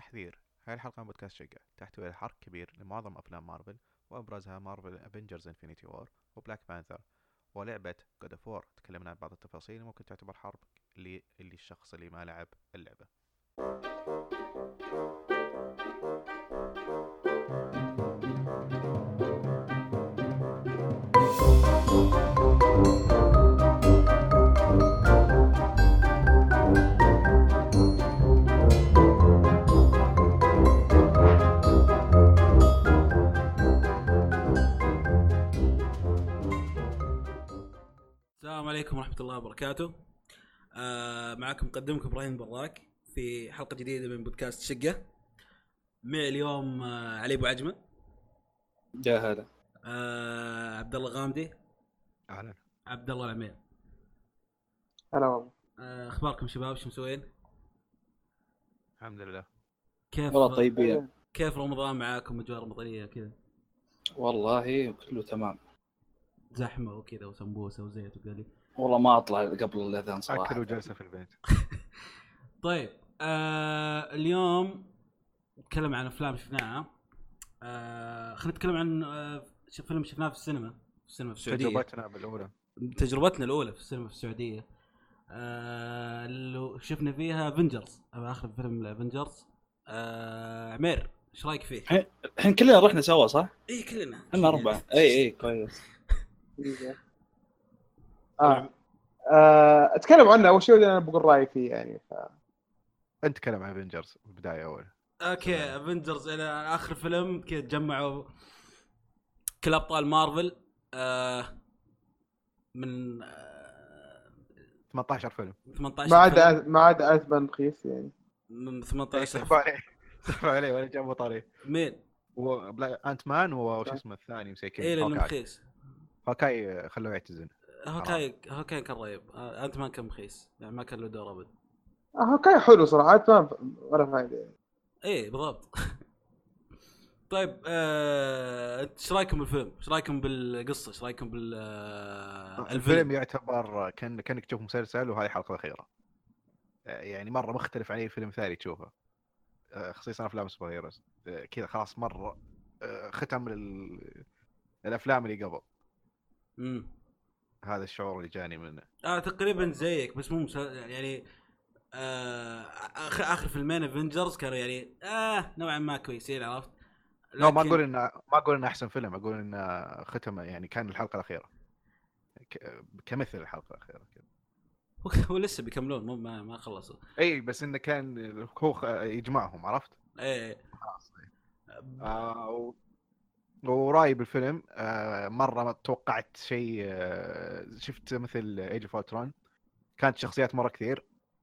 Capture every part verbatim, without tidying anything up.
تحذير: هاي الحلقة من بودكاست شقة تحتوي على حرق كبير لمعظم أفلام مارفل، وأبرزها مارفل أفنجرز انفينيتي وور وبلاك بانثر ولعبة God of War. تكلمنا عن بعض التفاصيل ممكن تعتبر حرب اللي, اللي الشخص اللي ما لعب اللعبة. السلام عليكم ورحمة الله وبركاته. آه معكم مقدمكم إبراهيم براك في حلقة جديدة من بودكاست شقة. معي اليوم آه علي أبو عجمة. يا هلا. آه عبد الله غامدي. أهلا. عبد الله العمير. هلا والله. آه أخباركم شباب، شو مسوين؟ الحمد لله. كيف والله طيبين. كيف رمضان معاكم؟ أجواء رمضانية كذا؟ والله كله تمام. زحمة وكذا وسمبوسة وزيت وقلي. والله ما أطلع قبل الأذان صراحة. أكل وجلسة في البيت. طيب آه اليوم نتكلم عن أفلام شفناها. آه خلينا نتكلم عن آه فيلم شفناه في السينما في السينما في السعودية. تجربتنا بالأولى تجربتنا الأولى في السينما في السعودية. آه اللي شفنا فيها افنجرز، آخر فيلم الافنجرز. آه عمير ايش رايك فيه؟ الحين كلنا رحنا سوا صح؟ اي كلنا احنا أربعة. اي اي كويس. آه. آه. اتكلم عنه اول شيء انا بقول رايي فيه يعني ف... أنت تكلم عن افنجرز البداية أول. اوكي افنجرز الى اخر فيلم كذا جمعوا كل ابطال مارفل آه من آه ثمانية عشر فيلم ثمانية عشر ما عدا فيلم. ما عدا اثمان رخيص يعني من ثمانية عشر سحبوا عليه سحبوا عليه ولا جابوا طريق. مين؟ وبلا أنت مان وش اسمه الثاني مسكين. ايه لانه مخيس. هوكاي خلوه يعتزل. هوكاي هوكاي كان رهيب. آه انت ما كان مخيس يعني ما كان له دور ابد. آه كان حلو صراحه ما ولا فايده. ايه بالضبط. طيب آه، ايش رايكم بالفيلم؟ ايش رايكم بالقصه؟ ايش رايكم بال آه، الفيلم يعتبر كان كانك تشوف مسلسل وهذه الحلقه الاخيره، يعني مره مختلف عن اي فيلم ثاني تشوفه، خصيصا افلام سوبر هيروز كذا خلاص مره ختم ال... الافلام اللي قبل. امم هذا الشعور اللي جاني منه. اه تقريبا زيك بس مو مسل... يعني آه اخر اخر فيلمين افنجرز كانوا يعني اه نوعا ما كويسين، عرفت؟ لكن... لا ما اقول ان ما اقول ان احسن فيلم، اقول ان ختم يعني كان الحلقه الاخيره ك... كمثل الحلقه الاخيره كذا. هو لسه بيكملون مو ما, ما خلصوا. اي بس انه كان هو يجمعهم، عرفت؟ ايه خلاص. آه و... وراي بالفيلم آه مره ما توقعت شيء. آه شفت مثل ايج اوف ألترون، كانت شخصيات مره كثير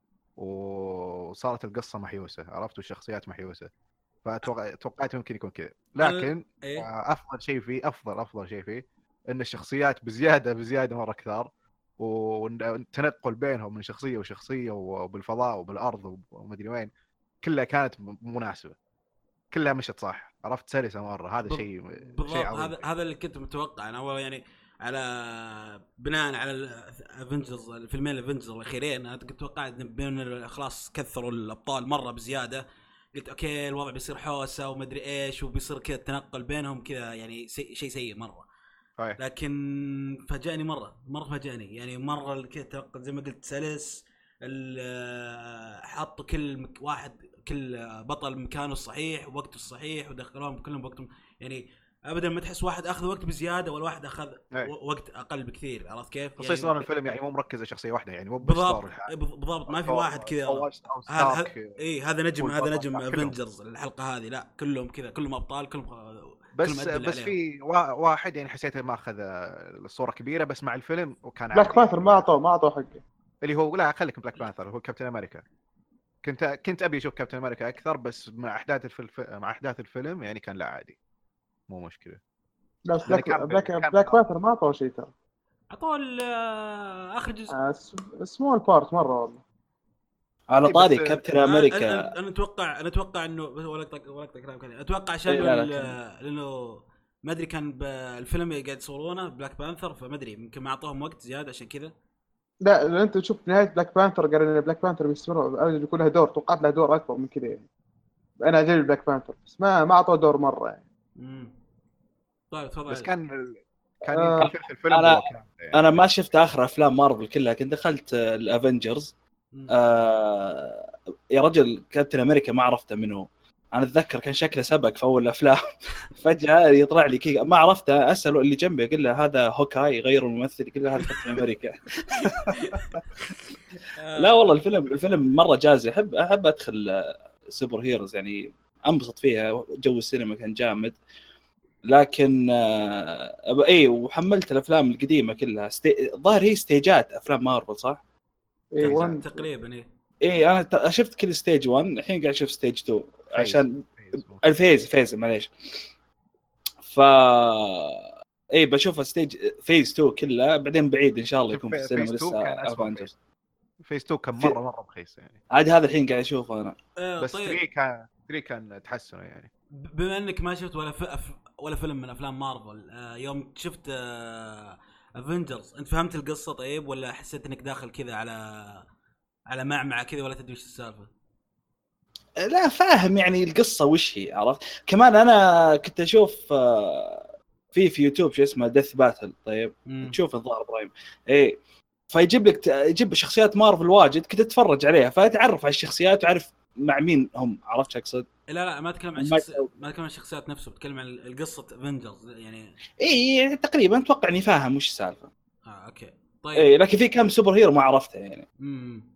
وصارت القصه محيوسه، عرفت؟ والشخصيات محيوسه، فتوقعت ممكن يكون كذا. لكن إيه؟ آه افضل شيء فيه افضل افضل شيء فيه ان الشخصيات بزياده بزياده مره كثار، والتنقل بينهم من شخصيه وشخصيه وبالفضاء وبالارض ومدري وين كلها كانت مناسبه، كلها مشت صح، عرفت؟ سلسه مره. هذا شيء شيء عظيم. هذا هذا اللي كنت متوقع انا اول، يعني على بناء على الافنجرز الفيلمين الافنجرز الاخيرين. انا كنت توقعت بين خلاص كثروا الابطال مره بزياده، قلت اوكي الوضع بيصير حوسه ومدري ايش وبيصير كذا التنقل بينهم كذا يعني سي شيء سيء مره. هاي. لكن فاجأني مره مره فاجأني يعني مره كذا التنقل زي ما قلت سلس. حطوا كل مك... واحد كل بطل مكانه الصحيح ووقته الصحيح ودخلوهم كلهم بوقتهم، يعني ابدا ما تحس واحد اخذ وقت بزياده ولا واحد اخذ أي. وقت اقل بكثير، عرفت كيف؟ خصيصا يعني الفيلم يعني مو مركز على شخصيه واحده، يعني مو بالضبط بالضبط ما في واحد كذا هذا اي هذا نجم هذا نجم افنجرز الحلقه هذه، لا كلهم كذا كلهم ابطال كلهم. بس كلهم بس في واحد يعني حسيته ما اخذ الصوره كبيره بس مع الفيلم وكان عادي. بلاك بانثر ما اعطوه ما اعطوه حقه اللي هو لا خليك بلاك بانثر هو كابتن امريكا. كنت كنت ابي اشوف كابتن امريكا اكثر، بس مع احداث الفيلم مع احداث الفيلم يعني كان لا عادي مو مشكله. لا بلاك بلاك, بلاك بانثر ما اعطوه شيء ترى، اعطوه اخر جزء آه سمول بارت مره والله. على طاري كابتن امريكا انا انا اتوقع انا اتوقع انه ولا اقطع ولا اقطع كلام كذا، اتوقع عشان لانه ما ادري كان بالفيلم قاعد يصورونه بلاك بانثر، فما ادري يمكن ما اعطوهم وقت زياده عشان كذا. لا لان انت تشوف نهايه بلاك بانثر قال ان بلاك بانثر بيستمر بيكون له دور، توقعت له دور اكبر من كذا يعني. انا عجبني بلاك بانثر بس ما ما اعطوه دور مره يعني. امم طيب تفضل. بس كان كان آه، يمكن في الفيلم انا هو كان يعني. انا ما شفت اخر افلام مارفل كلها، كنت دخلت الافنجرز. مم. آه يا رجل كابتن امريكا ما عرفته منه. انا اتذكر كان شكله سبق في اول الافلام فجاه يطلع لي كي ما عرفته، اساله اللي جنبي قال له هذا هوكاي، غير الممثل، قال له هذا كابتن امريكا. لا والله الفيلم الفيلم مره جاز، احب احب ادخل سوبر هيروز يعني، انبسط فيها، جو السينما كان جامد. لكن آه اي وحملت الافلام القديمه كلها ستي... ظاهر هي ستيجات افلام مارفل صح؟ اي وان تقريبا ايه. اي انا ت- شفت كل ستيج واحد، الحين قاعد اشوف ستيج اثنين عشان فيز. الفيز فيز معليش. ف اي بشوف ستيج فيز اثنين كلها، بعدين بعيد ان شاء الله يكون في السينما فيز تو لسه كان أسوأ افنجرز. فيز تو كان في- مره مره رخيص يعني. عاد هذا الحين قاعد اشوفه انا. آه بس طيب ثلاثة كان ثلاثة كان تحسنه يعني. بما انك ما شفت ولا ف... ولا فيلم من افلام مارفل، آه يوم شفت آه افنجرز انت فهمت القصه طيب، ولا حسيت انك داخل كذا على على معمعه كذا ولا تدري ايش السالفه؟ لا فاهم يعني القصه وش هي، عرفت. كمان انا كنت اشوف آه، في في يوتيوب شيء اسمه ديث باتل. طيب مم. تشوف الظاهر ابراهيم اي، فيجيب لك يجيب شخصيات مارفل واجد، كنت اتفرج عليها فتعرف على الشخصيات وعارف مع مين هم، عرفت شو اقصد. لا لا ما اتكلم عن ما شخص... ما اتكلم عن الشخصيات نفسه، بتكلم عن القصه افنجرز يعني. اي تقريبا اتوقع اني فاهم وش السالفه. اه اوكي طيب. اي لكن في كم سوبر هيرو ما عرفتها يعني. امم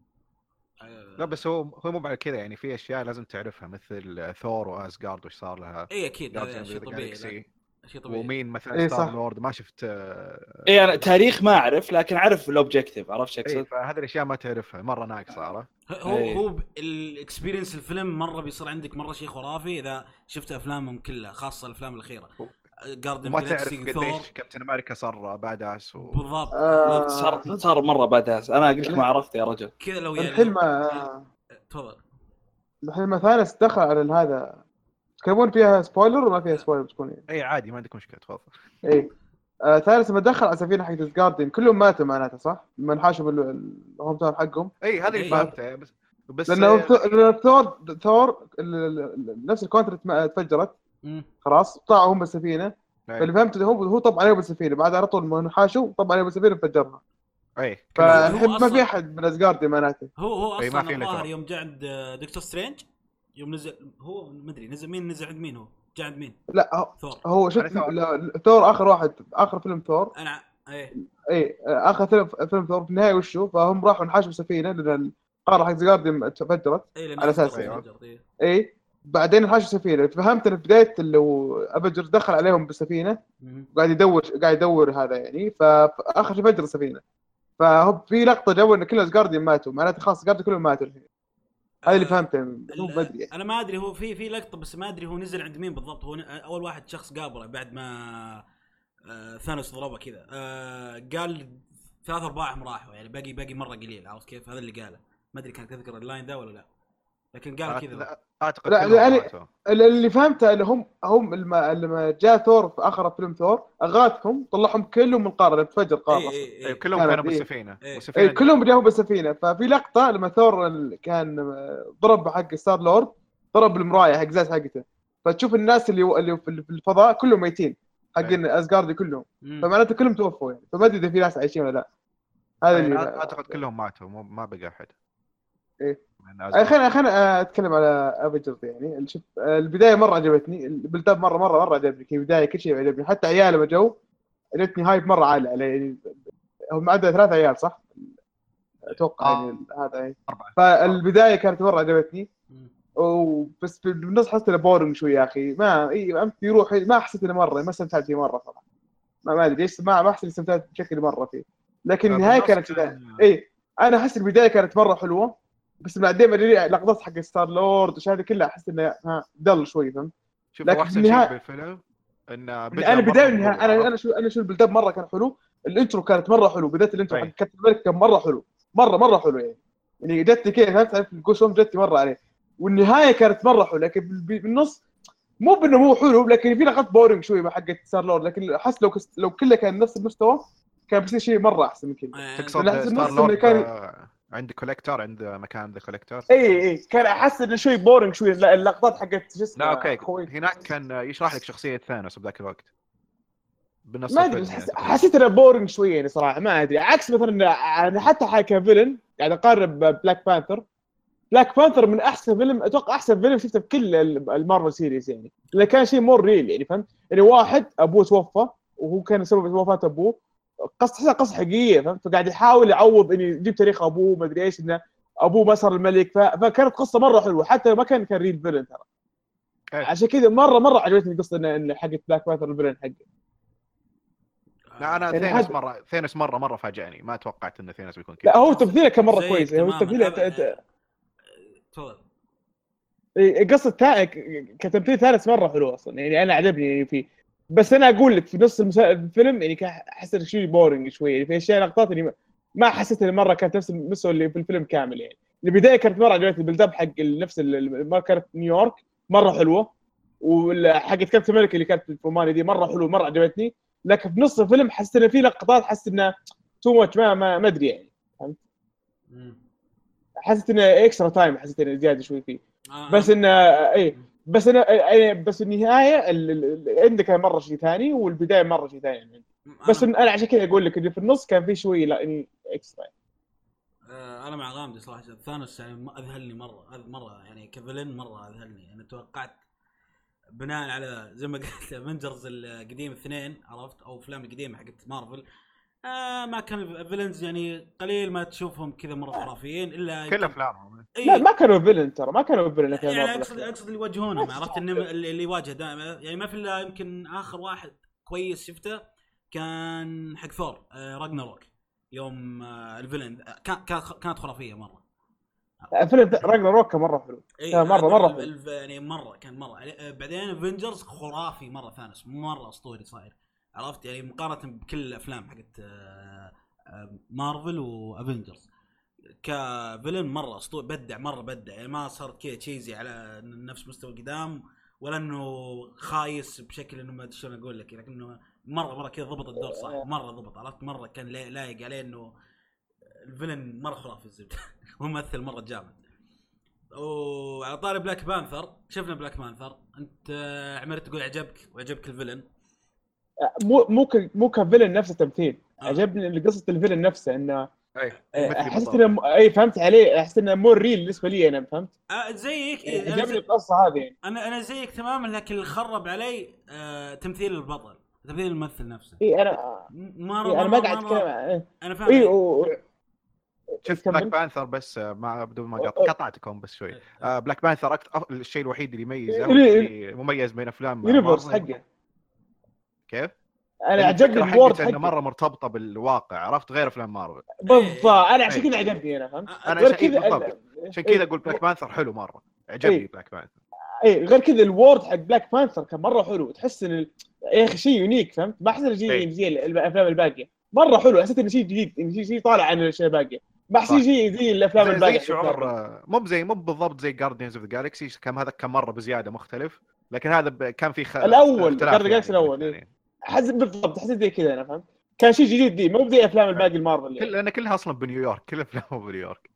لا بس هو هو مو بعد كذا يعني، في اشياء لازم تعرفها مثل ثور واسجارد وش صار لها. اي اكيد هذا Guardians of شيء the طبيعي. Galaxy. شيء طبيعي. ومين مثلا إيه ستار صح. لورد ما شفت. آه، اي انا تاريخ ما اعرف لكن اعرف الاوبجيكتيف، عرفت شو اي اقصد. فهذه الاشياء ما تعرفها مره ناقصه عرفت. هو إيه. هو الاكسبيرينس الفيلم مره بيصير عندك مره شيء خرافي اذا شفت افلامهم كلها، خاصه الافلام الاخيره. جاردن وما تعرف جالكسي ثور قديش كابتن امريكا صار باداس و... بالضبط. آه، صار صار مره باداس، انا قلت لك ما عرفت يا رجل. كذا لو يعني الحين لو... ما تفضل. الحين ما ثانوس دخل على هذا، تكلمون فيها سبويلر ولا فيها سبويلر بتكون يعني؟ اي عادي ما عندك مشكله تفضل. اي آه ثالث ما دخل على سفينه حق جاردين كلهم ماتوا معناته صح؟ لما انحاشوا بالهوم تاون حقهم. اي هذا اللي إيه. فهمته بس بس لانه آه، ث- لأن ثور ثور ال- ال- نفس الكونترت ما- تفجرت مم. خلاص، طلعوا هم بالسفينه. أي. فاللي فهمته هو هو طب عليهم بالسفينه، بعد على طول ما انحاشوا طب عليهم بالسفينه فجرها. اي كلهم فالحين هو ما في أصلاً- احد من اسجاردي معناته. هو هو إيه، ما في اصلا إلا الظاهر ثور. يوم جاء عند دكتور سترينج، يوم نزل هو ما ادري نزل مين، نزل عند مين، هو جاء عند مين؟ لا هو- ثور. هو شفت أنا ثور. لا- ثور اخر واحد اخر فيلم ثور. انا ايه اي اخر فيلم فيلم ثور في النهايه وشو، فهم راحوا انحاشوا بسفينه لان القاره حق زجاردي تفجرت. ايه لأن على أساس أصلاً أيوة. فجرت، إيه. اي بعدين انحاشوا سفينه، فهمت ان في بدايه اللي هو افنجرز دخل عليهم بالسفينه مم. قاعد يدور قاعد يدور هذا يعني، فاخر شيء فجر السفينه. فهو في لقطه جو ان كل اسجارديان ماتوا، معناته خلاص اسجارديان كلهم ماتوا الحين. هذا اللي آه، فهمته مو ال- بدري. انا ما ادري هو في في لقطه بس ما ادري هو نزل عند مين بالضبط. هو ن- اول واحد شخص قابله بعد ما آه ثانوس ضربه كذا، آه قال ثلاث ارباعهم راحوا يعني، باقي باقي مره قليل، عرفت كيف؟ هذا اللي قاله. ما ادري كان تذكر اللاين ذا ولا لا، لكن قال كذا. لا، اعتقد لا كلهم يعني ماتوا. اللي فهمته ان هم هم لما لما جاء ثور في اخر فيلم ثور اغاثهم طلعهم كلهم من القاره اللي تفجر القاره اي أصلاً. اي اي اي كلهم كانت كانوا إيه. بالسفينه إيه. والسفينه اي كلهم جاهم بالسفينه. ففي لقطه لما ثور كان ضرب حق ستار لورد، ضرب المرايه حق زاز حقته، فتشوف الناس اللي اللي في الفضاء كلهم ميتين حقين اسجاردي كلهم، مم. فمعناته كلهم توفوا يعني. فما ادري اذا في ناس عايشين ولا لا. هذا أي، اللي اعتقد كلهم ماتوا مو- ما بقى احد. إيه. من أزرق. خلينا خلينا اتكلم على افنجرز يعني. شوف البدايه مره عجبتني، البلتاب مره مره مره عجبني، كي بدايه كل شيء عجبني، حتى عيال لما جو جتني هايب مره عالي عليه يعني. هم عندنا ثلاث عيال صح؟ اتوقع آه. يعني هذا يعني. أربعة. فالبدايه كانت مره عجبتني، مم. وبس بالنص حسيت انه بورنج شوي يا اخي. ما اي امتى يروح، ما حسيت انه مره ما استمتعت فيه مره صراحه. ما ما ادري ايش، ما ما احس استمتعت بشكل مره فيه. لكن آه، النهايه بالنص كانت كان- اي انا احس البدايه كانت مره حلوه، بس بعدين ما ادري لقطات حق ستار لورد وش هذه كلها احس انه ها دل شوي فهمت. شوف لكن هو احسن بالنهاية- شيء بالفيلم انه انا مرة بدايه من النهايه جوا، انا عرفت؟ انا شو انا شو البلداب مره كان حلو. الانترو كانت مره حلو، بدايه الانترو حق أي. كابتن امريكا كان مره حلو، مره مره حلو يعني. يعني جتني كذا فهمت، عارف الجوسوم جتني مره عليه. والنهايه كانت مره حلوه، لكن بال- بالنص مو بانه مو حلو، لكن في لقطات بورينج شوي مع حقه ستار لورد. لكن احس لو كس... لو كله كان نفس المستوى كان بيصير شيء مره احسن من كذا. آه، تقصد لأن أحس ستار النص إنه لورد كان- آه، عند كوليكتور، عند مكان ذا كوليكتور. اي اي كان احس انه شوي بورنج شوي اللقطات حقت شو اسمه. لا اوكي خوي. هناك كان يشرح لك شخصيه ثانوس بذاك الوقت بالنص ما ادري الفيلم حس... يعني. حسيت انه بورنج شوي يعني صراحه ما ادري عكس مثلا انا حتى حكى فيلن يعني اقارب بلاك بانثر. بلاك بانثر من احسن فيلم اتوقع احسن فيلم شفته في كل المارفل سيريز يعني اللي كان شيء مور ريل يعني فهمت يعني واحد ابوه توفى وهو كان سبب وفاه ابوه قصه تحسها قصه حقيقيه فهمت فقاعد يحاول يعوض انه يجيب تاريخ ابوه ما ادري ايش انه ابوه ما صار الملك ف... فكانت قصه مره حلوه حتى ما كان كان ريل فيلن ترى. إيه. عشان كذا مره مره عجبتني القصه ان حقت بلاك بانثر الفيلن حقه. لا انا يعني ثينوس هذا- مره ثينوس مره مره فاجأني ما توقعت ان ثينوس بيكون كذا. لا هو تمثيله كان مره زيك كويس هو تماماً. تمثيله أب- ت- ت- تفضل. إيه، قصة تا... كتمثيل ثالث مرة حلو أصلا يعني أنا عجبني يعني فيه بس أنا أقول لك في نص المسا... الفيلم يعني كان حسيت شيء بورينج شوي يعني في أشياء لقطات يعني ما حسيت إن مرة كانت نفس المستوى اللي في الفيلم كامل يعني البداية كانت مرة عجبتني البلداب حق نفس ال... ما كانت نيويورك مرة حلوة وحقت كابتن أمريكا اللي كانت في الفوماني دي مرة حلوة مرة عجبتني لكن في نص الفيلم حسيت إن في لقطات حسيت إنه تو ماتش ما ما ما أدري يعني حسيت إنه إكسترا تايم حسيت إنه زيادة شوي فيه آه، بس انه اي بس انا أي- بس النهايه الإند كان مره شيء ثاني والبدايه مره شيء ثاني يعني. بس أنا, انا عشان كذا اقول لك اللي في النص كان في شوي لا يعني اكسترا. آه، انا مع غامدي صراحه ثانوس يعني ما اذهلني مره مره يعني كفيلن مره اذهلني. انا توقعت بناء على زي ما قلت افنجرز القديم اثنين عرفت او افلام القديمه حقت مارفل آه ما كان الفيلنز يعني قليل ما تشوفهم كذا مره خرافيين الا كل افلامهم إيه. لا ما كانوا فيلن ترى ما كانوا فيلن في يعني مارفل اقصد اقصد اللي يواجهونهم عرفت ان اللي اللي يواجه دائما يعني ما في الا يمكن اخر واحد كويس شفته كان حق ثور آه راجناروك يوم آه الفيلن آه كان كانت خرافيه مره. فيلم راجناروك مره حلو إيه مره مره حلو الف... يعني مره كان مره بعدين افنجرز خرافي مره ثانوس مره اسطوري صاير عرفت يعني مقارنه بكل الافلام حقت مارفل وافنجرز كفيلن مره اسطوري بدع مره بدع يعني ما صار كذا تشيزي على نفس مستوى القدام ولا انه خايس بشكل انه ما شلون اقول لك لكنه مره مره كذا ضبط الدور صح مره ضبط عرفت مره كان لايق عليه انه الفيلن مره خرافي الزبده ممثل مره جامد. وعلى طاري بلاك بانثر شفنا بلاك بانثر انت عمرت تقول عجبك وعجبك الفيلن مو مو مو كفيلن نفس التمثيل آه. عجبني قصه الفيلن نفسه انه اي حسيت انه اي فهمت عليه احس انه مور ريل بالنسبه لي انا فهمت آه زيك عجبني انا زي... القصه هذه يعني. انا انا زيك تماما لكن اللي خرب علي آه تمثيل البطل تمثيل الممثل نفسه اي انا مره إيه انا ما قاعد اتكلم انا فاهم اي و... شفت بلاك بانثر بس مع بدون ما قطع قطعتكم بس شوي آه بلاك بانثر أكتر الشيء الوحيد اللي يميزه اللي مميز بين افلام يونيفرس حقه كيف انا عجبني الوورد حقه انه مره مرتبطه بالواقع عرفت غير افلام مارفل بالضبط انا عشان كذا عجبني انا فهمت انا غير كذا عشان كذا اقول بلاك بانثر حلو مره عجبني بلاك بانثر اي غير كذا الوورد حق بلاك بانثر كان مره حلو تحس ان يا اخي شيء يونيك فهمت ما حسيت شيء زي الافلام الباقيه مره حلو حسيت انه شيء جديد انه شيء شيء طالع عن الاشياء الباقيه ما حسيت شيء زي الافلام الباقيه زي شعور مو زي مو بالضبط زي جاردينز اوف ذا جالكسي كم هذا كان مره بزياده مختلف لكن هذا كان في خ... الاول جاردينز يعني الاول يعني. حسيت بالضبط حسيت زي كذا انا فهمت كان شيء جديد دي مو زي افلام الباقي المارفل يعني. لان كلها اصلا بنيويورك كل افلامه بنيويورك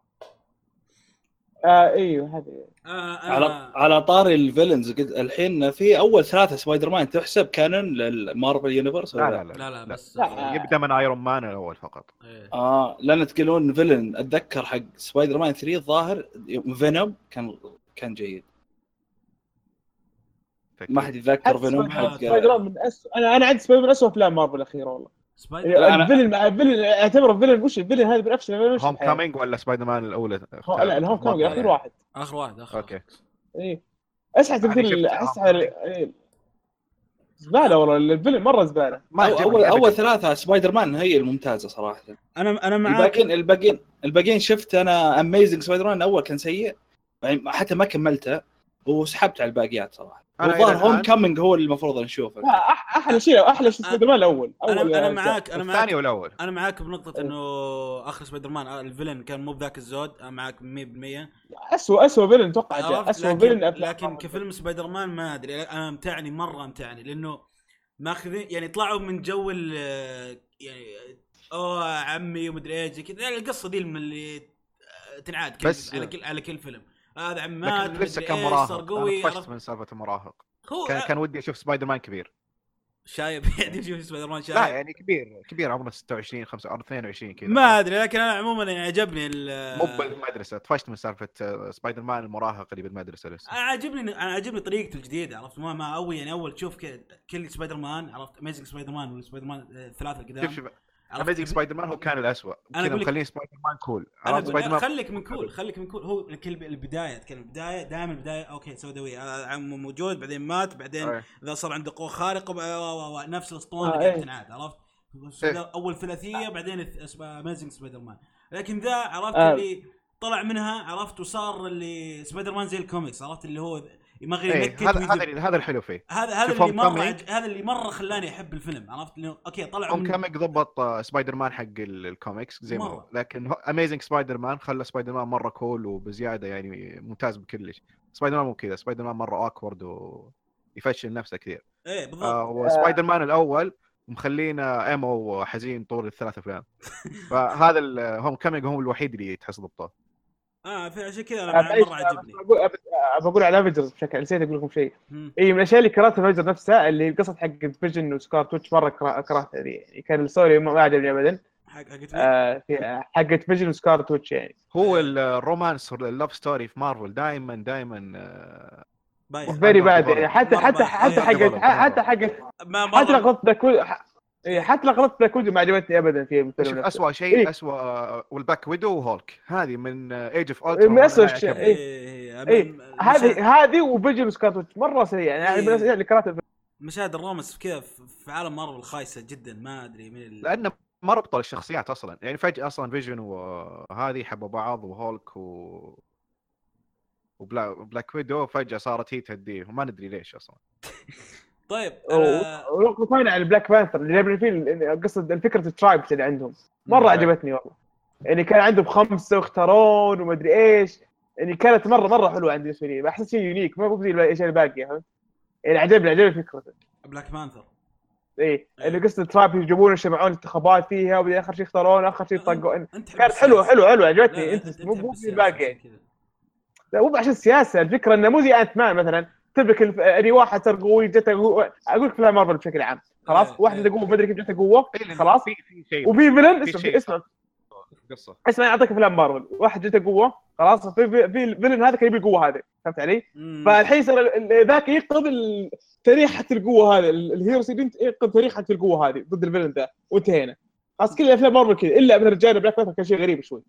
آه ايوه هذه آه على على طاري الفيلنز الحين في اول ثلاثه سبايدر مان تحسب كانون للمارفل يونيفرس لا لا لا, لا, لا, بس لا. يبدا من ايرون مان الاول فقط إيه. اه لان تقولون فيلن اتذكر حق سبايدر مان ثلاثة الظاهر فينوم كان كان جيد ما حد يتذكر فينوم حق سبايدر مان من أس... انا انا عندي سبايدر مان اسوء افلام مارفل الاخيره والله سبايدر الفيلن الفيلن اعتبره فيلن وش الفيلن هذا بنفس هوم كامينج ولا سبايدر مان الاولى لا الهوم كامينج اخر واحد اخر واحد اخر اوكي ايه اسحب تمثيل احس على زباله والله الفيلم مره زباله اول اول ثلاثه سبايدر مان هي الممتازه صراحه انا انا معاك الباقيين الباقيين الباقيين شفت انا اميزنج سبايدر مان الاول كان سيء يعني حتى ما كملته وسحبت على الباقيات صراحه والظاهر هوم كامينج هو اللي المفروض نشوفه احلى شيء احلى شيء سبايدر مان الاول اول انا, أنا معاك انا معاك الثاني والاول انا معاك بنقطه انه اخر سبايدر مان الفيلن كان مو بذاك الزود انا معاك مية بالمية اسوء اسوء فيلن اتوقع اسوء فيلن لكن كفيلم سبايدر مان ما ادري انا امتعني مره امتعني لانه ماخذين يعني طلعوا من جو يعني اوه عمي ومدري ايش كذا. القصه دي من اللي تنعاد كل بس- على كل على كل فيلم. هذا عمات لكن لسه مدري كان إيش، مراهق، صار انا قوي. طفشت عرفت؟ من سالفه المراهق. هو كان كان ودي اشوف سبايدر مان كبير. شايب يعني يشوف سبايدر مان لا شايب. يعني كبير كبير عمره ستة وعشرين خمسة وعشرين اثنين وعشرين كذا. ما ادري، لكن انا عموما يعني عجبني ال- مو بالمدرسه، طفشت من سالفه سبايدر مان المراهق اللي بالمدرسه لسه. انا عجبني انا عجبني طريقته الجديده. عرفت؟ ما ما اول يعني اول تشوف كل سبايدر مان. عرفت؟ اميزنج سبايدر مان وسبايدر مان الثلاثه القدام. شوف شوف اميزنج سبايدر مان هو كان الأسوأ. أنا كذا أقول لك- مخلين سبايدر مان كول. انا عرفت؟ سبايدر اقول مان خليك من كول خليك من كول. هو الكل البدايه اتكلم البدايه دائما البدايه اوكي سوداوي. هذا عمه موجود بعدين مات بعدين أي. اذا صار عنده قوه خارقه بقى- و- و- و- نفس الاسطوانه آه، اللي إيه. تنعاد. عرفت؟ إيه. اول ثلاثيه بعدين اميزنج سبايدر مان. لكن ذا عرفت آه. اللي طلع منها. عرفت؟ وصار اللي سبايدر مان زي الكوميكس. عرفت؟ اللي هو يمغي إيه، ينكت هذا ويذب. هذا هذا الحلو فيه. هذا هذا شوف اللي هوم مره كومينج. عج... هذا اللي مره خلاني احب الفيلم. عرفت؟ انه اوكي طلع هوم من كومينج ضبط آه، سبايدر مان حق ال- الكوميكس زي ما هو، مرة. لكن اميزنج سبايدر مان خلى سبايدر مان مره كول وبزياده، يعني ممتاز بكلش. سبايدر مان مو كذا، سبايدر مان مره اوكورد ويفشل نفسه كثير. ايه بالضبط. آه وسبايدر مان الاول مخلينا ايمو حزين طول الثلاث افلام. فهذا الهوم كومينج هم الوحيد اللي تحس ضبطه. اه في عشان كذا انا أبي- مره عجبني. بقول أبي اقول على افنجرز بشكل، نسيت اقول لكم شيء. مم. اي من الاشياء اللي كرهتها افنجرز نفسها اللي القصه حق فيجن وسكار تويتش مره كره- كرهتها ذي. يعني كان الستوري ما ما عجبني ابدا. حق حقت آه في حقت فيجن وسكار تويتش يعني هو الرومانس اللوف ستوري في مارفل دائما دائما آه بايخ. فيري Underdeveloped. باد يعني. حتى مرة حتى بايخ. حتى أيوة. حقت Underdeveloped. حتى حقت ما حتى مرة لقطة كل حتى لقطة كل ما عجبتني ابدا في الفيلم شوف نفسه. اسوأ شيء إيه. اسوأ والباك ويدو وهولك هذه من ايج اوف من أسوأ الترا. الشيء. ايه إيه. إيه. إيه. م- هذه مشاهد- هذه وفيجن وسكار تويتش مره سيئه يعني. يعني من إيه. الاشياء اللي كرهتها. مشاهد الرومانس كذا في في عالم مارفل خايسه جدا. ما ادري من ال... لانه ما ربطوا الشخصيات اصلا، يعني فجاه اصلا فيجن وهذه حبوا بعض وهولك و وبلا... بلاك ويدو فجاه صارت هي تهديه وما ندري ليش اصلا. طيب أنا... ونقطة ثانية على البلاك بانثر اللي جابني فيه قصة الفكرة الترايبس اللي عندهم مرة مم. عجبتني والله. يعني كان عندهم خمسة واختارون ومدري ايش. يعني كانت مرة مرة حلوة عندي بالنسبة لي. بحس شيء يونيك ما هو زي الاشياء الباقية. فهمت؟ يعني عجبني عجبني فكرته. بلاك بانثر ايه اللي قصة الترايب يجيبون يجمعون انتخابات فيها وبعدين اخر شيء يختارون اخر شيء يطقون. انت تحب كانت حلوة السياسة. حلوة حلوة لا، عجبتني. لا، انت مو تحب مو زي السياسة الباقي. عشان كذا. لا مو عشان السياسة. الفكرة انه مو زي انت مان مثلا تبك الف... اني واحد صار قوي جته قوة. اقول لك فيلم مارفل بشكل عام خلاص إيه، واحد إيه. عنده قوة ما ادري كيف جته قوة إيه، خلاص. في في شيء وفي فيلن في اسمع شيء اسمع قصه. اسمع اعطيك افلام مارفل واحد جته قوه خلاص في في في الفيلن هذا كان يبي القوه هذه. فهمت علي؟ مم. فالحين صار ال- ال- ذاك ينقذ التاريخ حق القوه هذه. ال- الهيرو سيدين ينقذ تاريخ حق القوه هذه ضد الفيلن ذا وانتهينا. خلاص كل افلام مارفل كذا الا مثلا رجال بلاك بانثر كان شيء غريب شوي.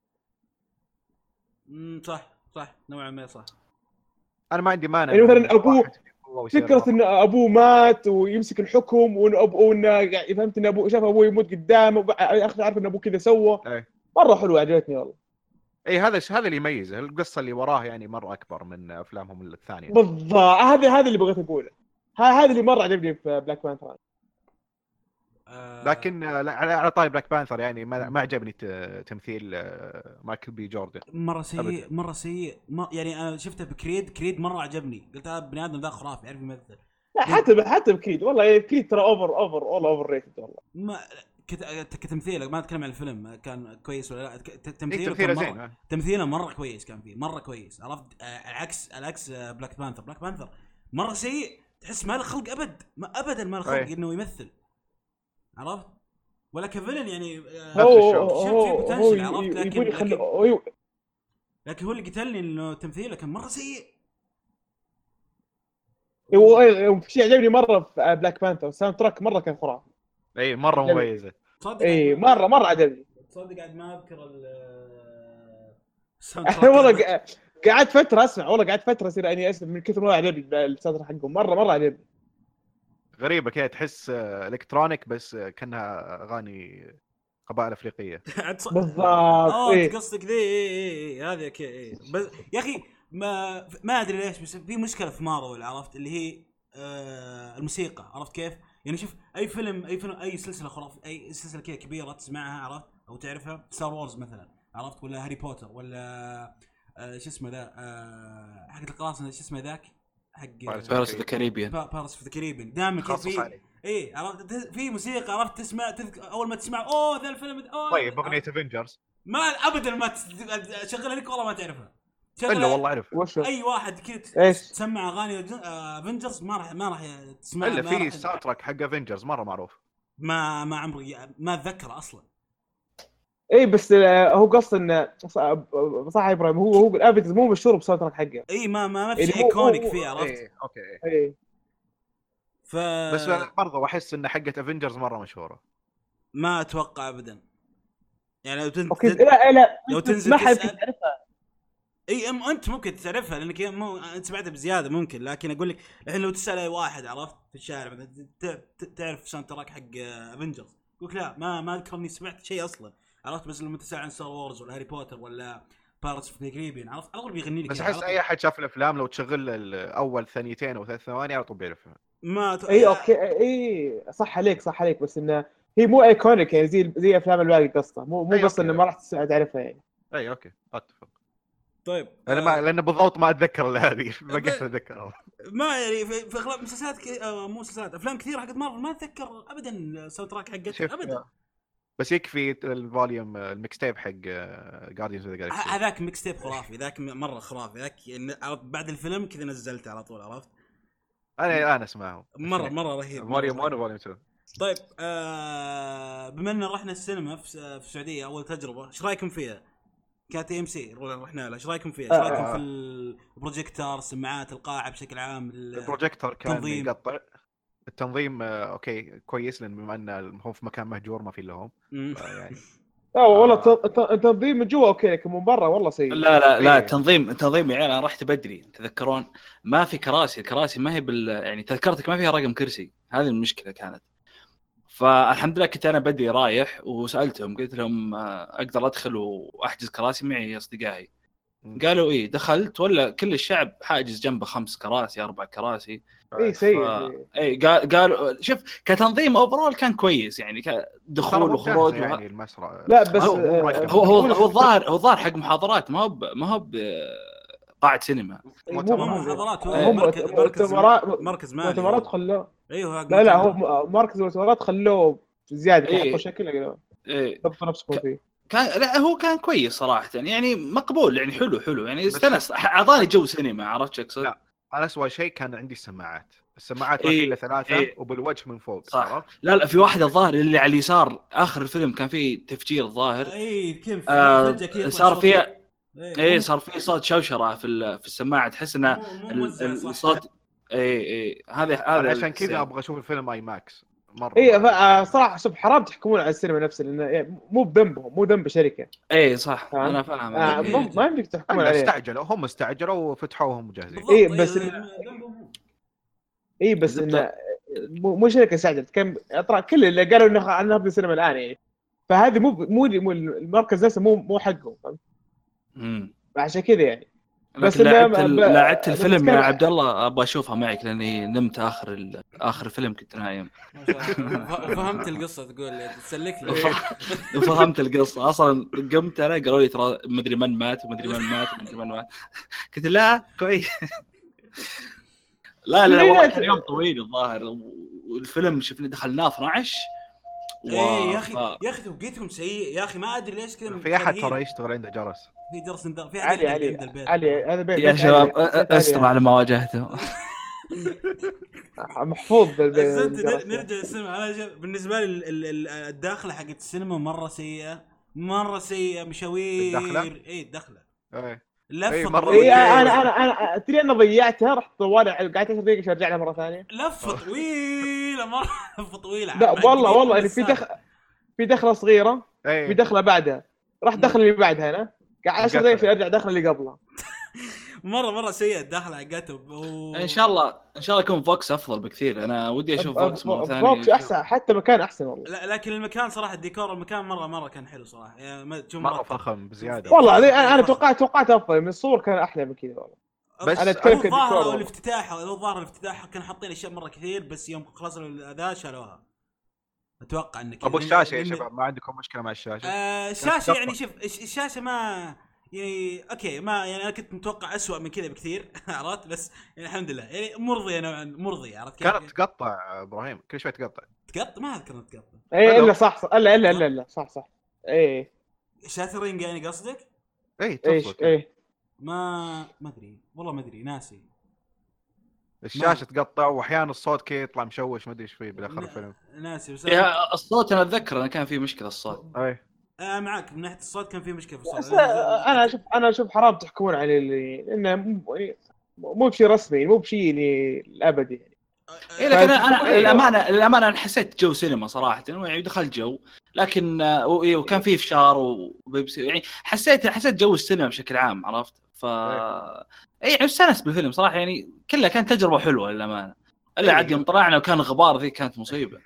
مم، صح صح نوعا ما صح. انا ما عندي مانع يعني مثلاً إن أبوه- واحد يقوى ويصير فكره ان ابوه مات ويمسك الحكم وان ابوه انه فهمت ان ابوه شاف ابوه يموت قدامه وب- اخذ عارف ان ابوه كذا سوى. إيه. مره حلوه عجبتني والله. اي هذا هذا اللي يميزه القصه اللي وراه يعني مره اكبر من افلامهم الثانيه. بالضبط هذا هذا اللي بغيت اقوله. ها- هذا اللي مره عجبني في بلاك بانثر. آه، لكن آه، لا- على على طاري بلاك بانثر يعني ما ما عجبني ت- تمثيل آه، مايكل بي جوردن. مره سيء أبداً. مره سيء ما يعني انا شفته بكريد. كريد مره عجبني. قلت هذا بني ادم ذا خرافي يعرف يمثل. لا حتى حتى بكريد والله كريد ترى اوفر اوفر اول اوفر ريتد والله. ما كت... كتمثيله ما اتكلم عن الفيلم كان كويس ولا لا. ك- ت- إيه، تمثيله تمثيله كان زين مرة... آه. تمثيله مره كويس كان فيه مره كويس. عرفت؟ آه العكس العكس آه بلاك بانثر. بلاك بانثر مره سيء. تحس ما له خلق ابد ما ابدا ما له خلق أي. انه يمثل. عرفت؟ ولا كفيلن يعني آه نفس هو الشغل. شفت هو فيه هو potential، عرفت؟ لكن- يقول يخلي لكن- هو- لكن هو اللي قتلني انه تمثيله كان مره سيء. هو هو في شيء عجبني مره في بلاك بانثر الساوند تراك مره كان خرافي. اي مره جميل. مميزه. تصدق اي قاعد- مره مره عجبني. تصدق قاعد ما اذكر ال الساوند انا تراك. والله قا- قعدت فتره اسمع والله قعدت فتره يصير اني اسمع من كثر ما عجبني الساوند تراك حقهم مره مره عجبني. غريبه كذا تحس آه، الكترونيك بس آه، كانها اغاني قبائل افريقيه. عاد ص- بالضبط اه إيه. انت قصدك ذي اي اي اي هذه اوكي اي بس يا اخي ما ما ادري ليش بس في مشكله في مارفل. عرفت؟ اللي هي آه الموسيقى. عرفت كيف؟ يعني شوف اي فيلم اي فيلم اي سلسله خرافيه اي سلسله كذا كبيره تسمعها عرفت او تعرفها ستار وورز مثلا عرفت ولا هاري بوتر ولا آه شو اسمه ذا آه حق القراصنه شو اسمه ذاك حق فارس ذا كاريبيان. بارس في ذا كاريبيان دائما كذا خصص في عليه. اي عرفت في موسيقى عرفت تسمع تذكر اول ما تسمع اوه ذا الفيلم اوه طيب اغنيه افنجرز ما ابدا ما تشغلها لك والله ما تعرفها الا والله اعرف وش اي واحد كذا ايش تسمع اغاني افنجرز ما راح ما راح تسمع الا في الساوند تراك حق افنجرز مره معروف ما ما عمري ما اتذكر اصلا. اي بس هو قصد انه صح يا ابراهيم هو هو الافنجرز مو مشهور بساوند تراك حقه اي ما ما, ما في يعني شيء مو- ايكونيك مو- فيه عرفت. ايه اوكي اي ف بس برضه احس ان حقه افنجرز مره مشهوره. ما اتوقع ابدا يعني لو تنزل اوكي لا لا لو أنت تنزل تسمعها تسأل- يمكن تعرفها. اي ام انت ممكن تعرفها لانك مو انت سمعتها بزياده ممكن، لكن اقول لك الحين لو تسال اي واحد عرفت في الشارع مثلا ت- ت- تعرف ساوند تراك حق افنجرز يقول لك لا ما ما اذكر اني سمعت شيء اصلا عرفت. بس لما تسال عن ستار وورز ولا هاري بوتر ولا بارتس اوف ذا كاريبيان عرفت على طول بيغني لك بس إياها احس على اي طول. احد شاف الافلام لو تشغل اول ثانيتين او ثلاث ثواني على طول بيعرفها. ما ت... اي اوكي اي صح عليك صح عليك بس انه هي مو ايكونيك يعني زي زي افلام الباقي قصه مو مو أي بس أوكي. انه ما راح تسمع تعرفها يعني. اي اوكي اتفق. طيب انا ما لان بالضبط ما اتذكر الا هذه ما قدرت اتذكرها. ما يعني في, في اغلب مسلسلات ك... آه مو مسلسلات افلام كثير حقت مارفل ما اتذكر ابدا الساوند تراك حقتها ابدا. بس يكفي الفوليوم الميكس تيب حق جارديانز اوف ذا جالكسي هذاك ميكس تيب خرافي ذاك مره خرافي ذاك يعني بعد الفيلم كذا نزلته على طول عرفت. انا انا اسمعه مره مره رهيب فوليوم واحد وفوليوم اثنين. طيب آه بما ان رحنا السينما في, في السعوديه اول تجربه ايش رايكم فيها؟ كانت ام سي رحنا لها ايش رايكم فيها؟ ايش رايكم آه. في البروجيكتور السماعات القاعه بشكل عام البروجيكتور كان تنظيم. يقطع التنظيم آه، اوكي كويس لان بما انه هو في مكان مهجور ما في لهم يعني لا والله التنظيم من جوا اوكي لكن من برا والله سيء. لا لا لا إيه. تنظيم تنظيم يعني انا رحت بدري تذكرون ما في كراسي الكراسي ما هي بال يعني تذكرتك ما فيها رقم كرسي هذه المشكله كانت. فالحمد لله كنت انا بدري رايح وسالتهم قلت لهم اقدر ادخل واحجز كراسي معي اصدقائي قالوا ايه دخلت ولا كل الشعب حاجز جنبه خمس كراسي اربع كراسي. اي سيء ف... اي قال قالوا شوف كتنظيم اوفرول كان كويس يعني كدخول وخروج يعني المسرح. لا بس هو آه هو هو, هو الظاهر هو الظاهر حق محاضرات ما هو ما هو قاعه سينما مو محاضرات إيه. هو مركز مركز مؤتمرات مركز مالي مؤتمرات خلوه ايوه لا لا هو مركز المؤتمرات خلوه زياده إيه. يحطوا شكل قالوا إيه. حطوا نفسكم فيه كان لا هو كان كويس صراحه يعني مقبول يعني حلو حلو يعني استنس اعطاني جو سينما عرفت شو اقصد. لا انا اسوء شيء كان عندي السماعات السماعات إيه. ما في الا ثلاثه إيه. وبالوجه من فوق صح. لا لا في واحد الظاهر اللي على اليسار اخر الفيلم كان فيه تفجير الظاهر اي كيف آه صار فيها اي إيه صار في صوت شوشره في في السماعه تحس انه الصوت اي اي هذا هذا عشان كذا ابغى اشوف الفيلم اي ماكس مره. اي صراحه شوف حرام تحكمون على السينما نفسها لانه مو بذنبهم مو ذنب شركه. اي صح آه. انا فاهم آه إيه. ما يمديك تحكمون عليه. استعجلوا هم استعجلوا وفتحوهم جاهزين. اي بس اي بس انه مو مو شركه استعجلت كم اطرا كل اللي قالوا انه عنها نبدا السينما الان يعني فهذه مو مو المركز نفسه مو مو حقهم امم عشان كذا يعني. بس لعبت لعبت الفيلم يا عبد الله ابغى اشوفها معك لاني نمت اخر اخر الفيلم كنت نايم. فهمت القصه تقول تسلك لي فهمت القصه اصلا قمت انا قالوا لي ترى مدري من مات ومدري من مات ومدري من مات قلت لا كويس. لا لا والله كان يوم طويل الظاهر والفيلم شفنا دخلناه اثنا عشر و... ايه يا اخي ف... يا اخي توقيتهم سيء يا اخي ما ادري ليش كذا. في احد ترى يشتغل عنده جرس في جرس نداء في احد عند البيت علي هذا بيت يا شباب استمع على ما واجهته محفوظ بالبيت. نرجع للسينما انا بالنسبه لي الداخله حقت السينما مره سيئه مره سيئه مشاوير اي الدخله ايه لفه مرة إيه انا انا انا تدري انا ضيعتها رحت طوالي قعدت عشر دقائق عشان ارجع لها مره ثانيه. لفه طويله مره لفه طويله. لا والله والله يعني في دخل في دخله صغيره في دخله بعدها راح دخل اللي بعدها انا قاعد عشر دقائق عشان ارجع دخل اللي قبلها. مره مره سيئه الدخله حقته. ان شاء الله ان شاء الله يكون فوكس افضل بكثير. انا ودي اشوف فوكس مره ثانيه. فوكس احسن حتى مكان احسن والله. لا لكن المكان صراحه الديكور المكان مره مره كان حلو صراحه يعني مره فخم بزياده والله انا انا توقعت توقعت افضل من الصور كان احلى من كذا والله. بس انا اتكلم كديكور والافتتاح لو ظهر الافتتاح كان حاطين اشياء مره كثير بس يوم خلصوا الاداء شالوها. اتوقع انك ابو الشاشه يا شباب ما عندكم مشكله مع الشاشه؟ آه الشاشه يعني شوف الشاشه ما يعني اوكي ما يعني انا كنت متوقع أسوأ من كذا بكثير عرفت بس يعني الحمد لله يعني مرضيه نوعا مرضيه عرفت كيف كانت تقطع ابراهيم كل شوي تقطع تقط ما اذكر انها تقط اي ألو. الا صح صح الا الا الا الا صح صح اي شاترينج يعني قصدك اي ايش تفصل اي ما ما ادري والله ما ادري ناسي الشاشه تقطع واحيانا الصوت كي يطلع مشوش ما ادري ايش فيه بالاخر الفيلم. ناسي بس يا الصوت انا اتذكر انا كان في مشكله الصوت. اي آه معك من ناحيه الصوت كان في مشكله في الصوت بس انا اشوف انا اشوف حرام تحكمون على اللي انه مو يعني مو بشيء رسمي مو بشيء يعني الابدي يعني. إيه لكن انا فأنت- أنا الامانه الامانه انا حسيت جو سينما صراحه يعني دخلت جو لكن آه، و- وكان فيه فشار وبيبسي يعني حسيت حسيت جو السينما بشكل عام عرفت ف اي يعني استانست بالفيلم صراحه يعني كلها كانت تجربه حلوه للامانه الا عاد يوم طلعنا وكان غبار ذي كانت مصيبه.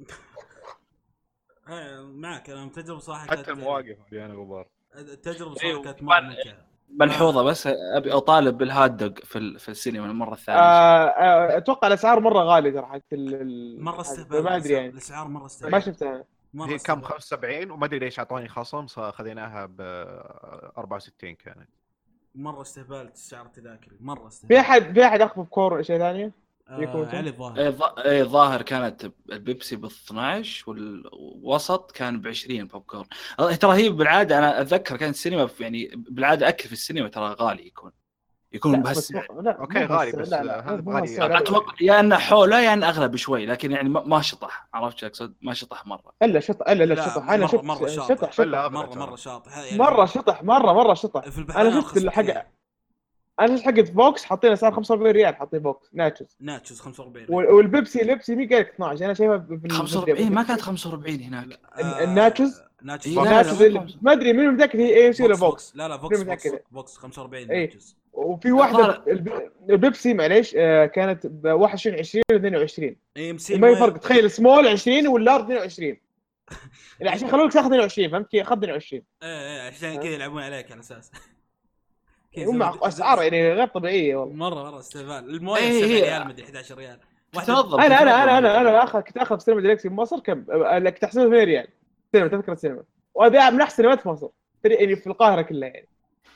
آه معك انا تجربه صراحه حتى المواقف مليانه غبار. التجربه إيه، صراحه كانت مره ممتعه. ملحوظه بس ابي اطالب بالهات دوغ في ال- في السينما المره الثانيه. آه، آه، اتوقع الاسعار مره غاليه ترى حق ال- ال- مره هذا. استهبال ما ادري يعني الاسعار مره استهبال ما شفتها أنا. مرة هي استهبال. كم خمسة وسبعين وما ادري ليش اعطوني خصم خذيناها ب أربعة وستين كانت. مره استهبال سعر التذاكر مره استهبال. في احد في احد اخذ بكور شيء ثاني يكون آه علي الظاهر ايه الظ- إيه الظاهر كانت البيبسي ب اثناشر والوسط كان ب عشرين بوب كورن. آه، ترى هي بالعاده انا اتذكر كانت السينما يعني بالعاده اكل في السينما ترى غالي يكون يكون لا بس بس مو- لا أوكي، مو غالي بس- بس لا لا هذا مو غالي. هالسعر. اتوقع يا انه حوله يا انه اغلى بشوي لكن يعني ما ما شطح عرفت شو اقصد ما شطح مره. الا شطح الا لا لا، شطح انا مرة- شفت مرة شطح شاطح. شطح إلا أغلى مره ترى. مره شاطح يعني مره شطح مره مره شطح. في انا البحرين شفت الحق انا شفت حق بوكس حاطين اسعار خمسة وأربعين ريال حاطين بوكس ناتشوز ناتشوز خمسة وأربعين وال- والبيبسي لبسي مي قال اثناشر انا شايفها في خمسة وأربعين ما كانت خمسة وأربعين هناك. آه، الناتشوز؟ ناتشوز إيه، لا، الناتشوز لا، اللي- بوكس. ما ادري منو متاكد هي اي ام سي ولا بوكس بوكس بوكس لا لا بوكس غير بوكس, متأكد. بوكس خمسة وأربعين إيه. ناتشوز. وفي واحده الب- البيبسي معليش آه، كانت ب واحد وعشرين عشرين و اثنين وعشرين اي ام سي ما يفرق تخيل سمول عشرين واللارج اثنين وعشرين لا عشان خلوك تاخذ اثنين وعشرين فهمت كيف اخذ اثنين وعشرين ايه ايه عشان كذا يلعبون عليك على اساس كذا هم زود- اسعار زود- يعني غير طبيعيه والله. مره مره استهبال. المويه إيه، سبعة هي- ريال مدري أحد عشر ريال. واحدة- تتنظم انا انا تتنظم. انا انا انا اخذ كنت اخذ في سينما جالكسي بمصر كم لك تحسبه ثمانية ريال سينما تذكره السينما وهذا من احسن سينمات في مصر يعني في القاهره كلها يعني.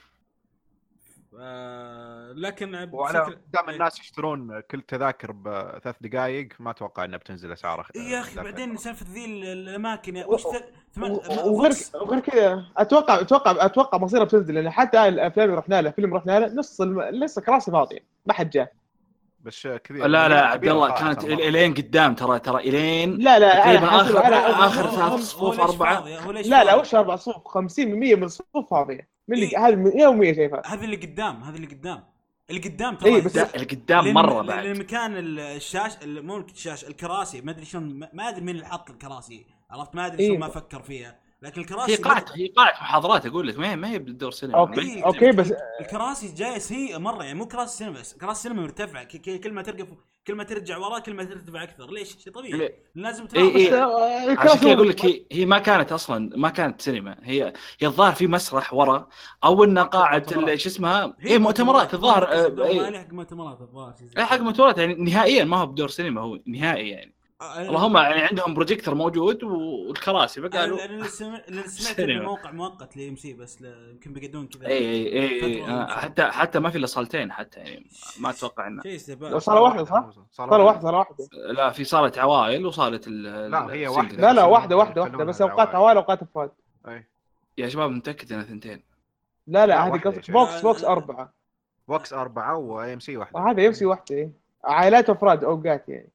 آه لكن وعلى بشكل- دام الناس يشترون كل تذاكر بثلاث دقائق ما اتوقع انها بتنزل اسعارها. إيه يا اخي بعدين سالفه ذي ال- الاماكن يا و- وش ت- ثمان- وغير فوكس. وغير كذا اتوقع اتوقع اتوقع مصيرها بتنزل لان حتى الافلام اللي رحنا لها فيلم رحنا له نص الم... لسه كراسي فاضيه ما حد جاء. بس كذا لا لا عبد كبيرة الله صراحة كانت مرة. الين قدام ترى ترى الين لا لا تقريبا انا اخر حاسب انا اخر هو- ثلاث هو صفوف ليش اربعه. فاضي؟ هو ليش لا لا فاضي؟ وش اربع صفوف خمسين بالمية من الصفوف فاضيه من اللي إيه. هذا مية بالمية شايفها. هذا اللي قدام هذا اللي قدام اللي قدام ترى. إيه، بس- لا القدام لأن- مره لأن بعد. المكان الشاش مو الشاش الكراسي ما ادري شلون ما- ما ادري مين اللي حط الكراسي عرفت ما ادري إيه. شلون ما فكر فيها لكن الكراسي هي قاعه هي قاعه محاضرات اقول لك ما هي ما هي بالدور سينما. أوكي. ما هي- اوكي بس الكراسي جايه سيئه مره يعني مو كراسي سينما بس كراسي سينما مرتفعه ك- ك- كل ما ترقف كل ما ترجع ورا كل ما ترتفع اكثر. ليش شيء طبيعي ليه؟ لازم إيه، إيه. تنافس. عشان كذا اقول لك هي هي ما كانت اصلا ما كانت سينما هي هي الظاهر في مسرح ورا او انه قاعه ال- شو اسمها هي مؤتمرات الظاهر آه، إيه. اي حق مؤتمرات الظاهر شيء زي اي حق كذا. مؤتمرات يعني نهائيا ما هو بدور سينما هو نهائي يعني. آه، اللهم يعني عندهم بروجيكتور موجود والكراسي انا فقالوا أنا اللي سمعت اللي سمعت سينما. انه موقع مؤقت لام سي بس لا- يمكن بيقعدون كذا اي اي اي, أي. فترة آه، حتى حتى ما في الا صالتين حتى يعني ما اتوقع انه شيء استهبال. صاله واحده صح؟ صاله واحده صاله واحده لا في صاله عوائل وصاله ال لا، هي السنجل. واحدة. لا لا واحده واحده يخلونها واحده بس اوقات دعوات. عوائل اوقات افراد. اي يا شباب متاكد انها ثنتين. لا لا لا، هذه واحدة يا قصدك شيخ. بوكس بوكس اربعه بوكس أربعة وإي إم سي واحدة. وهذا يمسي واحده إيه. عائلات وافراد اوقات يعني.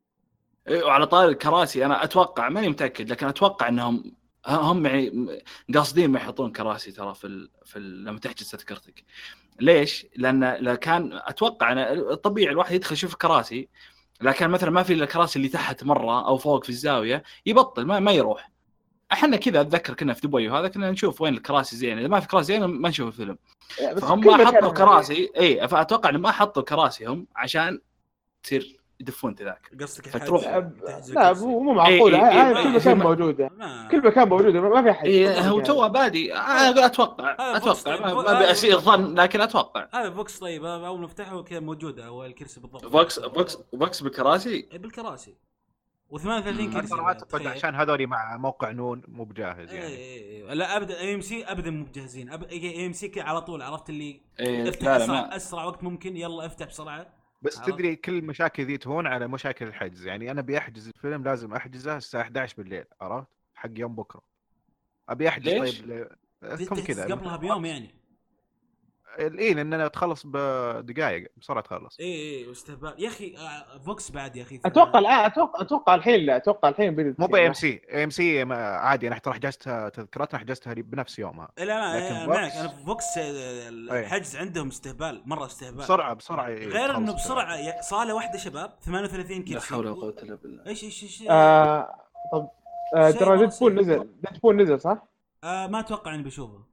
إيه، وعلى طار الكراسي انا اتوقع ماني متاكد لكن اتوقع انهم هم يعني قاصدين ما يحطون كراسي ترى في ال... في ال... لما تحجز تذكرتك. ليش؟ لان لا كان اتوقع انا الطبيعي الواحد يدخل يشوف كراسي لكن مثلا ما في الا الكراسي اللي تحت مره او فوق في الزاويه يبطل ما, ما يروح. احنا كذا اتذكر كنا في دبي وهذا كنا نشوف وين الكراسي زينه اذا ما في كراسي زينه ما نشوف الفيلم. بس فهم كل ما مكان حطوا هذا. كراسي اي فاتوقع انهم ما حطوا كراسي هم عشان تصير يدفون تذاكر. قصدك فتروح- الحاجة لا مو مو معقول إيه، إيه، هاي إيه، كل إيه، مكان ما- موجوده ما- كل مكان موجوده ما في احد. إيه هو تو بادي انا اتوقع هذا فوكس اتوقع طيب. ما ما ابي اسيء الظن لكن اتوقع هذا فوكس طيب اول ما افتحه كذا موجوده هو الكرسي بالضبط فوكس فوكس فوكس بالكراسي. إيه، بالكراسي و38 كرسي ترى بعد، اعتقد تخيل. عشان هذول مع موقع نون مو بجاهز يعني. إيه لا ابدا اي ام سي ابدا مو بجاهزين. أب... اي ام سي على طول عرفت اللي إيه افتح لا لا اسرع ما اسرع وقت ممكن، يلا افتح بسرعه. بس عرفت؟ تدري كل مشاكل ذي تهون على مشاكل الحجز. يعني انا بيحجز الفيلم لازم احجزه الساعه إحدى عشر بالليل، عرفت، حق يوم بكره. ابي احجز ليش؟ طيب ل... زي كم تحجز كذا قبلها بيوم يعني. اي لان تخلص بدقائق بسرعه تخلص. اي اي واستهبال يا اخي. آه، فوكس بعد يا اخي. اتوقع الان اتوقع اتوقع الحين لا اتوقع الحين بدت مو بي ام سي، ام سي عادي. انا ترى حجزتها تذكرتنا حجزتها بنفس يومها. لا لا لكن آه، معك فوكس- انا في فوكس. آه، الحجز عندهم استهبال مره استهبال. بسرعه بسرعه إيه، غير انه تخلص بسرعه يا- صاله واحده شباب ثمانية وثلاثين لا كرسي. حول ولا قوه الا بالله. ايش ايش ايش آه طب آه شيء ترى مرة ديدبول سيء. نزل ديدبول نزل صح؟ آه ما اتوقع اني بشوفه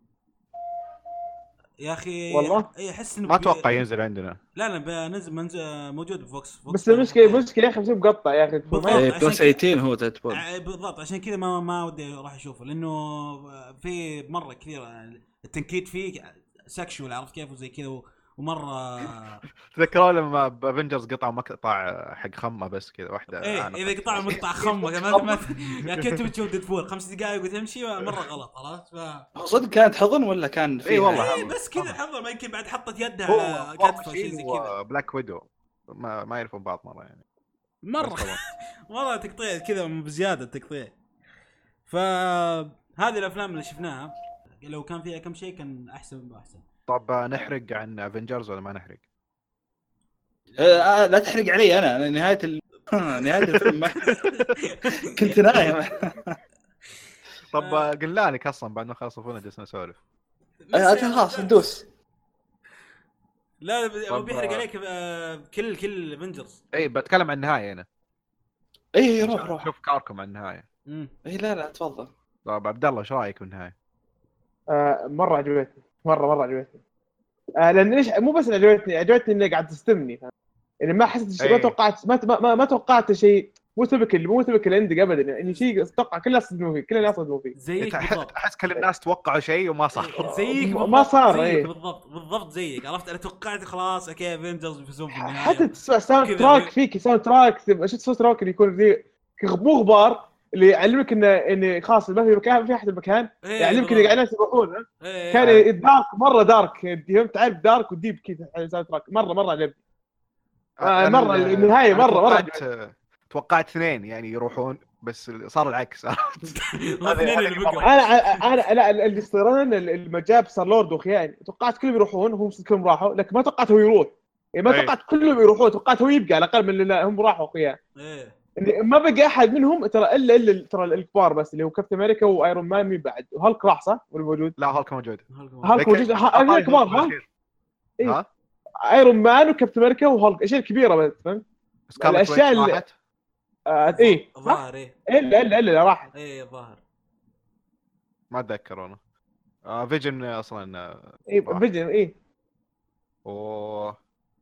يا اخي. والله؟ اي احس انه ما بي- اتوقع ينزل عندنا. لا لا بنزل منزل موجود بفوكس. فوكس بس المشكله المشكله يا اخي بصير مقطع يا اخي بالضبط. ما- إيه عشان بلس كذا- ثمانية عشر هو ديدبول. آه، بالضبط عشان كذا ما ما ودي اروح اشوفه، لانه في مره كثير التنكيت فيه سكشوال عرفت كيف وزي كذا و- ومره تذكروا لما بافنجرز قطعوا مقطع حق خمه بس كذا واحده. ايه أنا اذا قطع مقطع خمه ما ما يا كنت بتشوف ديدبول خمس دقائق وتمشي مره غلط عرفت. ف هو صدق كانت حضن ولا كان فيها؟ إيه والله. ايه بس كذا حضر ما يمكن بعد حطت يدها هو على كتفه كتفه شيء زي كذا بلاك ويدو ما ما يعرفون بعض مره يعني. مره بس خلاص. والله تقطيع كذا بزياده تقطيع. فهذه الافلام اللي شفناها لو كان فيها كم شيء كان احسن واحسن. طب نحرق عن افنجرز ولا ما نحرق؟ آه آه، لا تحرق علي انا أنا نهايه ال... نهايه الفيلم ما... كنت نايم. طب قلنا لك اصلا بعد ما خلص الفيلم جلسنا نسولف. آه، خلاص ندوس. لا هو طب- بيحرق عليك آه، كل كل افنجرز. اي بتكلم عن النهايه هنا. اي روح روح. شوف كاركم عن النهايه. اي لا لا تفضل. طب عبد الله ايش رايك بالنهايه؟ آه مره عجبتني مره مره عجبتني. آه لان ليش مو بس عجبتني عجبتني انك قاعد تستمني يعني ما حسيت شيء ما أي. توقعت ما ما, ما توقعت شيء مو تبكل مو تبكل عندي ابدا يعني شيء اتوقع كل الناس يصدموا فيه كل الناس يصدموا فيه زيك أح- بالضبط. احس كل الناس توقعوا شيء وما صار. زيك ما بالضبط. صار، زيك إيه. بالضبط بالضبط زيك عرفت. انا توقعت خلاص اوكي افنجرز بيفوزون في النهايه. حتى تسمع ساوند كذا تراك زي- فيك ساوند تراك شفت ساوند تراك اللي يكون زي مو غبار اللي يعلمك انه انه خلاص ما في مكان ما في احد المكان إيه يعلمك اللي قاعد الناس يروحون إيه كان إيه. دارك مره دارك فهمت تعرف دارك وديب كذا ساوند تراك مره مره عجبني آه، أنا مرة ال- النهاية أنا مرة- مرة توقعت توقعت اثنين يعني يروحون بس صار العكس. الاثنين اللي بقوا. انا انا لا اللي استغربنا لما جاب ستار لورد واخياني توقعت كلهم يروحون هم كلهم راحوا لكن ما توقعت هو يروح يعني ما أي. توقعت كلهم يروحون توقعت هو يبقى على الاقل من اللي هم راحوا اخويا ايه يعني ما بقى احد منهم ترى الا الا ترى الكبار بس اللي هو كابتن امريكا وايرون مان مين بعد وهالك راح صح ولا موجود لا هالك موجود. هالك موجود ها الكبار ها إيه. ها ايرون مان وكابتن امريكا وهالك اشياء كبيره بس فهمت سكارلت الأشياء ويتش اللي- راحت. آه ايه صح ظاهر ايه الا الا الا راح ايه ظاهر. ما اتذكر انا. آه فيجن اصلا. آه، ايه راح. فيجن ايه و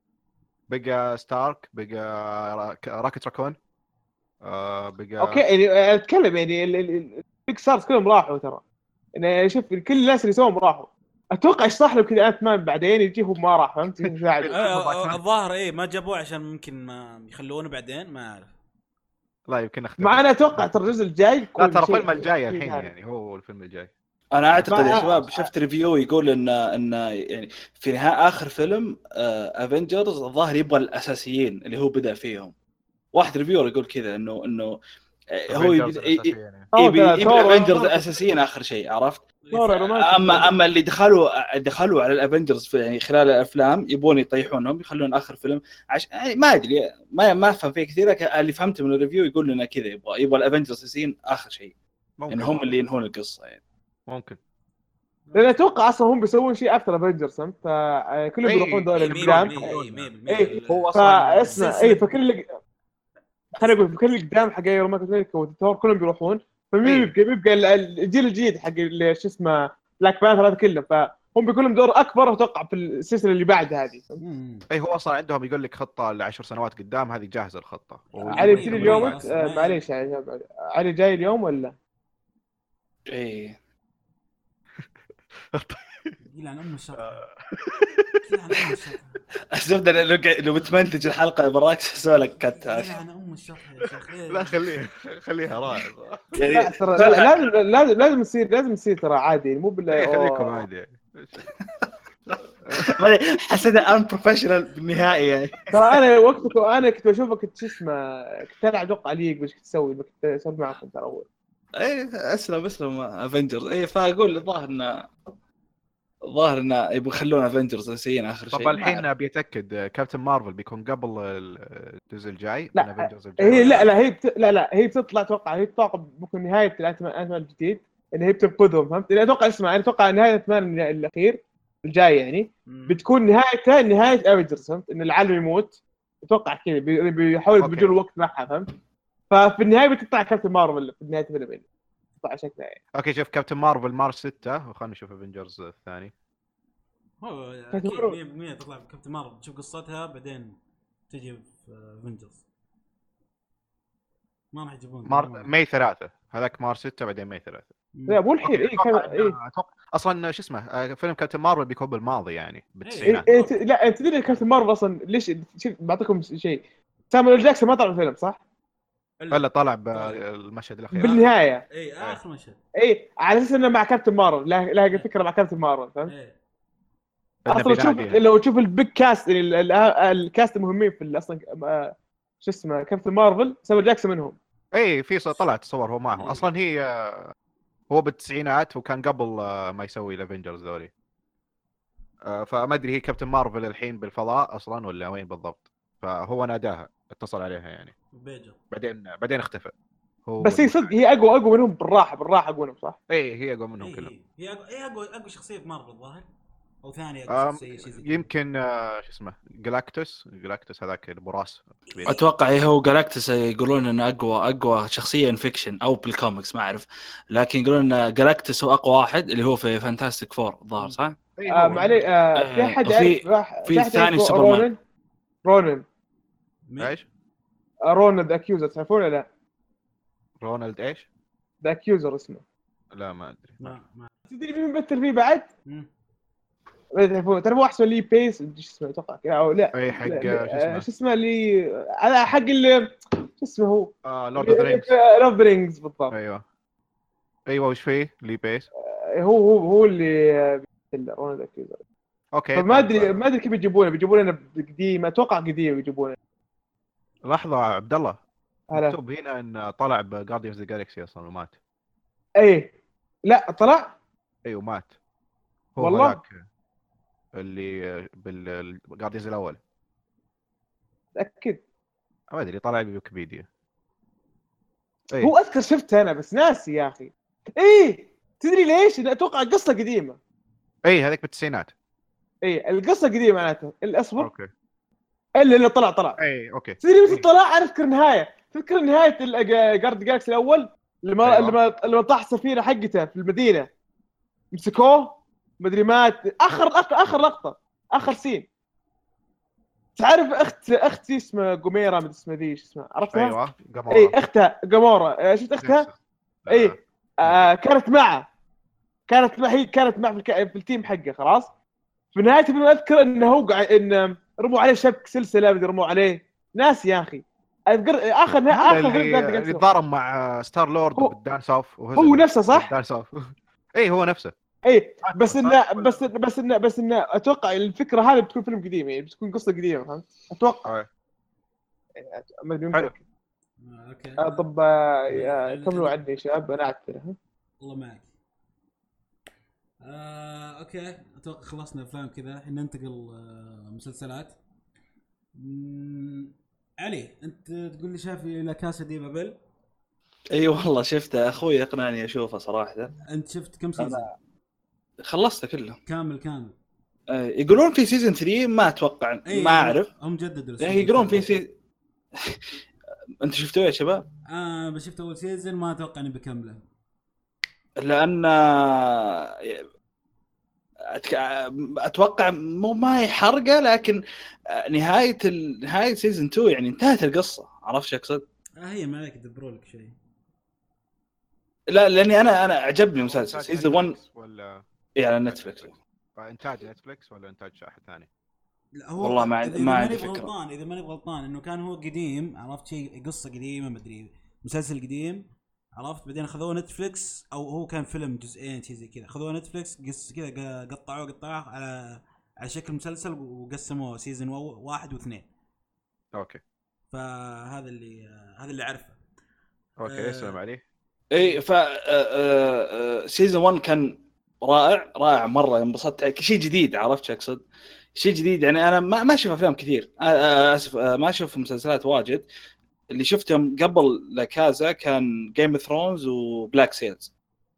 بقى ستارك بقى راك- راكت راكون. آه بقى اوكي يعني اتكلم يعني البيك ستارز كلهم راحوا ترى يعني شوف كل الناس اللي سوهم راحوا اتوقع يشرح لهم كذا انت مان بعدين يجيهم ما راح فهمت يساعد آه، آه، الظاهر ايه ما جابوه عشان ممكن ما يخلونه بعدين ما اعرف. لا يمكن اختلف. مع انا اتوقع ترى الجزء الجاي لا يكون ترى شيء- الفيلم الجاي شيء الحين ثاني. يعني هو الفيلم الجاي. انا اعتقد ما- يا شباب شفت ريفيو يقول ان ان يعني في نهايه اخر فيلم افنجرز الظاهر يبغى الاساسيين اللي هو بدا فيهم. واحد ريفيور يقول كذا انه انه آه، هو Avengers يبي الأساسية يعني. أو يبي ترى يبي ثور- الافنجرز الاساسيين اخر شيء عرفت. ثور رومانسي. اما اما اللي دخلوا دخلوا على الافنجرز في يعني خلال الافلام يبون يطيحونهم يخلون اخر فيلم عش... يعني ما ادري ما ما افهم فيه كثير لكن اللي فهمته من الريفيو يقول لنا كذا يبغى يبغى الافنجرز الاساسيين اخر شيء ممكن يعني هم اللي ينهون القصه يعني. ممكن. لان اتوقع اصلا هم بيسوون شيء افتر افنجرز فهمت فكلهم أي- بيروحون دول أي القدام ايه هو أصلاً فاسمع اي فكل اللي خلينا نقول كل اللي قدام حق ايرون مان وثور كلهم بيروحون فمين إيه. بيبقى بيبقى الجيل الجديد حق اللي شو اسمه بلاك بانثر هذا كلهم فهم بيكون لهم دور اكبر اتوقع في السلسله اللي بعد هذه اي هو اصلا عندهم يقول لك خطه لعشر سنوات قدام هذه جاهزه الخطه. وهو- علي بتجي مية اليوم بالمية انت أصلاً. آه، معليش يعني علي جاي اليوم ولا ايه يلعن ام الشر. يلعن ام الشر. الزبده لو لو بتمنتج الحلقه براك سوى لك كت يلعن ام ام الشطح يا شيخ. لا خليها خليها رائع يعني لا ترى لازم لازم لازم يصير لازم يصير ترى عادي مو بالله. إيه، خليكم أوه. عادي يعني. حسيتها ان بروفيشنال بالنهائي يعني. ترى انا وقتك وانا كنت بشوفك كنت شو اسمه كنت العب اتوقع ليك بس كنت تسوي كنت اسوي معكم ترى اول. اي اسلم اسلم افنجرز. اي فاقول الظاهر انه الظاهر انه يبغوا يخلون افنجرز اساسيين اخر شيء. طب الحين بيتاكد كابتن مارفل بيكون قبل الجزء الجاي من لا افنجرز الجاي. هي لا لا هي بت... لا لا هي بتطلع اتوقع هي تتوقع بكون نهايه الاتمان الجديد ان هي بتنقذهم فهمت. انا اتوقع اسمع انا اتوقع نهايه الاتمان الاخير الجاي يعني بتكون نهايتها نهايه افنجرز فهمت ان العالم يموت. اتوقع كذا بي- بيحاولوا أوكي. يبدلوا الوقت معها فهمت. ففي النهايه بتطلع كابتن مارفل في نهايه الفيلم يعني. تطلع شكلها يعني. اوكي شوف كابتن مارفل مارس ستة وخلنا نشوف افنجرز الثاني. هو كابتن اكيد مارفل. مية بالمية تطلع بكابتن مارفل تشوف قصتها بعدين تجي في افنجرز. ما راح يجيبون مار... ماي ثلاثة هذاك مارس ستة بعدين ماي ثلاثة. لا مو الحين اي كان أتوقع اي إنه- أتوقع اصلا شو اسمه آه، فيلم كابتن مارفل بيكون بالماضي يعني إيه بالتسعينات. إيه ت- لا انت تدري كابتن مارفل اصلا ليش شوف بعطيكم شيء. سامويل جاكسون ما طلع الفيلم صح؟ الا طلع بالمشهد الاخير بالنهايه اي اخر مشهد. اي على اساس انه مع كابتن مارفل لا لا فكره مع كابتن مارفل فهمت. ايه اصلا شوف لو تشوف البيج كاست ال- ال- الكاست المهمين في ال- اصلا آه، شو اسمه كابتن مارفل سامويل جاكسون منهم. اي في ص- طلع تصور هو معهم إيه. اصلا هي آه، هو بالتسعينات وكان قبل آه، ما يسوي الافنجرز ذولي. آه، فما ادري هي كابتن مارفل الحين بالفضاء اصلا ولا وين بالضبط. فهو ناداها اتصل عليها يعني بيجر. بعدين بعدين اختفى هو. بس هي صدق هي اقوى اقوى منهم بالراحه بالراحه اقوى منهم صح؟ اي هي اقوى منهم إيه كلهم. إيه. هي أقوى هي أقوى أقوى شخصية في مارفل الظاهر أو ثاني أقوى آم، شخصية شيء زي كذا. يمكن آه، شو اسمه جلاكتوس جلاكتوس هذاك البراس كبير. اتوقع إيه هو جالاكتس يقولون انه اقوى اقوى شخصيه انفكشن او بالكوميكس ما اعرف لكن يقولون ان جالاكتس هو اقوى واحد اللي هو في فانتاستيك فور الظاهر صح؟ إي آه هو. معلي آه في آه، احد وفي- يعرف راح- في في أحد الثاني يعرف سوبرمان. رونن رونن مين؟ ايش؟ آه، رونن ذا اكيوزر تعرفونه لا؟ رونالد ايش؟ ذا اكيوزر اسمه. لا ما ادري. ما ما تدري مين بيمثل فيه بعد؟ مم. ما تعرفون تعرفوا احسن لي بيس شو اسمه اتوقع كذا او لا اي حق لا، شو آه، اسمه شو اسمه اللي على حق اللي شو اسمه هو آه لورد اوف رينجز. لورد رينجز بالضبط. ايوه ايوه وش فيه لي بيس. آه، هو هو هو اللي آه، بيمثل رونالد اكيوزر. اوكي فما طب، ادري ما ادري كيف يجيبونه بيجيبونه قديم اتوقع قديم يجيبونه. لحظه عبد الله هلا مكتوب هنا ان طلع بجارديانز ذا جالكسي اصلا ومات. ايه لا طلع ايوه مات هو والله؟ هذاك اللي بالجارديانز الاول. تاكد ما ادري طلع بويكيبيديا. اي هو اذكر شفته انا بس ناسي يا اخي. ايه تدري ليش؟ أنا اتوقع القصه قديمه. اي هذيك بالتسعينات. ايه القصه قديمه معناته الاصبر اوكي اللي اللي طلع طلع. اي اوكي تدري متى إيه. طلع؟ انا اذكر نهايه تذكر نهايه جارد جالكسي الاول لما أيوة. لما لما طاح السفينه حقته في المدينه مسكوه مدري مات اخر اخر اخر لقطه اخر سين. تعرف اخت اختي اسمها قميره من اسمها ذي شو اسمها عرفتها؟ ايوه قمورة. اي اختها قموره شفت اختها؟ آه. اي آه كانت معه كانت مع هي كانت معه في, الك... في التيم حقه خلاص. في نهايه الفيلم اذكر انه هو قاعد ان رموا عليه شبك سلسله بدي رموا عليه ناس يا اخي. اذكر اخر نه... هذا اخر فيلم اللي, قاعد اللي تضارب مع ستار لورد هو- بالدانس اوف هو نفسه صح؟ دانس اوف. اي هو نفسه. اي بس انه بس بس انه بس انه اتوقع الفكره هذه بتكون فيلم قديم يعني بتكون قصه قديمه فهمت؟ اتوقع آه. ما ادري حلو. متأكد. آه، اوكي آه، طب آه، يا- كملوا عني شباب انا اعتذر ها؟ الله معك. آه، اوكي اتوقع خلصنا افلام كذا. الحين ننتقل آه، مسلسلات. مم، علي انت تقول لي شايف لا كاسا دي بابل؟ اي والله شفته اخوي اقنعني اشوفه صراحه. انت شفت كم سيزون؟ خلصته كله كامل كامل. آه، يقولون في سيزون ثلاثة ما اتوقع أي ما اعرف هم جددوا يعني يقولون في سي... انت شفتوه يا شباب؟ اه بس شفت اول سيزون ما اتوقع اني بكمله لان أتك... اتوقع مو ما هي حرقه لكن نهايه ال... نهايه سيزون اثنين يعني انتهت القصه. عرفت شو اقصد؟ آه هي ما عليك يدبروا لك شيء. لا لاني انا انا عجبني مسلسل سيزون واحد ولا إيه على نتفلكس. انتاج نتفلكس ولا انتاج احد ثاني؟ لا هو والله ما عن- إذا ما ماني عندي فكرة. غلطان اذا ماني غلطان انه كان هو قديم، عرفت شيء قصه قديمه مدري مسلسل قديم، عرفت بعدين اخذوه نتفليكس او هو كان فيلم جزئين شيء زي كذا، اخذوه نتفليكس قص كذا ق- قطعوه قطعوه على على شكل مسلسل وقسموه سيزون واحد واثنين. اوكي فهذا اللي هذا اللي اعرفه. اوكي آه، اسلم عليه. اي ف سيزون واحد كان رائع رائع مره، انبسطت. شيء جديد، عرفت شو اقصد؟ شيء جديد يعني. انا ما ما اشوف افلام كثير، آه، آه، اسف، آه، ما اشوف مسلسلات واجد. اللي شفتهم قبل لكازا كان جيم اوف ثرونز وبلاك سيلز،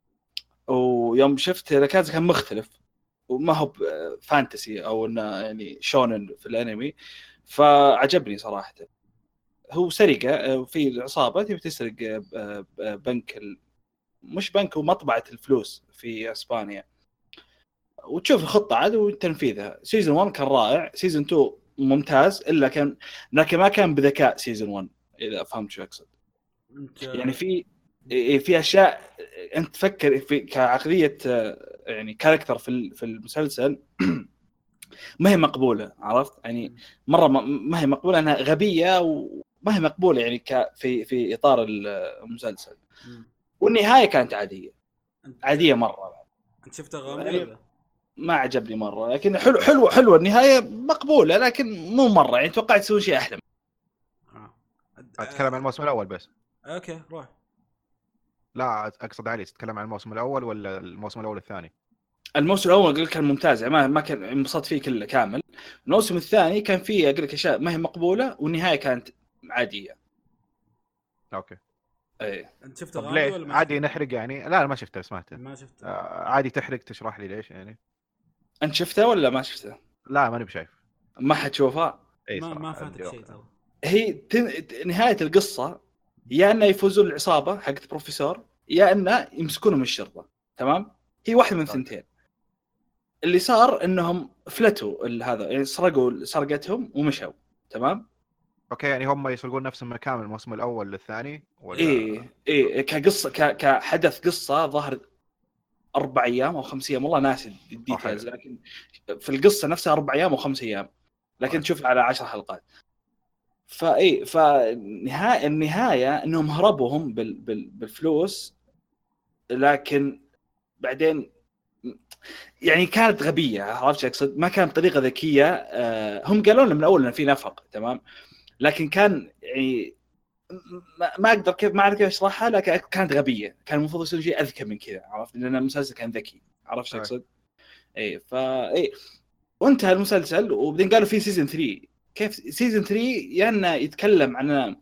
ويوم شفت لكازا كان مختلف وما هو ب- فانتسي او انه يعني شونن في الانمي، فعجبني صراحه. هو سرقه، آه، في عصابه تبي تسرق آه، آه، آه، بنك ال... مش بنك، ومطبعه الفلوس في اسبانيا، وتشوف الخطه عاد وتنفيذها. سيزون واحد كان رائع، سيزون اثنين ممتاز، الا كان لكن ما كان بذكاء سيزون واحد، اذا فهمت شو اقصد. انت يعني في في اشياء انت تفكر في كعقليه، آه، يعني كاركتر في ال- في المسلسل ما هي مقبوله، عرفت يعني؟ مره ما ما هي مقبوله، انها غبيه وما هي مقبوله يعني ك في في اطار المسلسل. مم. والنهايه كانت عاديه انت عاديه مره انت شفته غامض يعني، ولا؟ ما عجبني مره. لكن حلو حلو حلوه النهايه مقبوله، لكن مو مره يعني. توقعت يسوون شيء احلى. آه. اتكلم عن الموسم الاول بس. اوكي روح. لا اقصد علي تتكلم عن الموسم الاول ولا الموسم الاول الثاني؟ الموسم الاول قلت كان ممتاز يعني، ما ما كان انبسطت فيه كله كامل. الموسم الثاني كان فيه اقول لك اشياء ما هي مقبوله، والنهايه كانت عاديه. اوكي اي انت شفته طب غامض ليش ولا ما عادي شفته؟ نحرق يعني؟ لا انا ما شفته سمعته. ما شفته. آه عادي تحرق تشرح لي ليش يعني؟ انت شفته ولا ما شفته؟ لا ماني بشايف. ما حتشوفها. اي ما صراحه ما فاتك عندي شيء وقت. ترى. هي تن... نهايه القصه يا انه يفوزون العصابه حقت بروفيسور، يا انه يمسكونهم من الشرطه. تمام، هي واحده من ثنتين. اللي صار انهم فلتوا ال- هذا يعني، سرقوا سرقتهم ومشوا. تمام. اوكي يعني هم يسرقون نفس المكان من الموسم الاول للثاني ولا؟ ايه ايه كقصه ك... كحدث قصه ظهر اربع ايام او خمس ايام، والله ناسي الديتيلز، لكن في القصه نفسها اربع ايام او خمس ايام، لكن طيب. تشوف على عشر حلقات. فاي فنهايه النهايه انهم هربوا هم بال... بال... بالفلوس، لكن بعدين يعني كانت غبيه، عرفت اقصد؟ ما كانت طريقه ذكيه. آه، هم قالوا لنا من اول انه في نفق، تمام، لكن كان يعني ما, ما اقدر كيف ما اعرف كيف اشرحها، لكن كانت غبيه. كان المفروض يصير شيء اذكى من كذا، عرفت؟ لان المسلسل كان ذكي، عرفت شو أي. اقصد؟ اي فا اي وانتهى المسلسل، وبعدين قالوا في سيزون ثلاثة. كيف سيزون ثلاثة؟ يا انه يتكلم عن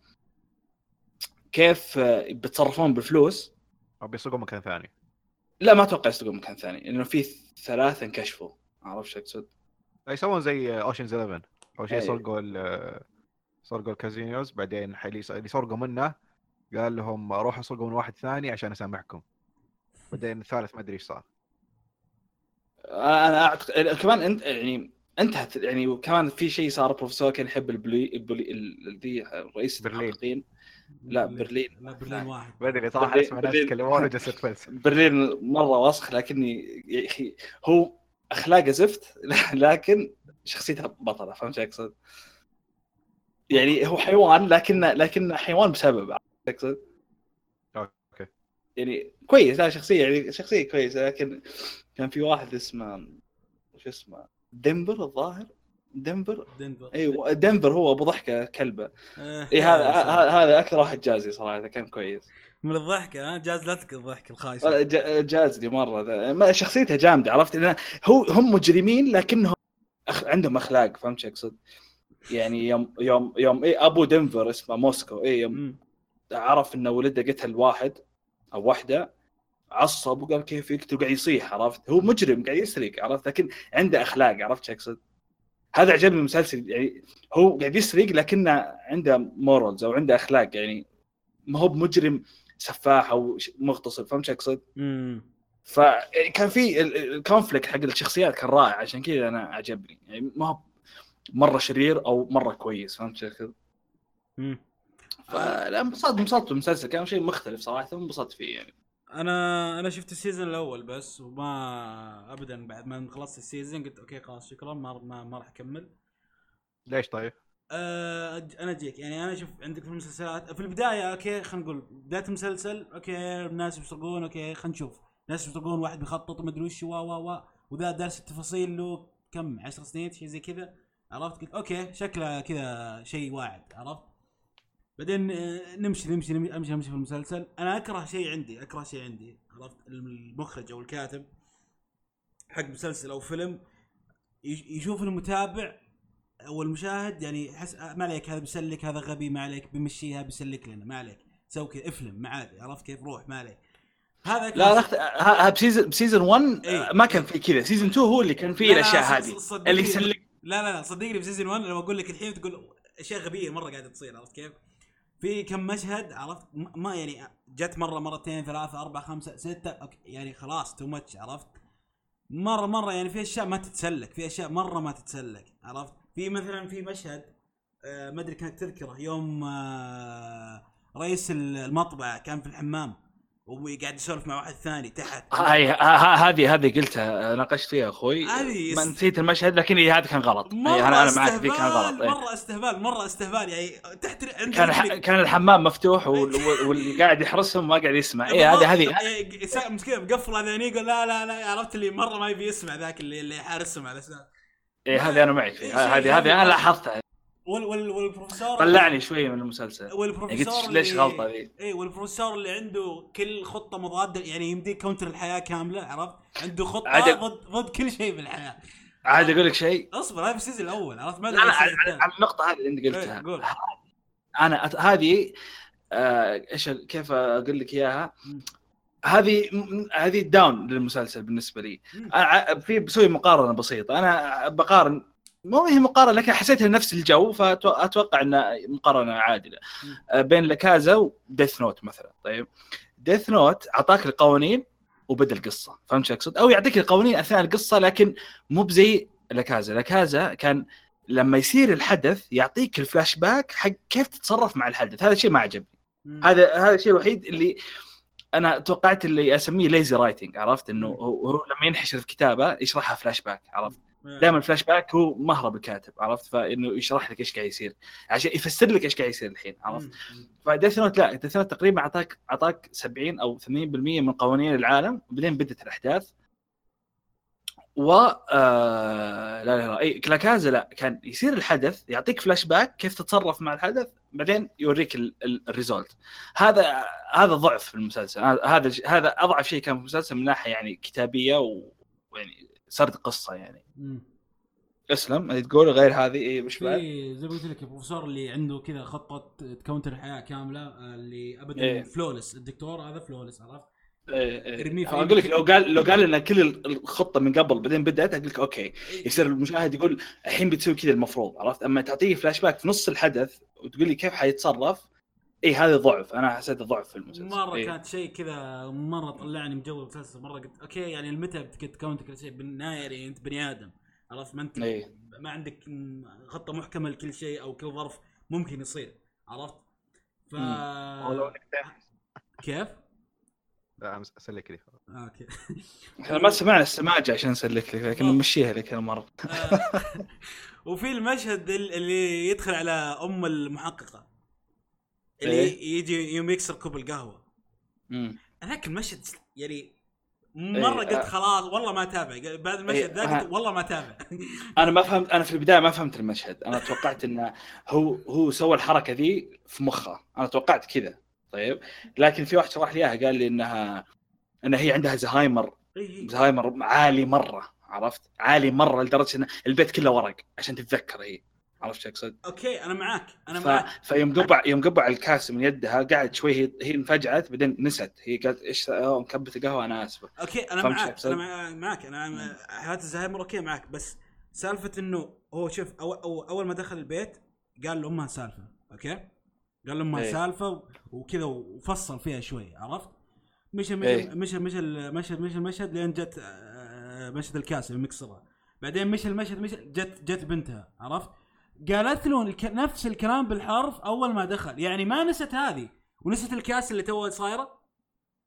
كيف بيتصرفون بالفلوس، او بيسرقون مكان ثاني. لا ما اتوقع يسرقون مكان ثاني، لانه في ثلاثه انكشفوا، عرفت شو اقصد؟ يسوون زي اوشنز إحدى عشر اول شيء أي. سرقوا ال- سرقوا الكازينوز، بعدين اللي اللي سرقوا منه قال لهم روحوا سرقوا من واحد ثاني عشان اسامحكم، بعدين الثالث ما ادري ايش صار. انا اعتقد كمان انت يعني انتهت يعني. وكمان في شيء صار، بروفيسور كان يحب البولي البولي الذي رئيس برلين. المحققين. لا برلين لا برلين واحد. بدري صراحه برلين- اسمع ناس برلين. يتكلمون وجلست اتفلسف. برلين مره وسخ، لكني يا اخي هو اخلاقه زفت لكن شخصيته بطله، فهمت شو اقصد؟ يعني هو حيوان، لكن لكن حيوان بسبب، عرفت اقصد؟ اوكي يعني كويس، لا شخصيه يعني شخصيه كويسه. لكن كان في واحد اسمه شو اسمه دنفر الظاهر، دنفر دنفر. ايوه دنفر، هو ابو ضحكه كلبه. آه، اي هذا يا سلام. ه- هذا اكثر واحد جازي صراحه، كان كويس. من الضحكه ها جاز لا تك الضحك الخايسه. ج- جاز لي مره ذا. ما- شخصيته جامده، عرفت؟ لأن هو هم مجرمين لكنهم أخ... عندهم اخلاق، فهمت شو اقصد؟ يعني يوم يوم يوم ايه ابو دنفر اسمه موسكو، ايه يوم مم. عرف انه ولده قتل واحد او واحده، عصب وقال كيف يقتل، قاعد يصيح، عرفت؟ هو مجرم قاعد يسرق، عرفت؟ لكن عنده اخلاق، عرفت شو اقصد؟ هذا عجبني المسلسل يعني. هو قاعد يسرق لكنه عنده مورالز او عنده اخلاق، يعني ما هو بمجرم سفاح او مغتصب، فهمت شو اقصد؟ امم فكان في الكونفليكت حق الشخصيات كان رائع، عشان كذا انا عجبني يعني. ما هو مره شرير او مره كويس، فهمت شو اقصد؟ امم فلا انبسطت انبسطت بالمسلسل، كان شيء مختلف صراحه، انبسطت فيه يعني. انا انا شفت السيزون الاول بس، وما ابدا بعد ما خلصت السيزون قلت اوكي خلاص شكرا، ما ما, ما راح اكمل. ليش طيب؟ آه انا اجيك يعني انا شوف عندك في المسلسلات في البدايه اوكي خلينا نقول بدايه المسلسل اوكي الناس بيسرقون اوكي خلينا نشوف ناس بيسرقون واحد بيخطط وما ادري وش وا وا وا وذا دارس التفاصيل له كم عشر سنين شيء زي كذا عرفت قلت اوكي شكله كذا شيء واعد عرفت بعدين آه، نمشي نمشي نمشي امشي امشي في المسلسل انا اكره شيء عندي اكره شيء عندي عرفت المخرج او الكاتب حق مسلسل او فيلم يشوف المتابع او المشاهد يعني يحس ما عليك هذا بيسلك هذا غبي ما عليك بمشيها بيسلك لنا ما عليك سوي كذا افلم ما عادي عرفت كيف روح ما عليك هذا لا لا ها بسيزون بسيزون واحد إيه؟ ما كان في كذا سيزون اثنين هو اللي كان فيه الاشياء هذه اللي يسلك لا لا لا صدقني في سيزون واحد لما اقول لك الحين تقول اشياء غبيه مره قاعده تصير عرفت كيف في كم مشهد عرفت ما يعني جت مره مرتين ثلاثه اربعه خمسه سته أوكي يعني خلاص تو ماتش عرفت مره مره يعني في اشياء ما تتسلك في اشياء مره ما تتسلك عرفت في مثلا في مشهد آه ما ادري كانت تذكره يوم آه رئيس المطبعه كان في الحمام وقاعد يسولف مع واحد ثاني تحت هاي هذه هذه قلتها ناقشت فيها اخوي ما نسيت المشهد لكن هذا كان غلط انا انا معك فيه كان غلط مره استهبال مره استهبال يعني تحت كان ح... كان الحمام مفتوح واللي قاعد يحرسهم ما قاعد يسمع اي هذه هذه مسكين مقفل اذاني يقول لا لا لا عرفت اللي مره ما يبي يسمع ذاك اللي اللي حارسهم على اساس اي هذه انا معك فيها هذه هذه انا لاحظتها وال وال والبروفيسور طلعني شويه من المسلسل والبروفيسور ليش غلطه ذي اي والبروفيسور اللي عنده كل خطه مضاده يعني يمديك كونتر الحياه كامله عرفت عنده خطه عجب. ضد ضد كل شيء بالحياه عاد اقول لك شيء اصبر هذا في السيزون الاول عرفت ما لا لا على النقطه هذه اللي انت قلتها ايه انا أت... هذه آه... ايش كيف اقول لك اياها هذه هذه داون للمسلسل بالنسبه لي في بسوي مقارنه بسيطه انا بقارن مو هي مقارنه لكن حسيتها نفس الجو فاتوقع ان مقارنه عادله بين لكازا وديث نوت مثلا طيب ديث نوت اعطاك القوانين وبدا القصه فهمت شو اقصد او يعطيك القوانين اثناء القصه لكن مو بزي لكازا لكازا كان لما يصير الحدث يعطيك الفلاش باك حق كيف تتصرف مع الحدث هذا الشيء ما عجبني هذا هذا الشيء الوحيد اللي انا توقعت اللي اسميه ليزي رايتنج عرفت انه هو لما ينحشر في كتابه يشرحها فلاش باك عرفت دائما الفلاش باك هو مهرب الكاتب عرفت فانه يشرح لك ايش قاعد يصير عشان يفسر لك ايش قاعد يصير الحين عرفت فديث نوت لا ديث نوت تقريبا اعطاك اعطاك سبعين او ثمانين بالمية من قوانين العالم وبعدين بدت الاحداث و آه... لا لا لا اي كلاكازا لا كان يصير الحدث يعطيك فلاش باك كيف تتصرف مع الحدث بعدين يوريك الريزولت هذا هذا ضعف في المسلسل هذا هذا اضعف شيء كان في المسلسل من ناحيه يعني كتابيه ويعني سرد قصه يعني مم. اسلم تقول غير هذه ايه مش بعد زي ما قلت لك البروفيسور اللي عنده كذا خطه تكونتر الحياه كامله اللي ابدا إيه. فلولس الدكتور هذا فلولس عرفت ايه ايه اقول لك لو قال لو قال لنا كل الخطه من قبل بعدين بدات اقول لك اوكي يصير المشاهد يقول الحين بتسوي كذا المفروض عرفت اما تعطيه فلاش باك في نص الحدث وتقول لي كيف حيتصرف اي هذا ضعف انا حسيت ضعف في المسلسل مره إيه. كانت شيء كذا مره طلعني من جو المسلسل مره قلت اوكي يعني المتى بتكونت كل شيء بالنهايه يعني انت بني ادم عرفت ما انت إيه. ما عندك خطه محكمه لكل شيء او كل ظرف ممكن يصير عرفت ف كيف لا اسلك لي اوكي احنا ما سمعنا السماجه عشان نسلك لك لكن نمشيها لك المره وفي المشهد اللي يدخل على ام المحققه اللي إيه؟ يجي يوم يكسر كوب القهوه امم هذاك المشهد يعني مره إيه؟ قلت خلاص والله ما تابع بعد المشهد ذاك إيه؟ والله ما تابع انا ما فهمت انا في البدايه ما فهمت المشهد انا توقعت انه هو هو سوى الحركه ذي في مخه انا توقعت كذا طيب لكن في واحد شرح لي اياها قال لي انها انها هي عندها زهايمر إيه؟ زهايمر عالي مره عرفت عالي مره لدرجه ان البيت كله ورق عشان تتذكر هي عرفت شو اقصد اوكي انا معاك انا ف... معاك فيوم قبع يوم قبع الكاس من يدها قاعد شوي هي, هي انفجعت بعدين نسيت هي قالت ايش مكبت القهوه انا اسفه اوكي انا معاك انا معاك انا حالات الزهايمر اوكي معاك بس سالفه انه هو شوف أو... أو... اول ما دخل البيت قال لامها سالفه اوكي قال لامها ايه. سالفه وكذا وفصل فيها شوي عرفت مش مش ايه. مش مش المشهد مش المشهد لين جت مشهد الكاس اللي مكسرها بعدين مش المشهد مش جت جت بنتها عرفت قالت له الك... نفس الكلام بالحرف اول ما دخل يعني ما نسيت هذه ونسيت الكاس اللي تو صايره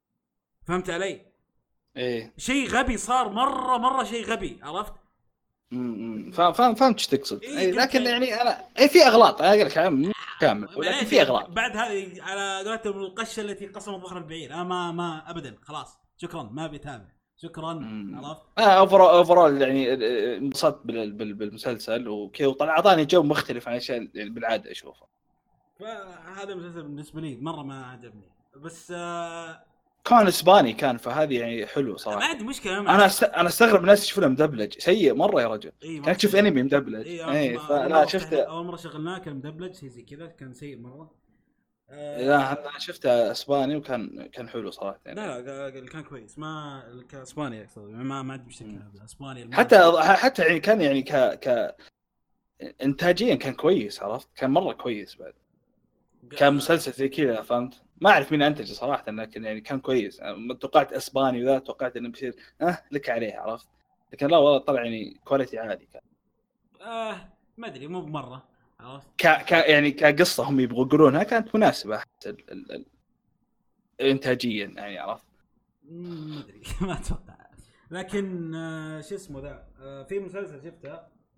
فهمت علي ايه شيء غبي صار مره مره شيء غبي عرفت امم فاهم فاهم فهمت ايش تقصد. إيه، أي قلت لكن يعني- يعني انا اي في اغلاط، انا اقول لك مو كامل ولكن معليش، في اغلاط. بعد هذه على قولتهم القشه التي قسمت ظهر البعير، انا ما ما ابدا خلاص شكرا ما بيتابع شكرا. مم. عرفت؟ آه اوفر اوفرول يعني انبسطت بال- بال- بالمسلسل وكذا، وطلع اعطاني جو مختلف عن الاشياء اللي بالعاده اشوفها. فهذا المسلسل بالنسبه لي مره ما عجبني، بس آه كان اسباني كان، فهذه يعني حلو ما صراحه. عندي مشكله انا است... انا استغرب الناس يشوفونه مدبلج سيء مره يا رجل. إيه كانك تشوف انمي مدبلج. اي اي أول فلا مرة شفته. فتحنا- اول مره شغلناه كان مدبلج شيء زي كذا، كان سيء مره. آه لا انا شفته اسباني وكان كان حلو صراحه يعني. لا لا كان كويس، ما كاسباني اقصد، ما ما عندي مشكله اسباني المرة. حتى حتى يعني كان يعني ك ك انتاجيا كان كويس، عرفت؟ كان مره كويس بعد. كان مسلسل زي كذا فهمت؟ ما اعرف مين انتج صراحه، لكن يعني كان كويس. ما توقعت اسباني وذا، توقعت انه بيصير اه لك عليه، عرفت؟ لكن لا والله طلع يعني كواليتي عالي كان. آه ما ادري مو بمره، عرفت؟ ك... ك يعني كقصه هم يبغوا يقولونها كانت مناسبه حتى ال... ال... ال... انتاجيا يعني، عرفت؟ ما ادري ما اتوقع. لكن آه شو اسمه ذا، آه في مسلسل شفته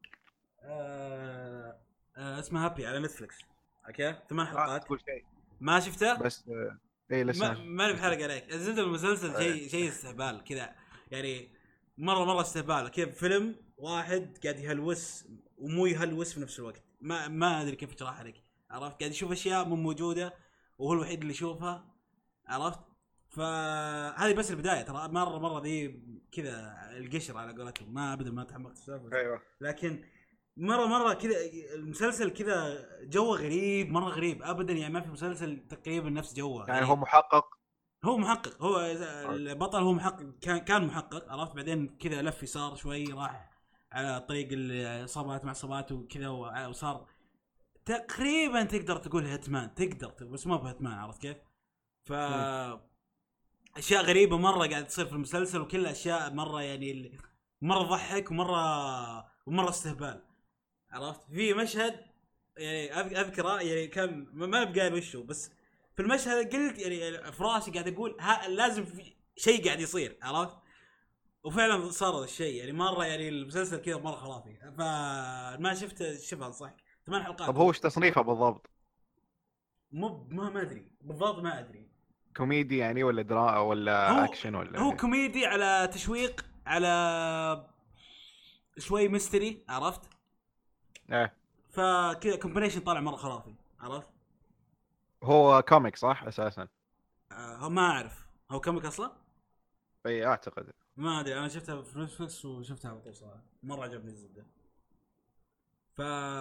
آه آه اسمه هابي على نتفلكس، اوكي ثمان حلقات. كل شيء ما شفته بس آه، اي لسه ما ما لي بحلقه عليك. نزلت المسلسل شيء شيء استهبال كذا يعني، مره مره استهبال. كيف فيلم واحد قاعد يهلوس ومو يهلوس في نفس الوقت، ما ما ادري كيف اشرح عليك، عرفت؟ قاعد يشوف اشياء مو موجوده وهو الوحيد اللي يشوفها، عرفت؟ فهذه بس البدايه ترى، مره مره ذي كذا القشر على قولتهم، ما ابدا ما تحمقت السالفه. ايوه لكن مره مره كذا المسلسل كذا جوه غريب، مره غريب ابدا يعني، ما في مسلسل تقريبا نفس جوه يعني هو محقق. هو محقق، هو البطل هو محقق، كان كان محقق، عرفت؟ بعدين كذا لف يسار شوي، راح على طريق العصابات مع عصابات وكذا، وصار تقريبا تقدر تقول هيتمان، تقدر تقول بس ما هو هيتمان، عرفت كيف؟ ف اشياء غريبه مره قاعد تصير في المسلسل، وكل اشياء مره يعني مره ضحك ومره ومره استهبال، عرفت؟ في مشهد يعني اذكره يعني كان ما بقايل وشه، بس في المشهد قلت يعني في راسي قاعد اقول ها لازم في شيء قاعد يصير، عرفت؟ وفعلا صار هذا الشيء يعني، مره يعني المسلسل كذا مره خرافي. فما شفت شوفها صح ثمان حلقات. طب هو ايش تصنيفه بالضبط؟ مو ما ما ادري بالضبط، ما ادري كوميدي يعني ولا دراما ولا هو اكشن ولا هو كوميدي على تشويق على شوي ميستري، عرفت؟ ايه فكذا كومبينيشن طالع مره خرافي، عرفت؟ هو كوميك صح اساسا؟ آه ما اعرف هو كوميك اصلا، اي اعتقد. ما ادري انا شفتها في نتفلكس وشفتها على طول صراحه، مره عجبني الزبده. ف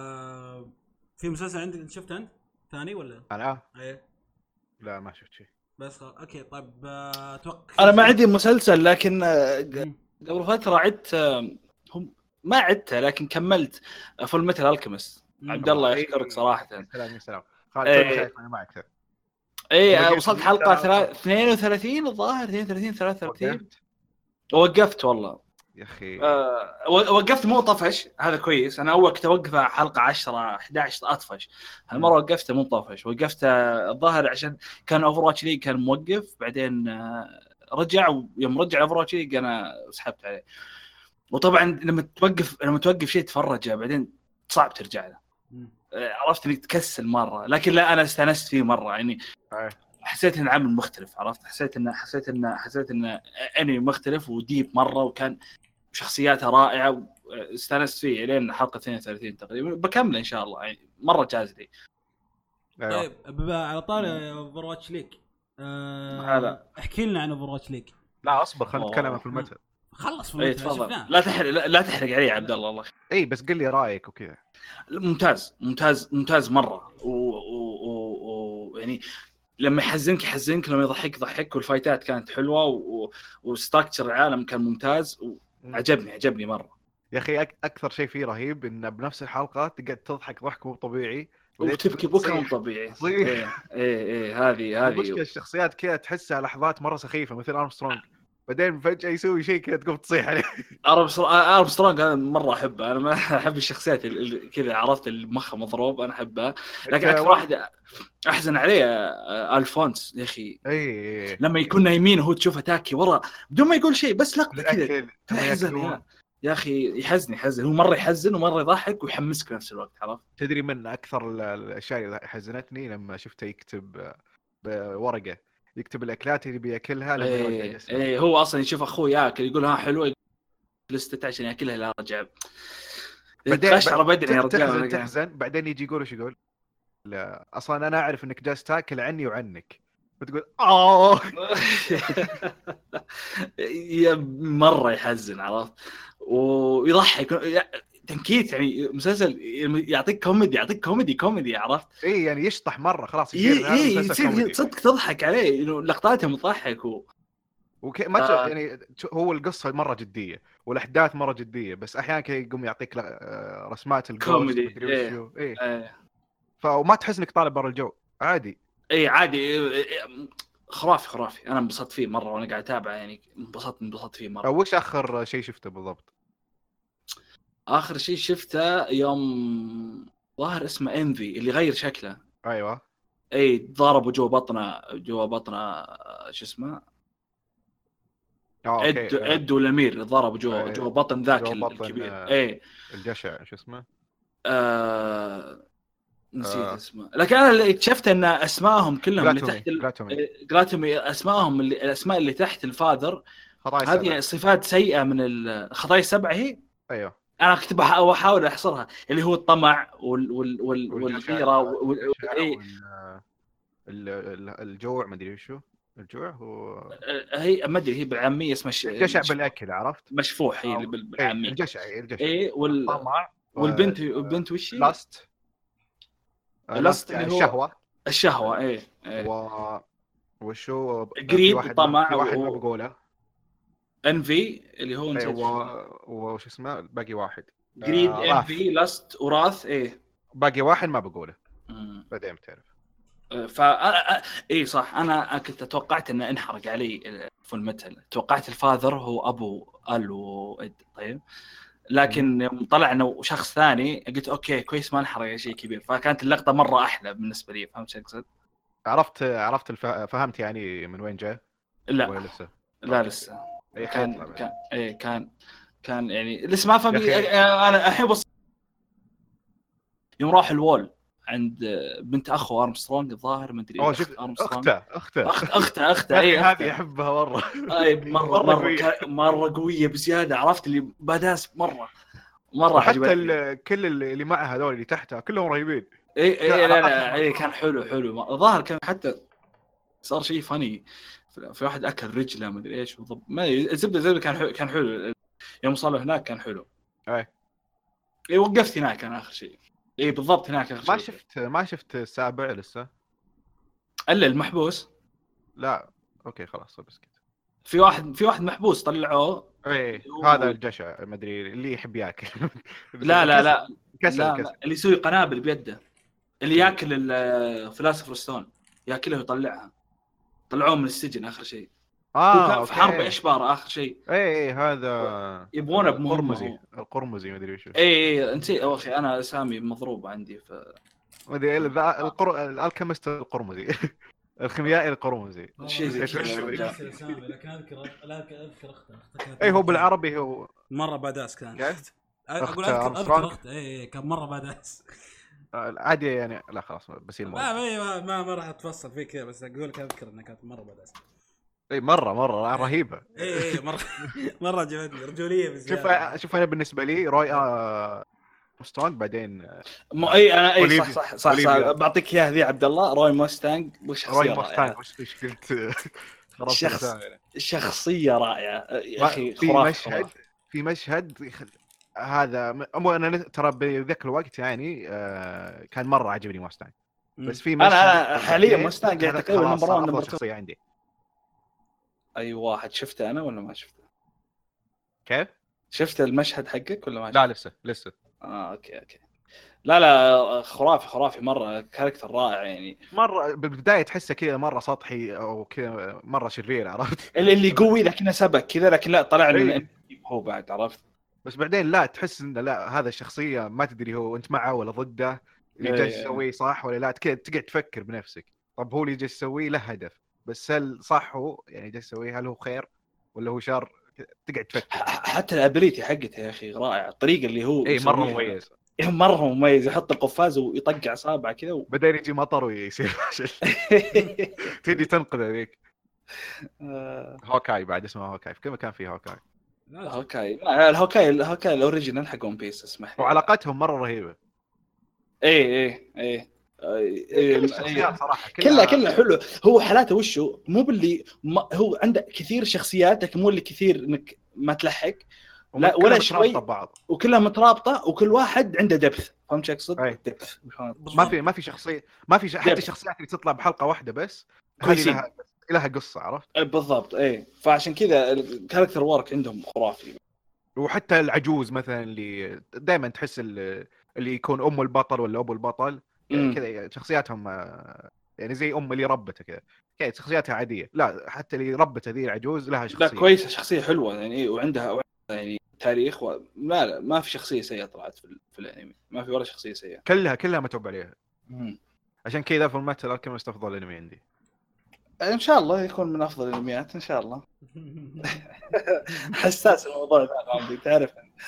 في مسلسل عندك انت شفته انت ثاني ولا؟ انا ايه لا ما شفت شيء. بس خلاص اوكي. طيب اتوقع انا ما عندي مسلسل، لكن مم. قبل فتره عدت هم ما عدته لكن كملت فول ميتال الكيمست. مم. عبد الله إيه. يشكرك صراحه. سلام سلام خالد إيه. شايف انا معك. اي وقفت وصلت متى؟ حلقه ثلا- اثنين وثلاثين الظاهر، اثنين وثلاثين ثلاثة وثلاثين وقفت ووقفت والله. يا اخي. أه وقفت مو طفش، هذا كويس. انا اول كنت اوقف حلقه عشرة احد عشر اطفش، هالمره وقفت مو طفش. وقفت الظاهر عشان كان اوفر واتش ليج كان موقف، بعدين رجع، ويوم رجع اوفر واتش ليج انا سحبت عليه. وطبعا لما توقف لما توقف شيء تفرجه بعدين صعب ترجع له، عرفت انك تكسل مره. لكن لا انا استانست فيه مره يعني. حسيت ان عمل مختلف، عرفت؟ حسيت انه حسيت انه حسيت انه انمي مختلف وديب مره، وكان شخصياتها رائعه. استانست فيه لين حلقه اثنين وثلاثين تقريبا، بكمل ان شاء الله يعني، مره جاز لي. طيب على طاري اوفر واتش ليج، هذا احكي لنا عن اوفر واتش ليج. لا اصبر خلينا نتكلم في المتن. خلص في اي المتن تفضل. شفناه. لا تحرق لا, لا تحرق علي يا عبد الله. الله اي بس قل لي رايك وكذا. ممتاز ممتاز ممتاز مره. و... و... و... و... يعني لما يحزنك يحزنك، لما يضحك يضحك، والفايتات كانت حلوه، و... وستراكشر العالم كان ممتاز، وعجبني عجبني مره يا اخي. أك... اكثر شيء فيه رهيب انه بنفس الحلقه تقعد تضحك ضحك مو طبيعي وتبكي بكى مو طبيعي. ايه ايه ايه هذه هذه المشكله الشخصيات كذا تحسها لحظات مره سخيفه مثل ارمسترونج، بعدين فجاه يسوي شيء كذا تقوم تصيح عليه. ارمسترونج انا مره احبه. انا ما احب الشخصيات اللي كذا، عرفت، المخ مضروب، انا احبها. لكن اكثر واحد احزن عليه الفونس يا اخي. اي لما يكون نايمين وهو تشوفه تاكي ورا بدون ما يقول شيء، بس لقطه كذا تحزن. يا اخي يحزن يحزن هو مره يحزن ومره يضحك ويحمسك في نفس الوقت عرفت. تدري من اكثر ال- الاشياء اللي حزنتني لما شفته يكتب بورقه يكتب الاكلات اللي بياكلها لما يودع ايه جسمه. ايه هو اصلا يشوف اخوه ياكل يقول ها حلوه لستة عشان ياكلها لا رجع قشعر بدني يا تحزن رجال. تحزن بعدين يجي يقول ايش يقول لا اصلا انا اعرف انك جالس تاكل عني وعنك بتقول اه يا مره يحزن عرفت ويضحك تنكيت يعني مسلسل يعطيك كوميدي يعطيك كوميدي كوميدي عرفت. اي يعني يشطح مره خلاص يصير هذا اي مسلسل كوميدي صدق تضحك عليه انه لقطاته مضحك و... وك... ما آه. يعني هو القصه مره جديه والاحداث مره جديه بس احيانا كذا يقوم يعطيك رسمات الجوست كوميدي مدري إيه. وشو ايه إيه. فما تحس انك طالع برا الجو عادي. اي عادي خرافي خرافي انا انبسطت فيه مره وانا قاعد اتابع يعني انبسطت انبسطت فيه مره. وش اخر شيء شفته بالضبط؟ اخر شيء شفته يوم ظاهر اسمه انفي اللي غير شكله. ايوه اي ضربوا جو بطنه جو بطنه شو اسمه اه اد اوكي اد والامير ضربوا جو آه. جو بطن ذاك جو بطن، الكبير. آه. اي الجشع شو اسمه آه... نسيت آه. اسمه لكن انا اللي اكتشفت ان اسمائهم كلهم اللي جلاتومي تحت ال... جلاتومي جلاتومي اسمائهم اللي الاسماء اللي تحت الفاذر خطايا هذه سبعة. صفات سيئه من الخطايا السبعه هي. ايوه انا كنت بحاول احصرها اللي هو الطمع وال وال وال والغيره وال... والجشع وال... الجوع ما ادري وشو الجوع هو هي ما ادري هي بالعاميه اسمها ش... الجشع بالاكل عرفت مشفوح هي اللي إيه بالعاميه الجشع إيه الجشع اي وال... الطمع والبنت والبنت وش هي؟ لاست لاست يعني اللي هو الشهوه الشهوه اي إيه. و وشو جريد واحد طمع في واحد و... ما بقوله انفي اللي هو اي نسيت و... وش اسمه باقي واحد جريد آه انفي لاست وراث ايه باقي واحد ما بقوله امم بعدين بتعرف. فا اي صح انا كنت توقعت انه انحرق علي فول ميتال توقعت الفاذر هو ابو ال وإد طيب لكن يوم طلع انه شخص ثاني قلت اوكي كويس ما انحرق شيء كبير فكانت اللقطه مره احلى بالنسبه لي فهمت شو اقصد. عرفت عرفت الف... فهمت يعني من وين جاء لا ولا لسه لا لسه أي كان كان ايه كان كان يعني لسه ما فهم انا الحين بص يوم راح الوول عند بنت اخو ارمسترونج الظاهر ما ادري اخته اخته اخت اخته اخته اي هذه يحبها مره اي مره مره ك... مره قويه بزياده عرفت اللي بداس مره مره حتى ال... كل اللي معها هذول اللي تحتها كلهم رهيبين. اي اي لا لا اي كان حلو حلو الظاهر كان حتى صار شيء فني في واحد اكل رجله ما ادري ايش بالضبط ما الزبده زبده كان حلو كان حلو يوم وصلوا هناك كان حلو. اي اي وقفت هناك انا اخر شيء اي بالضبط هناك اخر ما شيء. شفت ما شفت السابع لسه الا المحبوس لا اوكي خلاص بس كده في واحد في واحد محبوس طلعوه اي هذا الجشع ما ادري اللي يحب ياكل لا لا لا كسل لا, كسل. لا اللي يسوي قنابل بيده اللي ياكل الفلاسفر ستون ياكلها ويطلعها طلعوه من السجن اخر شيء. اه كان في حرب اشبار اخر شيء اي اي هذا يبغونه بقرمزي القرمزي ما ادري وش اي اي نسيت اول شيء انا اسامي مضروبه عندي ف ما ادري القر الالكيمست القرمزي الخيميائي القرمزي شيء زي كذا اسامي لكن اذكر لا اذكر اخته اخته اي هو بالعربي هو مره باداس كان اقول اذكر اذكر اخته اي كان مره باداس عادي يعني لا خلاص بس ما ما ما, ما راح اتفصل فيك كذا بس اقول لك اذكر انها كانت مره باداس. اي مره مره رهيبه اي اي مره مره عجبتني رجوليه بزياده. شوف شوف انا بالنسبه لي روي آه موستانج بعدين مو اي انا اي صح صح صح, صح. بعطيك اياها ذي عبد الله روي موستانج وش روي موستانج وش قلت شخص شخصيه رائعه يا اخي في مشهد في مشهد هذا مو انا ترى بذاك الوقت يعني آه كان مره عجبني موستانج بس في مشهد انا انا حاليا موستانج تقريبا نمبر واحد نمبر شخصيه عندي. اي واحد شفته انا ولا ما شفته؟ كيف شفت المشهد حقك ولا ما شفت؟ لا لسه لسه اه اوكي اوكي لا لا خرافي خرافي مره كاركتر رائع يعني مره بالبدايه تحسه كذا مره سطحي او كذا مره شرير عرفت اللي اللي قوي لكنه سبك كذا لكن لا طلع من هو بعد عرفت بس بعدين لا تحس انه لا هذا الشخصيه ما تدري هو انت معه ولا ضده اللي جالس يسويه صح ولا لا كذا تقعد تفكر بنفسك طب هو اللي جالس يسويه له هدف بس هل صح هو يعني جالس يسويه هل هو خير ولا هو شر تقعد تفكر. حتى الابيليتي حقته يا اخي رائع، الطريقه اللي هو اي مره مميز مره مميز، يحط القفاز ويطقع اصابعه كذا و... بدأ يجي مطر ويصير فاشل. تجي تنقذ ذيك. هوكاي بعد اسمه هوكاي، في كل مكان فيه هوكاي. هوكاي الهوكاي الهوكاي الاوريجينال حق ون بيس اسمح لي. وعلاقتهم مره رهيبه. اي اي اي الشخصيات صراحه كلها كلها حلو. هو حالاته وشو مو باللي ما هو عنده كثير شخصيات لكن مو اللي كثير انك ما تلحق لا ولا شوي بعض. وكلها مترابطه وكل واحد عنده دبث. فهمت اقصد؟ دبث ما في ما في شخصيه ما في ش... حتى الشخصيات اللي تطلع بحلقه واحده بس هذه لها لها قصه عرفت. بالضبط اي فعشان كذا الكاركتر وورك عندهم خرافي. وحتى العجوز مثلا اللي دائما تحس اللي يكون ام البطل ولا ابو البطل كذا شخصياتهم يعني زي ام اللي ربته كذا كذا شخصياتها عاديه. لا حتى اللي ربته ذي العجوز لها شخصيه لا كويسه شخصيه حلوه يعني وعندها يعني تاريخ و... ما لا ما في شخصيه سيئه طلعت في, في الانمي. ما في ولا شخصيه سيئه كلها كلها متعوب عليها. مم. عشان كذا في المثل الكلمه استفضل الانمي عندي ان شاء الله يكون من افضل الانميات ان شاء الله. حساس الموضوع ده غامضي تعرف.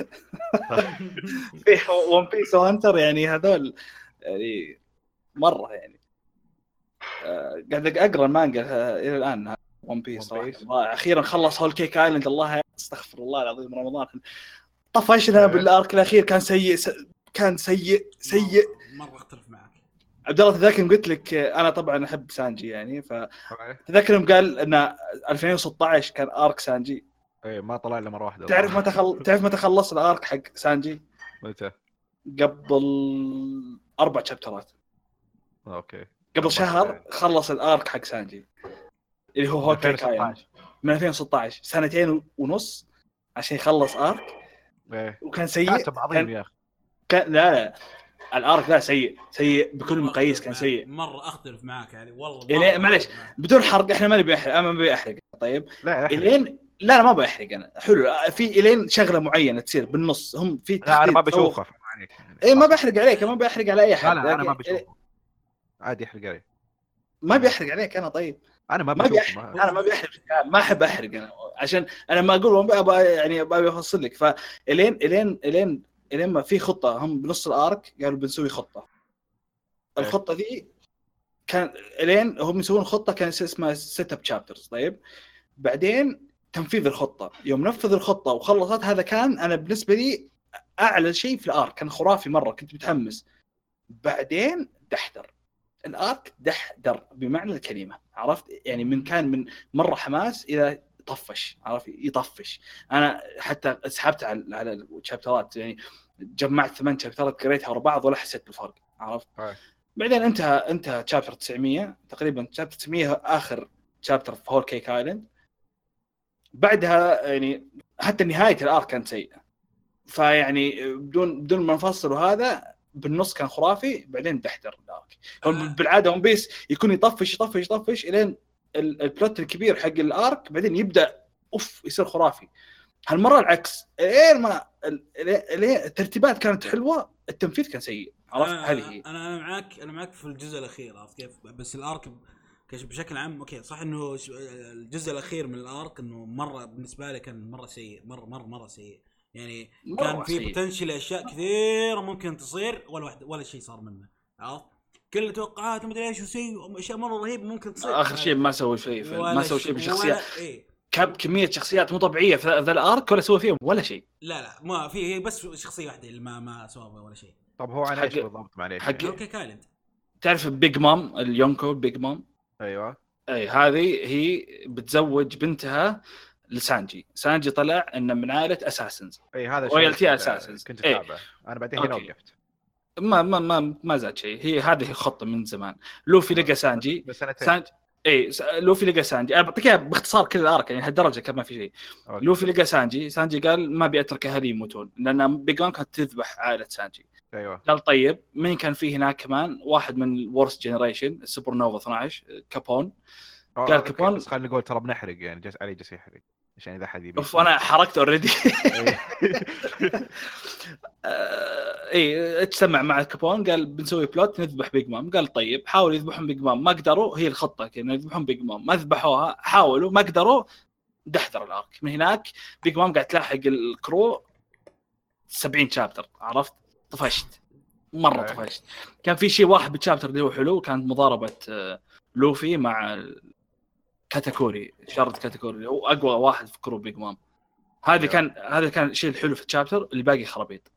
في ون بيس وهانتر يعني هذول يعني مره يعني آه قاعد اقرا المانجا الى الان ون بيس اخيرا خلص هول كيك ايلاند. الله استغفر الله العظيم رمضان طفشنا بالارك الاخير كان سيء س... كان سيء سيء مره اختلف معك عبد الله. تذكر قلت لك انا طبعا احب سانجي يعني فتذكرهم قال ان ألفين وستة عشر كان ارك سانجي. اي ما طلع الا مره واحده. تعرف متى خل... تعرف متى خلص الارك حق سانجي؟ متى؟ قبل اربع شابترات. اوكي قبل شهر خلص الارك حق سانجي اللي هو هوكاي كاين من ألفين وستة عشر سنتين ونص عشان يخلص ارك. ايه وكان سيء كاتب عظيم يا اخي. كان لا لا الارك لا سيء سيء بكل مقاييس كان سيء. مره اختلف معاك يعني والله يعني معليش بدون حرق احنا ما نبي احرق انا ما نبي احرق. طيب لا الين لا لا ما بحرق انا حلو في الين شغله معينه تصير بالنص هم في لا انا ما بشوفها عليك اي ما بحرق عليك ما بحرق على اي حد. لا لا انا ما بشوفه عادي يحرق علي ما بيحرق عليك انا. طيب انا ما بشوف ما انا ما بيحرق ما احب احرق انا عشان انا ما اقول ابغى يعني ابغى افصل لك. فالين الين الين الين ما في خطه هم بنص الارك قالوا بنسوي خطه. الخطه دي كان الين هم يسوون خطه كان اسمها سيت اب تشابترز. طيب بعدين تنفيذ الخطه يوم نفذ الخطه وخلصت هذا كان انا بالنسبه لي اعلى شيء في الارك كان خرافي مره كنت متحمس. بعدين دحدر الارك دحدر بمعنى الكلمه عرفت يعني من كان من مره حماس الى طفش عرفت يطفش. انا حتى سحبت على على الشابترات يعني جمعت ثمان شابترات قريتها ورا بعض ولا حسيت بالفرق عرفت. هاي. بعدين انتهى انتهى شابتر تسعمية تقريبا شابتر تسعمية اخر شابتر في هول كيك ايلاند. بعدها يعني حتى نهايه الارك كانت سيئه فيعني بدون بدون ما نفصل وهذا بالنص كان خرافي. بعدين دحدر الارك بالعاده ون بيس يكون يطفش يطفش يطفش الين البلوت الكبير حق الارك بعدين يبدا اوف يصير خرافي. هالمره العكس ايه ما الترتيبات كانت حلوه التنفيذ كان سيء عرفت. هذه انا انا معك انا معك في الجزء الاخير عرفت كيف. بس الارك بشكل عام اوكي صح انه الجزء الاخير من الارك انه مره بالنسبه لي كان مره سيء مره مره مره سيء يعني كان في بوتنشل اشياء كثير ممكن تصير ولا واحد ولا شيء صار منه عرفت. كل توقعات ما ادري ايش وسوي اشياء مره رهيبه ممكن تصير. اخر شيء ما سوى شيء ما سوى شيء بشخصيات إيه؟ كاب كميه شخصيات مو طبيعيه في ذا الارك ولا سوى فيهم ولا شيء. لا لا ما في بس شخصيه واحده اللي ما ما سوى ولا شيء. طب هو على ايش بالضبط معليش حق اوكي كايلاند تعرف بيج مام اليونكو بيج مام ايوه اي هذه هي بتزوج بنتها لسانجي. سانجي طلع انه من عائله اساسنز اي هذا رويالتي اساسنز كنت اتابعه إيه؟ انا بعدين هنا وقفت ما ما ما ما زاد شيء. هي هذه خطه من زمان. لوفي لقى سانجي سانجي اي لوفي لقى سانجي انا بعطيك باختصار كل الارك يعني هالدرجه كان ما في شيء. لوفي لقى سانجي سانجي قال ما بيترك اهلي يموتون لان بيجون كانت تذبح عائله سانجي. ايوه قال طيب مين كان فيه هناك كمان واحد من الورست جنريشن السوبر نوفا اثنا عشر كابون. قال كابون بس خلينا نقول ترى بنحرق يعني جالس علي جالس يحرق عشان اذا حد يبي. اوف انا حركت اوريدي. اي اجتمع مع كابون قال بنسوي بلوت نذبح بيج مام. قال طيب حاولوا يذبحون بيج مام ما قدروا. هي الخطه كانوا يذبحون بيج مام ما ذبحوها. حاولوا ما قدروا دحضر الارك من هناك. بيج مام قاعد تلاحق الكرو سبعين شابتر، عرفت؟ طفشت مره أوكي. طفشت. كان في شيء واحد بالشابتر اللي هو حلو، كانت مضاربه آه، لوفي مع كاتاكوري، شارد كاتاكوري هو اقوى واحد في كرو بيج مام. هذا أيوة. كان هذا كان الشيء الحلو في الشابتر، اللي باقي خرابيط.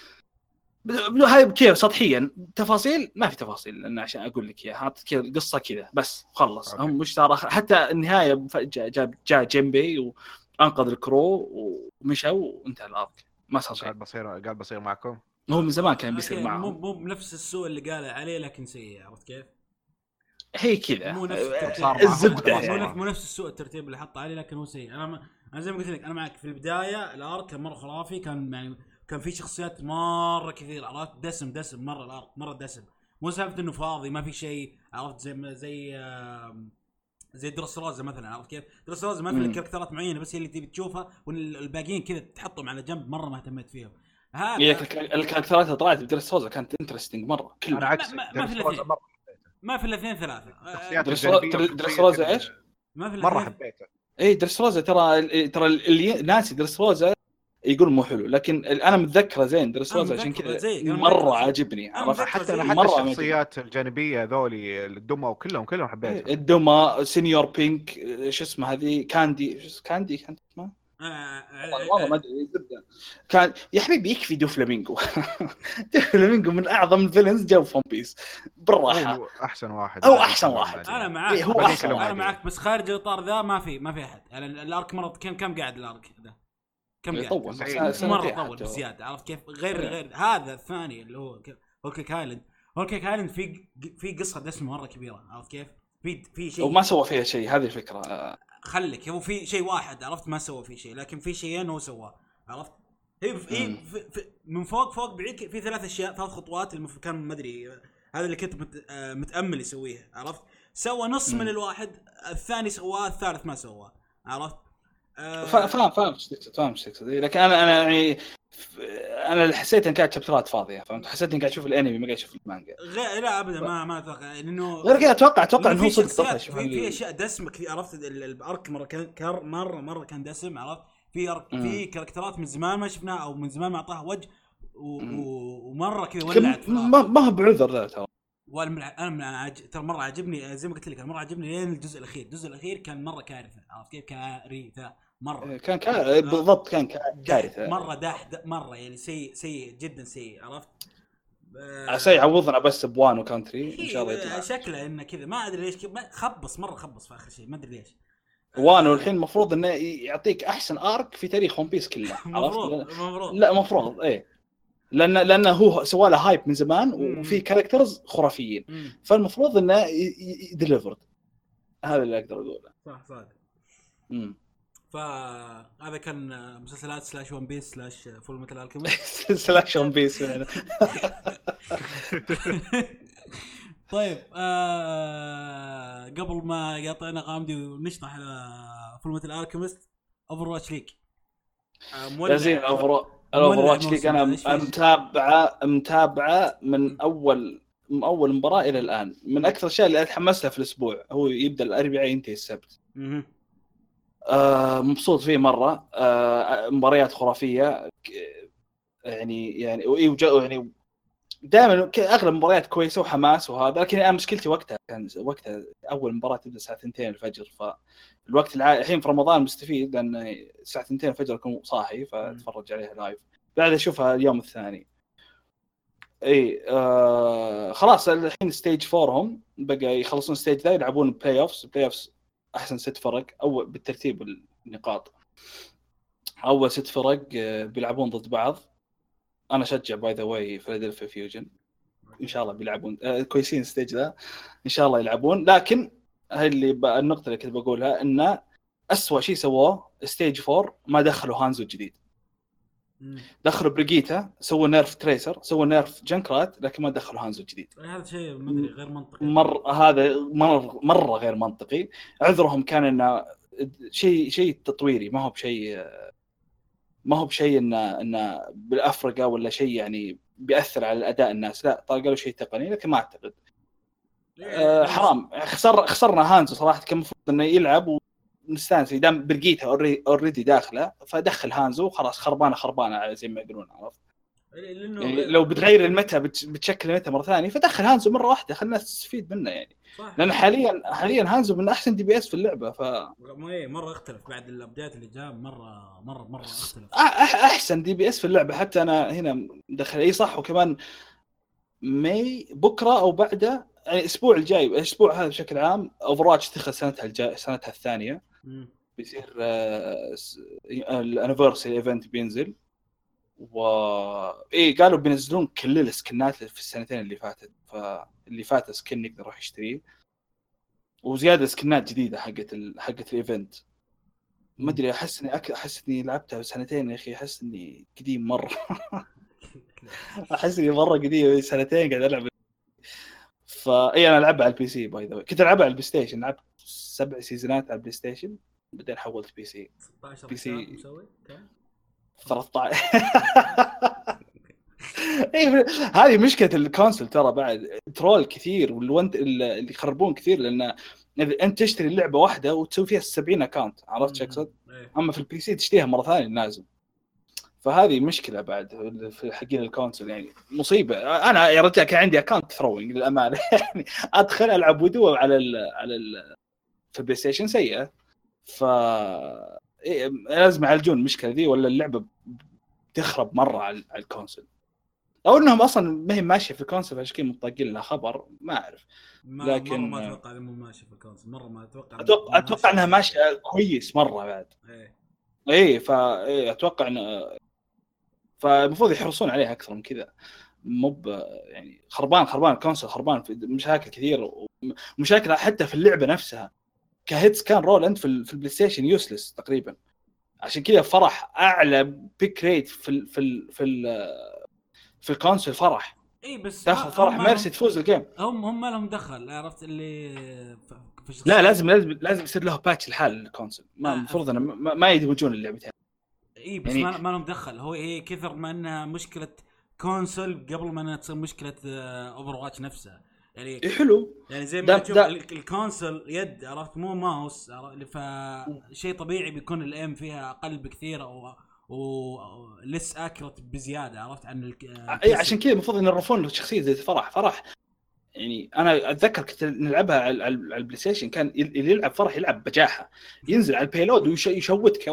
هاي كذا سطحيا، تفاصيل ما في تفاصيل، لان عشان اقول لك اياها كذا القصه كذا بس خلص. أوكي. هم مش ترى حتى النهايه جاب جاء جيمبي وانقذ الكرو ومشى وانتهى الارك، ما صار شيء. قاعد بصير قاعد بصير معكم. هو من زمان كان بيصير أوكي، مو معهم. مو بنفس السوء اللي قال عليه لكن سيء، عرفت كيف؟ هي كذا مو نفس الترتيب. صار معهم الزبده خلاص. مو يعني. نفس مو نفس السوء الترتيب اللي حط عليه لكن هو سيء. انا ما... انا زي ما قلت لك انا معك في البدايه الارك كان مره خرافي، كان يعني كان في شخصيات مره كثير، عرفت؟ دسم دسم مره الارك مره دسم، مو سالفه انه فاضي ما في شيء، عرفت؟ زي زي آم، زي دراسروزا مثلا، عرفت كيف؟ دراسروزا ما في مم. كاركترات معينه بس هي اللي تبي تشوفها، والباقيين كذا تحطهم على جنب مره ما اهتميت فيهم. هذا هي الكاركترات اللي طلعت بدرس سوزا كانت انترستنج مره كلها. انا عكس ما- ما في الاثنين. ما في الاثنين ثلاثه الشخصيات درس- الجانبية درس والشخصية روزا كذا إيش؟ ما في مره الاثنين. حبيته. اي درس روزا ترى ترى اللي ناسي درس روزا يقول مو حلو، لكن انا متذكره زين درس أنا روزا عشان متذكره كذا زيك، أنا مره متذكره عاجبني. أنا عرفت؟ متذكره حتى انا زي- حتى مرة الشخصيات الجانبيه ذولي الدمى وكلهم كلهم حبيتهم. الدوما سينيور بينك شو اسمه هذه كاندي شو كاندي كانت اسمها آه، والله ما ادري زبده. كان يا حبيبي يكفي دو فلامينغو. دو فلامينغو من اعظم الفيلنز جو في ون بيس بالراحه، هو احسن واحد هو أحسن واحد. انا معاك إيه هو بعدين أحسن كلهم انا عادي. معاك بس خارج الاطار ذا ما في ما في احد يعني. الارك مره كم كم قاعد الارك ذا كم قاعد يطول سنتين. سنتين مره حتى. طول بزياده، عرفت كيف؟ غير إيه. غير هذا الثاني اللي هو هولكيك ايلاند. هولكيك ايلاند في في قصه دسمه مره كبيره، عرفت كيف؟ في في شيء وما سوى فيها شيء، هذه الفكره. خليك هو في شيء واحد، عرفت؟ ما سوى فيه شيء لكن في شيئين هو سواه، عرفت؟ هي في مم. في في من فوق فوق بعيد في ثلاث اشياء ثلاث خطوات المف... كان ما ادري هذا اللي كنت مت... آه، متامل يسويها، عرفت؟ سوى نص مم. من الواحد، الثاني سواه، الثالث ما سواه، عرفت؟ آه، فاهم فاهم فاهم ايش تقصد فاهم ايش تقصد. لكن انا انا يعني انا اللي حسيت ان كانت شابترات فاضيه، فهمت؟ حسيت اني قاعد اشوف الانمي ما قاعد اشوف المانجا. غير لا ابدا ما ما اتوقع لانه غير كذا اتوقع اتوقع لأنه انه هو في صدق شخصيات طفش. في, في اشياء دسم كثير، عرفت؟ ال- الارك مره كان كر مره مره كان دسم، عرفت؟ في أرك في كاركترات من زمان ما شفناها او من زمان ما اعطاها وجه و- و- ومره كذا ولعت في الأرك. ما ما هو بعذر ذا ترى. وانا انا من عج... ترى مره عجبني زي ما قلت لك، انا مره عجبني لين الجزء الاخير. الجزء الاخير كان مره كارثه، عرفت كيف؟ كارثه مره كان كان بالضبط كان كارثه مره داح مره يعني سيء سيء جدا سيء، عرفت؟ عسى يعوضنا بس بوان وكانتري ان شاء الله يطلع. شكله انه كذا ما ادري ليش كذا خبص مره خبص في اخر شيء ما ادري ليش. وانو الحين المفروض انه يعطيك احسن ارك في تاريخ ون بيس كله. مفروض عرفت؟ مفروض لا مفروض ايه، لان لانه هو سوى له هايب من زمان مم. وفي كاركترز خرافيين، مم. فالمفروض انه يديليفرد. هذا اللي اقدر اقوله. صح صادق. امم فهذا كان مسلسلات سلاش ون بيس سلاش فول ميتال الكيميست. سلاش ون بيس يعني. طيب آه قبل ما يقطعنا غامدي ونشطح على فول ميتال الكيميست، اوفر واتش ليج لازم اوفر اوفر واتش ليج انا متابعه متابعه من اول من اول مباراه الى الان. من اكثر الاشياء اللي اتحمس لها في الاسبوع هو يبدا الاربعاء ينتهي السبت. آه مبسوط فيه مره. آه مباريات خرافيه يعني يعني يعني دائما اغلب مباريات كويسه وحماس وهذا. لكن انا مشكلتي وقتها كان وقتها اول مباراه تبدا الساعه اثنتين الفجر، فالوقت الع... الحين في رمضان مستفيد لان الساعه اثنتين الفجر اكون صاحي فاتفرج عليها لايف، بعد اشوفها اليوم الثاني. اي آه خلاص الحين ستيج فور هم بقى يخلصون ستيج ذا يلعبون بلاي اوفز. بلاي اوفز احسن ست فرق اول بالترتيب النقاط. اول ست فرق بيلعبون ضد بعض. انا اشجع باي ذا واي فيلادلفيا فيوجن، ان شاء الله بيلعبون آه كويسين ستيج ذا ان شاء الله يلعبون. لكن هاي اللي بقى النقطه اللي كنت بقولها ان اسوأ شيء سووه ستيج فور ما دخلوا هانزو الجديد. دخلوا بريجيتا، سووا نيرف تريسر، سووا نيرف جنكرات، لكن ما دخلوا هانزو الجديد. هذا شيء ما ادري غير منطقي مر هذا مر مره غير منطقي. عذرهم كان انه شيء شيء تطويري، ما هو بشيء ما هو بشيء انه انه بالافرقه ولا شيء يعني بيأثر على الاداء الناس. لا قالوا شيء تقني لكن ما اعتقد. أه حرام خسر خسرنا هانزو صراحه، كان المفروض انه يلعب مستانس دام برقيتها اوريدي داخله فدخل هانزو وخلاص خربانه خربانه زي ما يقولون عرفت. يعني لو بتغير المتى بتشكل المتى مره ثانيه فدخل هانزو مره واحده خلينا نستفيد منه يعني. لان حاليا حاليا هانزو من احسن دي بي اس في اللعبه ف مره اختلف بعد الابديت اللي جاء مره مره مره اختلف احسن دي بي اس في اللعبه. حتى انا هنا دخل اي صح. وكمان ماي بكره او بعده يعني الاسبوع الجاي الاسبوع هذا بشكل عام اوفرواتش تدخل سنتها الجاي سنتها الثانيه م. بيصير الانيفرساري ايفنت بينزل و ايه قالوا بينزلون كل السكنات في السنتين اللي فاتت. فاللي فات سكن يقدر يروح يشتريه وزياده سكنات جديده حقت ال... حقت الايفنت. ما ادري احس اني أك... احس اني لعبتها سنتين يا اخي. احس اني قديم مره احس اني مره قديم سنتين قاعد العب. فاي انا العبها على البي سي باي ذا كنت العبها على البلاي ستيشن. لعبت سبع سيزونات على البلاي ستيشن بعدين حولت بي سي. ستاشر بي سي مسوي كم ثلاثة عشر ايه هذه مشكله الكونسول ترى بعد ترول كثير والونت اللي يخربون كثير. لان انت تشتري اللعبه واحده وتسوي فيها سبعين اكاونت عرفت شو اقصد. اما في البي سي تشتريها مره ثانيه نازل. فهذه مشكله بعد في حقين الكونسول يعني مصيبه. انا يا رجال كان عندي اكاونت ثروينج للامانه يعني ادخل العب ودو على ال على ال في البلاي ستيشن سيئه. ف إيه لازم يعالجون المشكله ذي ولا اللعبه تخرب مره على الكونسول او انهم اصلا ما هي ماشيه في الكونسول عشان كذا مطاقين لها خبر ما اعرف. لكن ما اتوقع انه ماشي في الكونسول مره. ما اتوقع اتوقع اتوقع انها ماشيه كويس مره بعد ايه ايه فا اتوقع انه فالمفروض يحرصون عليها اكثر من كذا. مو يعني خربان خربان الكونسول خربان في مشاكل كثير ومشاكل حتى في اللعبه نفسها كهيتس كان رول انت في البلاي ستيشن يوسلس تقريبا. عشان كذا فرح اعلى بيك ريت في ال في ال في ال في الكونسول فرح. اي بس دخل فرح ميرسي تفوز الجيم. هم هم ما لهم دخل عرفت اللي في لا لازم لازم لازم يصير له باتش الحال الكونسول. ما المفروض آه. انه ما, ما يدمجون اللعبتين. اي بس يعني ما لهم دخل. هو هي كثر ما انها مشكله كونسول قبل ما انها تصير مشكله اوفر واتش نفسها يعني حلو. يعني زي ما تشوف الكونسول يد عرفت مو ماوس فشيء طبيعي بيكون الام فيها اقل بكثير او ولس اكرت بزياده عرفت عن اي عشان كذا المفروض ان يرفون شخصيه زي فرح. فرح يعني انا اتذكر كنت نلعبها على البلاي ستيشن كان اللي يلعب فرح يلعب بجاحه ينزل على البيلود ويشوتك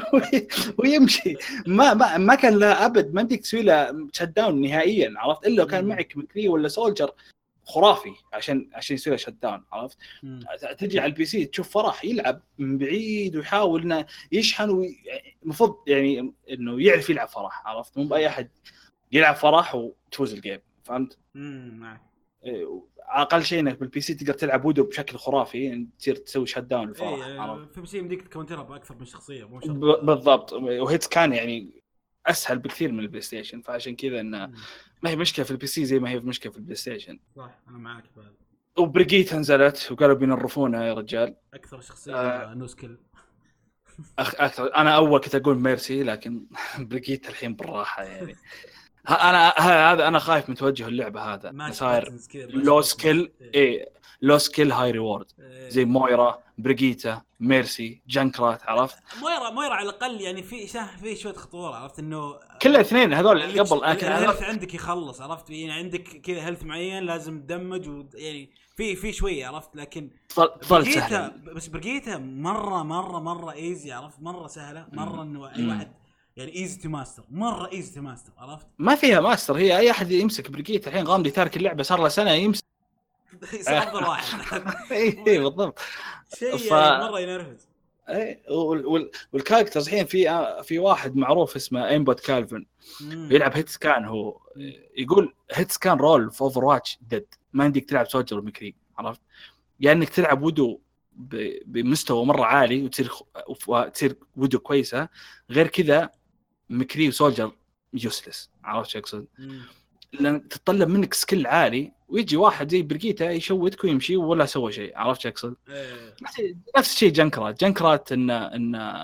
ويمشي. ما ما ما كان له ابد ما بدك تسوي له شت داون نهائيا عرفت الا لو كان معك مكري ولا سولجر خرافي عشان عشان يصير شت داون عرفت. تجي على البي سي تشوف فرح يلعب من بعيد ويحاول انه يشحن المفروض يعني انه يعرف يلعب فرح عرفت. مو باي احد يلعب فرح وتفوز الجيم فهمت. امم اقل شيء انك بالبي سي تقدر تلعب ودو بشكل خرافي يعني تصير تسوي شت داون الفرح عرفت. في بي سي يمديك تكونترها باكثر من شخصيه مو شرط بالضبط. وهيتس كان يعني اسهل بكثير من البلاي ستيشن فعشان كذا انه ما هي مشكله في البي سي زي ما هي مشكله في البلاي ستيشن. صح انا معاك بهذا. وبريجيت نزلت وقالوا بينرفونها يا رجال. اكثر شخصيه آه نو سكيل أخ... اكثر. انا اول كنت اقول ميرسي لكن بريجيت الحين بالراحه يعني. انا هذا انا خايف من توجه اللعبه هذا صاير لو سكيل ايه لو سكيل هاي ريورد زي مويرا بريجيتا ميرسي جانكرات عرفت. مويرا مويرا على الاقل يعني في في شويه خطوره عرفت انه كل اثنين هذول قبل الهيلث عندك يخلص عرفت يعني عندك كذا هيلث معين لازم تدمج ويعني في في شويه عرفت. لكن بريجيتا بس بريجيتا مره مره مره ايزي عرفت مره سهله مره انه اي واحد يعني ايزي تو ماستر مره ايزي تو ماستر عرفت. ما فيها ماستر هي اي احد يمسك بريجيتا الحين غامدي تارك اللعبه صار له سنه يمسك افضل واحد. اي بالضبط شيء ف... مره ينرفز. اي وال... والكاركترز الحين في في واحد معروف اسمه ايمبوت كالفن يلعب هيت سكان. هو يقول هيت سكان رول في اوفر واتش ديد ما عندك تلعب سولجر مكري عرفت يعني انك تلعب ودو ب... بمستوى مره عالي وتصير وتصير ودو كويسه. غير كذا مكري وسولجر يوسلس عرفت شو اقصد. لان تتطلب منك سكيل عالي ويجي واحد زي بريجيتا يشوتك ويمشي ولا سوى شيء عرفت شو اقصد. نفس الشيء جنكرات جنكرات ان ان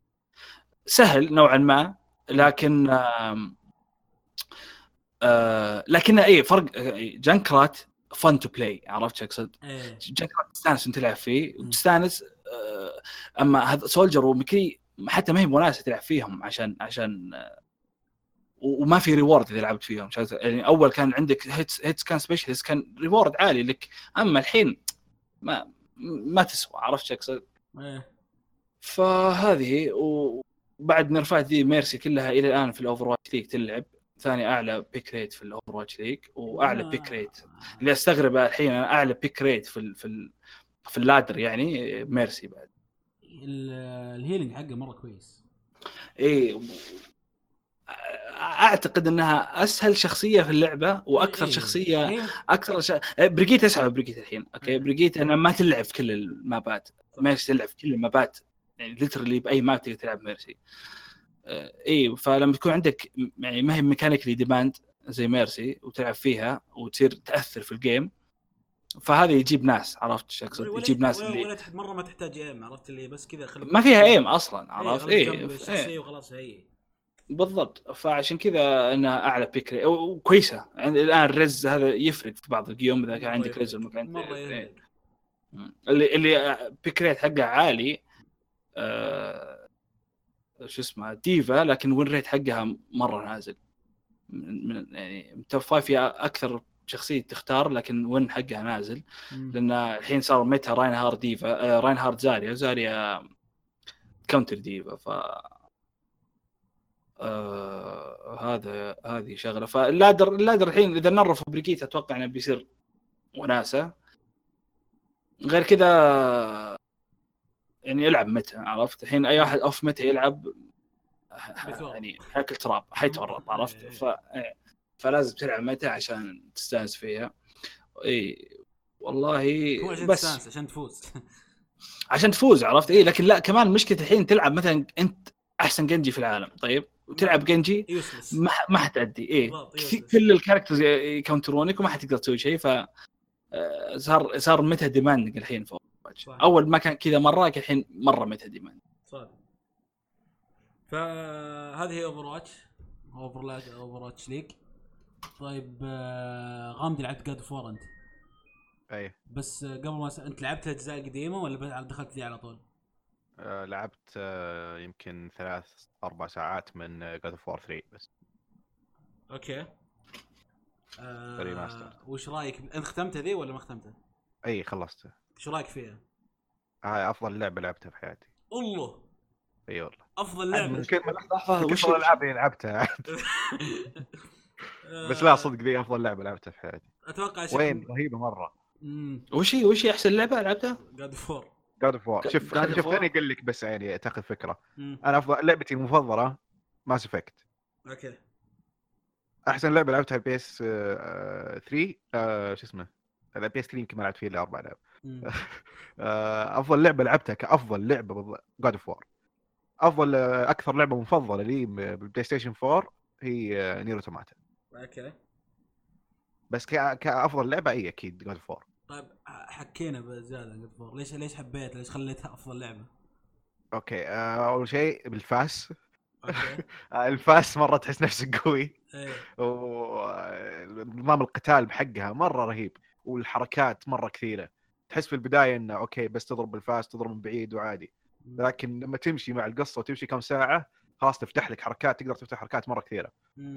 سهل نوعا ما لكن آه آه لكن اي فرق جنكرات فن تو بلاي عرفت شو اقصد. جنكرات تستانس انت تلعب فيه وتستانس آه اما هذا سولجر ومكري حتى ما هي مناسبه تلعب فيهم عشان عشان وما في ريورد اذا لعبت فيهم. يعني اول كان عندك هيتس هيتس كان سبيشالست كان ريورد عالي لك، اما الحين ما ما تسوى. عرفت شو اقصد؟ فهذه وبعد نرفعت ذي ميرسي كلها الى الان في الاوفر واتش ليج تلعب ثاني اعلى بيك ريت في الاوفر واتش ليج، واعلى بيك ريت اللي استغرب الحين انا اعلى بيك ريت في ال في ال في اللادر يعني ميرسي. بعد الهيلينج حقه مره كويس. ايه اعتقد انها اسهل شخصيه في اللعبه واكثر إيه. شخصيه إيه. اكثر ش... بريجيت اسحب بريجيت الحين. اوكي بريجيت انا ما تلعب في كل المابات، ميرسي تلعب في كل المابات يعني ليترلي باي ماب تقدر تلعب ميرسي. اي فلما تكون عندك يعني ما هي ميكانيكلي ديماند زي ميرسي وتلعب فيها وتصير تاثر في الجيم، فهذا يجيب ناس. عرفت شو اقصد؟ يجيب ناس اللي ولا تحت مره ما تحتاج ايم. عرفت اللي بس كذا خلي ما فيها ايم اصلا. عرفت ايه, إيه. وخلاص هي بالضبط. فعشان كذا انها اعلى بيكري وكويسه. يعني الان الرز هذا يفرق في بعض الجيوم اذا كان عندك رز المكان إيه. اللي اللي بيكريت حقه عالي آه... شو اسمه ديفا، لكن وين ريت حقها مره نازل من يعني توب فايف فيها اكثر شخصيه تختار، لكن وين حقها نازل مم. لان الحين صار ميتا راينهارد ديفا آه راينهارد زاريا زاريا كاونتر ديفا. ف آه هذا هذه شغله. فاللادر اللادر الحين اذا نرف بريكيت اتوقع انه بيصير وناسه. غير كذا يعني يلعب متى. عرفت الحين اي واحد اوف متى يلعب يعني حاكل تراب حيتورط. عرفت ف... فلازم تلعب متى عشان تستانس فيها. اي والله بس عشان تفوز عشان تفوز. عرفت ايه لكن لا كمان مشكله الحين تلعب مثلا انت احسن جنجي في العالم طيب وتلعب جنجي ما ما حتأدي ايه كل الكاركترز يكونترونك وما حتقدر تسوي شيء. ف صار صار متى ديماند الحين فوق. اول ما كان كذا مره الحين مره متى ديماند صح. فهذه هي اوفر واتش اوفر لاج اوفر واتش ليج. طيب غامدي لعبت جاد فور انت؟ اي بس قبل ما س... انت لعبت الاجزاء القديمه ولا دخلت ذي على طول؟ أه لعبت أه يمكن ثلاث اربع ساعات من جاد فور ثري بس. اوكي أه... وش رايك انت ختمتها ذي ولا ما ختمتها؟ اي خلصتها. ايش رايك فيها؟ هاي افضل لعبه لعبتها في حياتي. الله اي والله افضل لعبه. ممكن وش الالعاب اللي لعبتها بس لا صدق ذي افضل لعبه لعبتها في حياتي. اتوقع شيء وين رهيبه مره. امم وش هي وش هي احسن لعبه لعبتها؟ جاد فور. جاد فور شوف شوف خليني اقول لك بس يعني تاخذ فكره. مم. انا افضل لعبتي المفضله ماس افكت. اوكي احسن لعبه لعبتها بي اس ثري آه شو اسمه البي اس ثري يمكن ما لعبت فيه الا اربع لعب. افضل لعبه لعبتها كافضل لعبه جاد فور. افضل اكثر لعبه مفضله لي بالبلاي ستيشن فور هي نير اوتوماتا. اوكي بس كافضل لعبه اي اكيد جاد فور. طيب حكينا بزياده جاد فور ليش ليش حبيت ليش خليتها افضل لعبه؟ اوكي اول شيء بالفاس. اوكي الفاس مره تحس نفسك قوي ونظام القتال بحقها مره رهيب والحركات مره كثيره. تحس في البدايه انه اوكي بس تضرب الفاس تضرب من بعيد وعادي، لكن لما تمشي مع القصه وتمشي كم ساعه خلاص تفتح لك حركات تقدر تفتح حركات مره كثيره.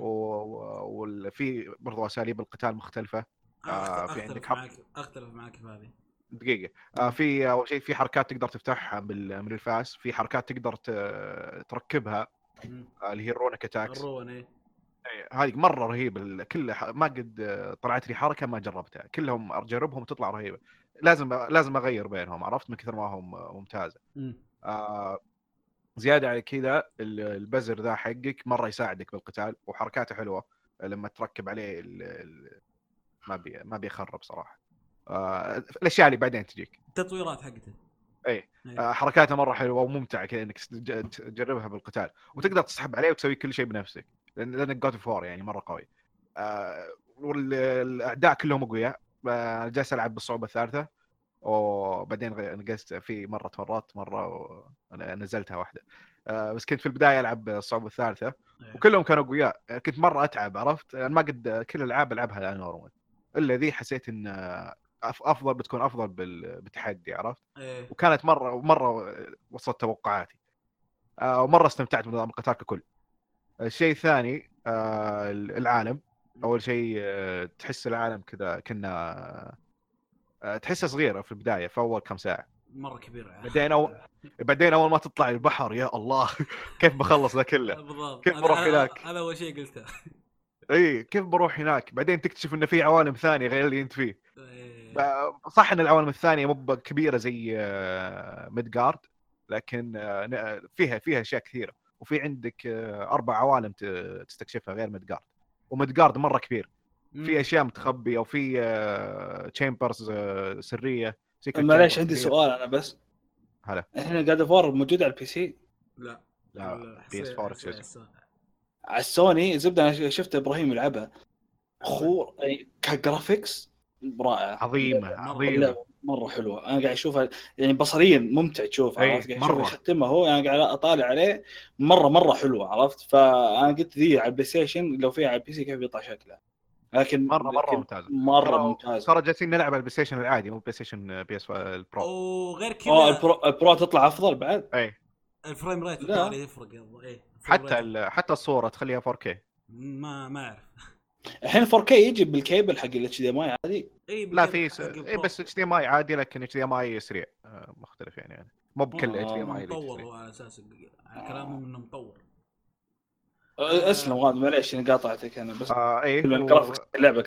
وفي برضو اساليب القتال مختلفه. آه في عندك معك اختلف معك في هذه دقيقه. آه في اول شيء في حركات تقدر تفتحها من الفاس، في حركات تقدر تركبها اللي هي الرونك اتاكس. الرون اي هذه مره رهيبه كلها. ما قد طلعت لي حركه ما جربتها، كلهم اجربهم تطلع رهيبه. لازم لازم اغير بينهم عرفت من كثر ما هم ممتازه. آه زياده على كذا البزر ذا حقك مره يساعدك بالقتال وحركاته حلوه لما تركب عليه ال ال ما بي ما بيخرب صراحه. آه الاشياء اللي بعدين تجيك التطويرات حقته اي آه حركاته مره حلوه وممتعه كذا انك تجربها بالقتال وتقدر تسحب عليه وتسوي كل شيء بنفسك لان لانك جاد فور يعني مره قوي. آه والاعداء كلهم اقوياء. آه جالس العب بالصعوبه الثالثه وبعدين نقصت في مره تورطت مره ونزلتها واحده. آه بس كنت في البدايه العب الصعوبه الثالثه وكلهم كانوا اقوياء. كنت مره اتعب عرفت انا ما قد كل الالعاب العبها الان نورمال الا ذي حسيت ان افضل بتكون افضل بالتحدي عرفت. إيه. وكانت مره مره وصلت توقعاتي، آه ومره استمتعت بنظام القتال ككل. الشيء الثاني آه العالم. اول شيء آه تحس العالم كذا كنا آه تحسه صغيره في البدايه في اول كم ساعه، مره كبيره. بعدين أول بعدين اول ما تطلع البحر يا الله كيف بخلص ذا كله. بالضبط، كيف بروح هناك؟ هذا اول شيء قلته. اي كيف بروح هناك؟ بعدين تكتشف انه في عوالم ثانيه غير اللي انت فيه. إيه. صح ان العوالم الثانيه مو كبيره زي ميدغارد، لكن فيها فيها اشياء كثيره، وفي عندك اربع عوالم تستكشفها غير ميدغارد. وميدغارد مره كبير، في اشياء متخبيه وفي تشامبرز سريه. معليش عندي سؤال انا بس. هلا احنا قاعد فور موجود على البي سي؟ لا لا بي اس فور على السوني. زبده انا شفت ابراهيم يلعبها خو كجرافيكس رائعه عظيمه عظيمه مره حلوه. انا قاعد اشوفها يعني بصريا ممتع تشوف، عرفت؟ قاعد اشوف يختمها هو، انا قاعد اطالع عليه مره مره حلوه، عرفت؟ فانا قلت ذي على البلاي ستيشن لو فيها على البي سي كيف بيطلع شكلها. لكن مره مره ممتازه مره ممتازه. ترى جالسين نلعب على البلاي ستيشن العادي مو بلاي ستيشن بي اس البرو. وغير كذا اه البرو البرو تطلع افضل بعد. اي الفريم ريت الثاني يفرق يلا. ايه حتى حتى الصوره تخليها فور كي. ما ما اعرف الحين فور كي يجي بالكيبل حق الاتش دي ام اي عادي. اي لا في س... اي بس اتش دي ام اي عادي، لكن اتش دي ام اي سريع مختلف يعني, يعني. مو بكل اتش دي ام اي مطور هو على اساس على كلامهم انه مطور. اسلم غاد معليش اني قاطعتك انا بس. آه ايه و... اللعبه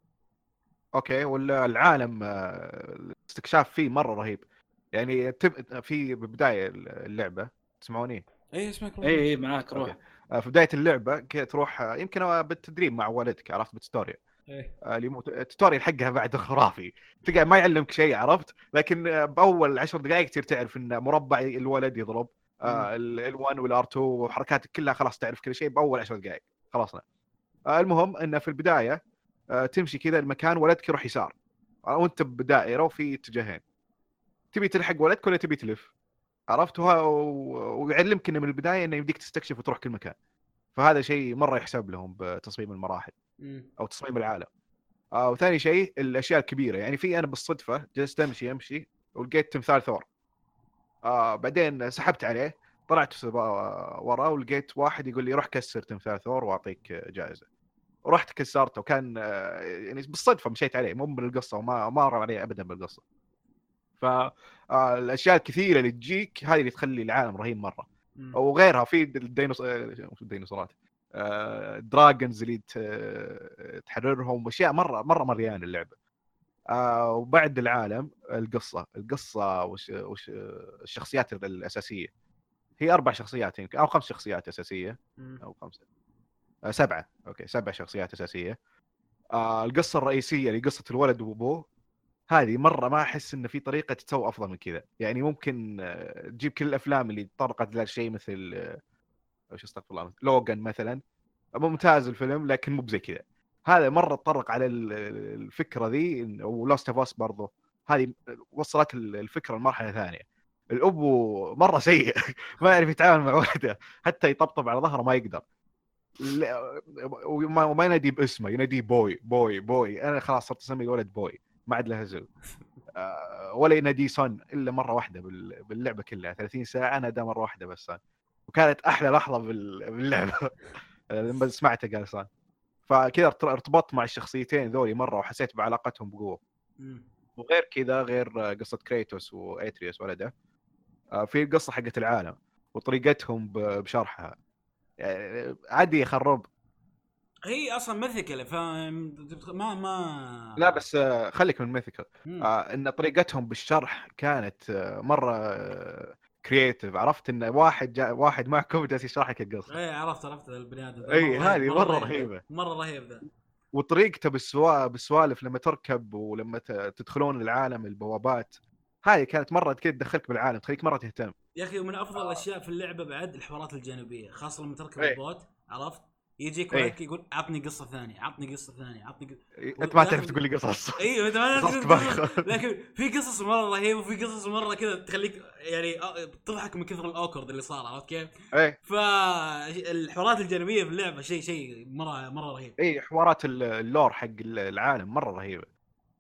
اوكي. والعالم الاستكشاف فيه مره رهيب يعني. تب... في بدايه اللعبه تسمعوني؟ ايه اسمعك. اي اي معاك روح. في بدايه اللعبه كذا تروح يمكن بالتدريب مع والدك، عرفت؟ بالتوتوريال. ايه التوتوريال حقها بعد خرافي، تلقى ما يعلمك شيء عرفت، لكن باول عشر دقائق تصير تعرف ان مربع الولد يضرب ال1 والار تو وحركاتك كلها خلاص تعرف كل شيء باول عشر دقائق خلاصنا. المهم انه في البدايه تمشي كذا المكان ولدك يروح يسار وانت بدائره وفي اتجاهين، تبي تلحق ولدك ولا تبي تلف، عرفت؟ ويعلمك انه من البدايه انه يمديك تستكشف وتروح كل مكان. فهذا شيء مره يحسب لهم بتصميم المراحل او تصميم العالم. آه وثاني شيء الاشياء الكبيره يعني. في انا بالصدفه جلست امشي امشي ولقيت تمثال ثور. آه بعدين سحبت عليه طلعت ورا ولقيت واحد يقول لي روح كسر تمثال ثور واعطيك جائزه. ورحت كسرته وكان آه يعني بالصدفه مشيت عليه مو من القصه وما ما مر عليه ابدا بالقصه. فالاشياء الكثيره اللي تجيك هذه اللي تخلي العالم رهيب مره. وغيرها في الديناصورات آه، دراجونز اللي تحررهم واشياء مره مره مليان اللعبه. آه، وبعد العالم القصه القصه وش, وش الشخصيات الاساسيه هي اربع شخصيات يمكن او خمس شخصيات اساسيه او خمسه آه، سبعه اوكي سبع شخصيات اساسيه. آه، القصه الرئيسيه اللي قصه الولد وابوه هذه مره ما احس ان في طريقه تسوي افضل من كذا يعني. ممكن تجيب كل الافلام اللي تطرقت لهالشيء مثل ايش استغفر الله لوغان مثلا، ممتاز الفيلم لكن مو بزي كذا. هذا مره تطرق على الفكره ذي. ولاست اوف اس برضه هذه وصلت الفكره لمرحله ثانيه. الابو مره سيء ما يعرف يتعامل مع ولده، حتى يطبطب على ظهره ما يقدر، وما ينادي باسمه ينادي بوي بوي بوي. انا خلاص صرت اسمي الولد بوي ما عاد له هزل. أه ولا ينادي صن الا مره واحده باللعبه كلها ثلاثين ساعه انا ده مره واحده بس. وكانت احلى لحظه باللعبه لما سمعته قال صن. فكذا ارتبطت مع الشخصيتين ذولي مره وحسيت بعلاقتهم بقوه. وغير كذا غير قصه كريتوس واتريوس ولده أه في القصه حقت العالم وطريقتهم بشرحها يعني عادي يخرب. هي اصلا ميثيكال فاهم ما ما لا بس خليك من ميثيكال. آه ان طريقتهم بالشرح كانت مره كرييتيف، عرفت ان واحد جا واحد معكم جالس يشرح لك القصه. اي عرفت عرفت البني ادم اي هذه مره, مرة رهيبه مره رهيب ذا. وطريقته بالسوا بالسوالف لما تركب ولما تدخلون العالم البوابات هاي كانت مره كذا تدخلك بالعالم تخليك مره تهتم يا اخي. ومن افضل الاشياء آه. في اللعبه بعد الحوارات الجانبيه خاصه لما تركب البوت عرفت يجيك ولدك يقول عطني قصه ثانيه عطني قصه ثانيه عطني قصة... انت ما تعرف تقول لي قصص. ايوه انت ما تعرف تقول قصص لكن في قصص مره رهيبه وفي قصص مره كذا تخليك يعني تضحك من كثر الاوكورد اللي صار عرفت كيف. ايه فالحوارات الجانبيه في اللعبه شيء شيء مره مره رهيب. اي حوارات اللور حق العالم مره رهيبه.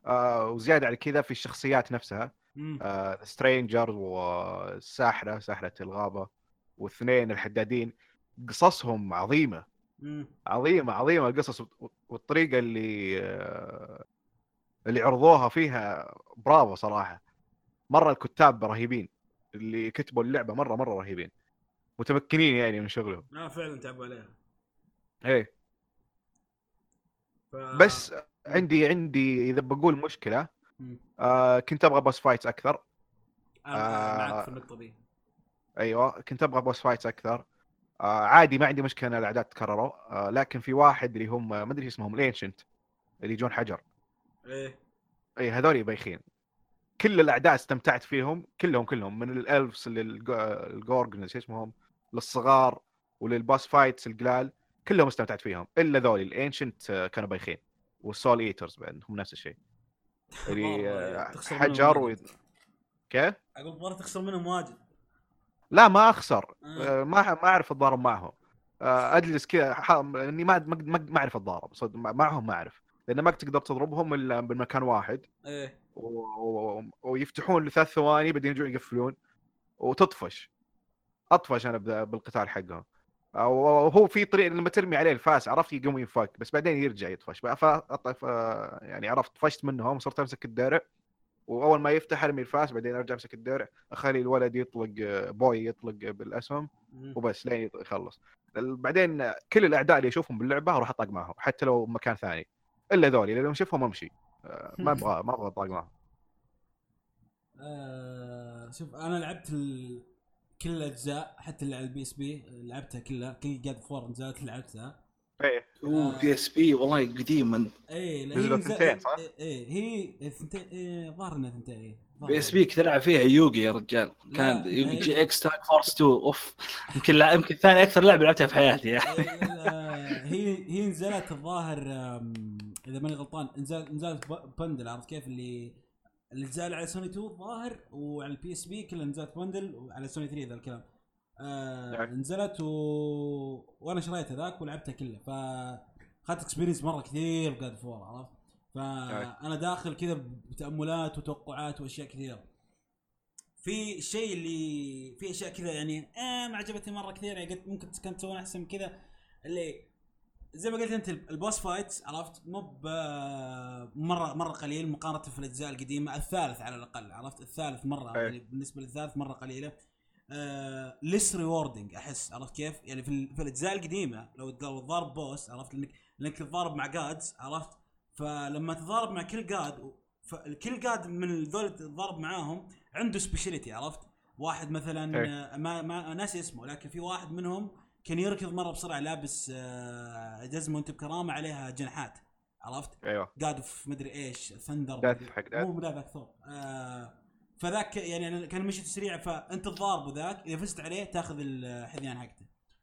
آه وزياده على كذا في الشخصيات نفسها، مم. آه سترينجر والساحره ساحره الغابه واثنين الحدادين، قصصهم عظيمه مم. عظيمه عظيمه القصص، والطريقه اللي آه اللي عرضوها فيها برافو صراحه. مره الكتاب رهيبين اللي كتبوا اللعبه، مره مره رهيبين متمكنين يعني من شغلهم. لا فعلا تعبوا عليها. ايه ف... بس عندي عندي اذا بقول مشكله، مم. آه كنت ابغى بوس فايتس اكثر. انا معك آه في النقطه دي. ايوه كنت ابغى بوس فايتس اكثر. آه عادي ما عندي مشكله ان الاعداء تكرروا، آه لكن في واحد اللي هم ما ادري اسمهم الانشنت اللي يجون حجر، ايه اي هذول بايخين. كل الاعداء استمتعت فيهم كلهم كلهم من الالفز للجورجنز شو اسمهم للصغار وللبوس فايتس القلال، كلهم استمتعت فيهم الا ذولي الانشنت آه كانوا بايخين. والسول ايترز بعد هم نفس الشيء اللي آه تخسر منهم حجر و... واجد. كيف؟ اقول مرة تخسر منهم واجد. لا ما اخسر، آه. آه، ما ما اعرف اتضارب معهم، آه، اجلس كذا ح- اني ما ما ما ما اعرف اتضارب صدق معهم، ما اعرف لان ما تقدر تضربهم الا بالمكان واحد ايه و... و... ويفتحون لثلاث ثواني بعدين يرجعون يقفلون وتطفش. اطفش انا ب- بالقتال حقهم. وهو في طريقه لما ترمي عليه الفاس عرفت يقوم ينفك بس بعدين يرجع يطفش ف ف- يعني عرفت طفشت منهم وصرت امسك الدرع، واول ما يفتح ارمي الفاس بعدين ارجع امسك الدرع اخلي الولد يطلق بوي يطلق بالاسهم مم. وبس لين يخلص. بعدين كل الاعداء اللي اشوفهم باللعبه اروح اطاق معهم حتى لو مكان ثاني الا ذولي لانهم اشوفهم امشي، آه، ما ابغى ما ابغى اطاق معهم. آه شوف انا لعبت ال... كل الاجزاء حتى اللي على البي اس بي لعبتها كلها، كل جاد فور نزلت لعبتها. ايه اوه بي اس بي والله قديم من ايه لا نزلوا هي ثنتين صح؟ ايه, إيه هي ثنتين ايه ظهر انها ثنتين ايه بي اس بي كنت العب فيها يوغي يا رجال، كان لا، يوغي هي- جي اكس تاك فورس تو اوف يمكن لا يمكن ثاني اكثر لعبه لعبتها في حياتي يعني. إيه، لا، هي هي نزلت الظاهر آم، اذا ماني غلطان نزل نزلت ب- بندل، عرفت كيف اللي اللي نزل على سوني تو الظاهر وعلى البي اس بي كلها نزلت بندل، وعلى سوني ثري ذا الكلام. آه نعم. نزلت و... وانا شريت هذاك ولعبتها كلها، فاخذت اكسبيرينس مره كثير بجاد فور، عرفت. فانا داخل كذا بتاملات وتوقعات واشياء كثيره. في الشيء اللي في اشياء كذا يعني آه ما عجبتني مره كثير، يعني قلت ممكن كانت تسوون احسن من كذا. اللي زي ما قلت انت البوس فايتس عرفت مو مره مره قليل مقارنه في الاجزاء القديمه، الثالث على الاقل عرفت الثالث مره أي. يعني بالنسبه للثالث مره قليله. آه ليس ريوردنج احس، عرفت كيف يعني في, ال- في الاجزاء القديمه لو لو تضارب بوس عرفت انك انك تتضارب مع جادز، عرفت. فلما تتضارب مع كل جاد، فالكل جاد من ذول تتضارب معاهم عنده سبيشاليتي، عرفت. واحد مثلا أي. آه، ما ما ناسي اسمه، لكن في واحد منهم كان يركض مره بسرعه لابس آه، جزمه وانت بكرامه عليها جناحات، عرفت. ايوه قاعد في مدري ايش ثندر داث حق داث. مو بلا ذاك ثور آه فذاك يعني أنا كان مشي تسريع، فانت تضارب وذاك اذا فزت عليه تاخذ الحذيان حقته.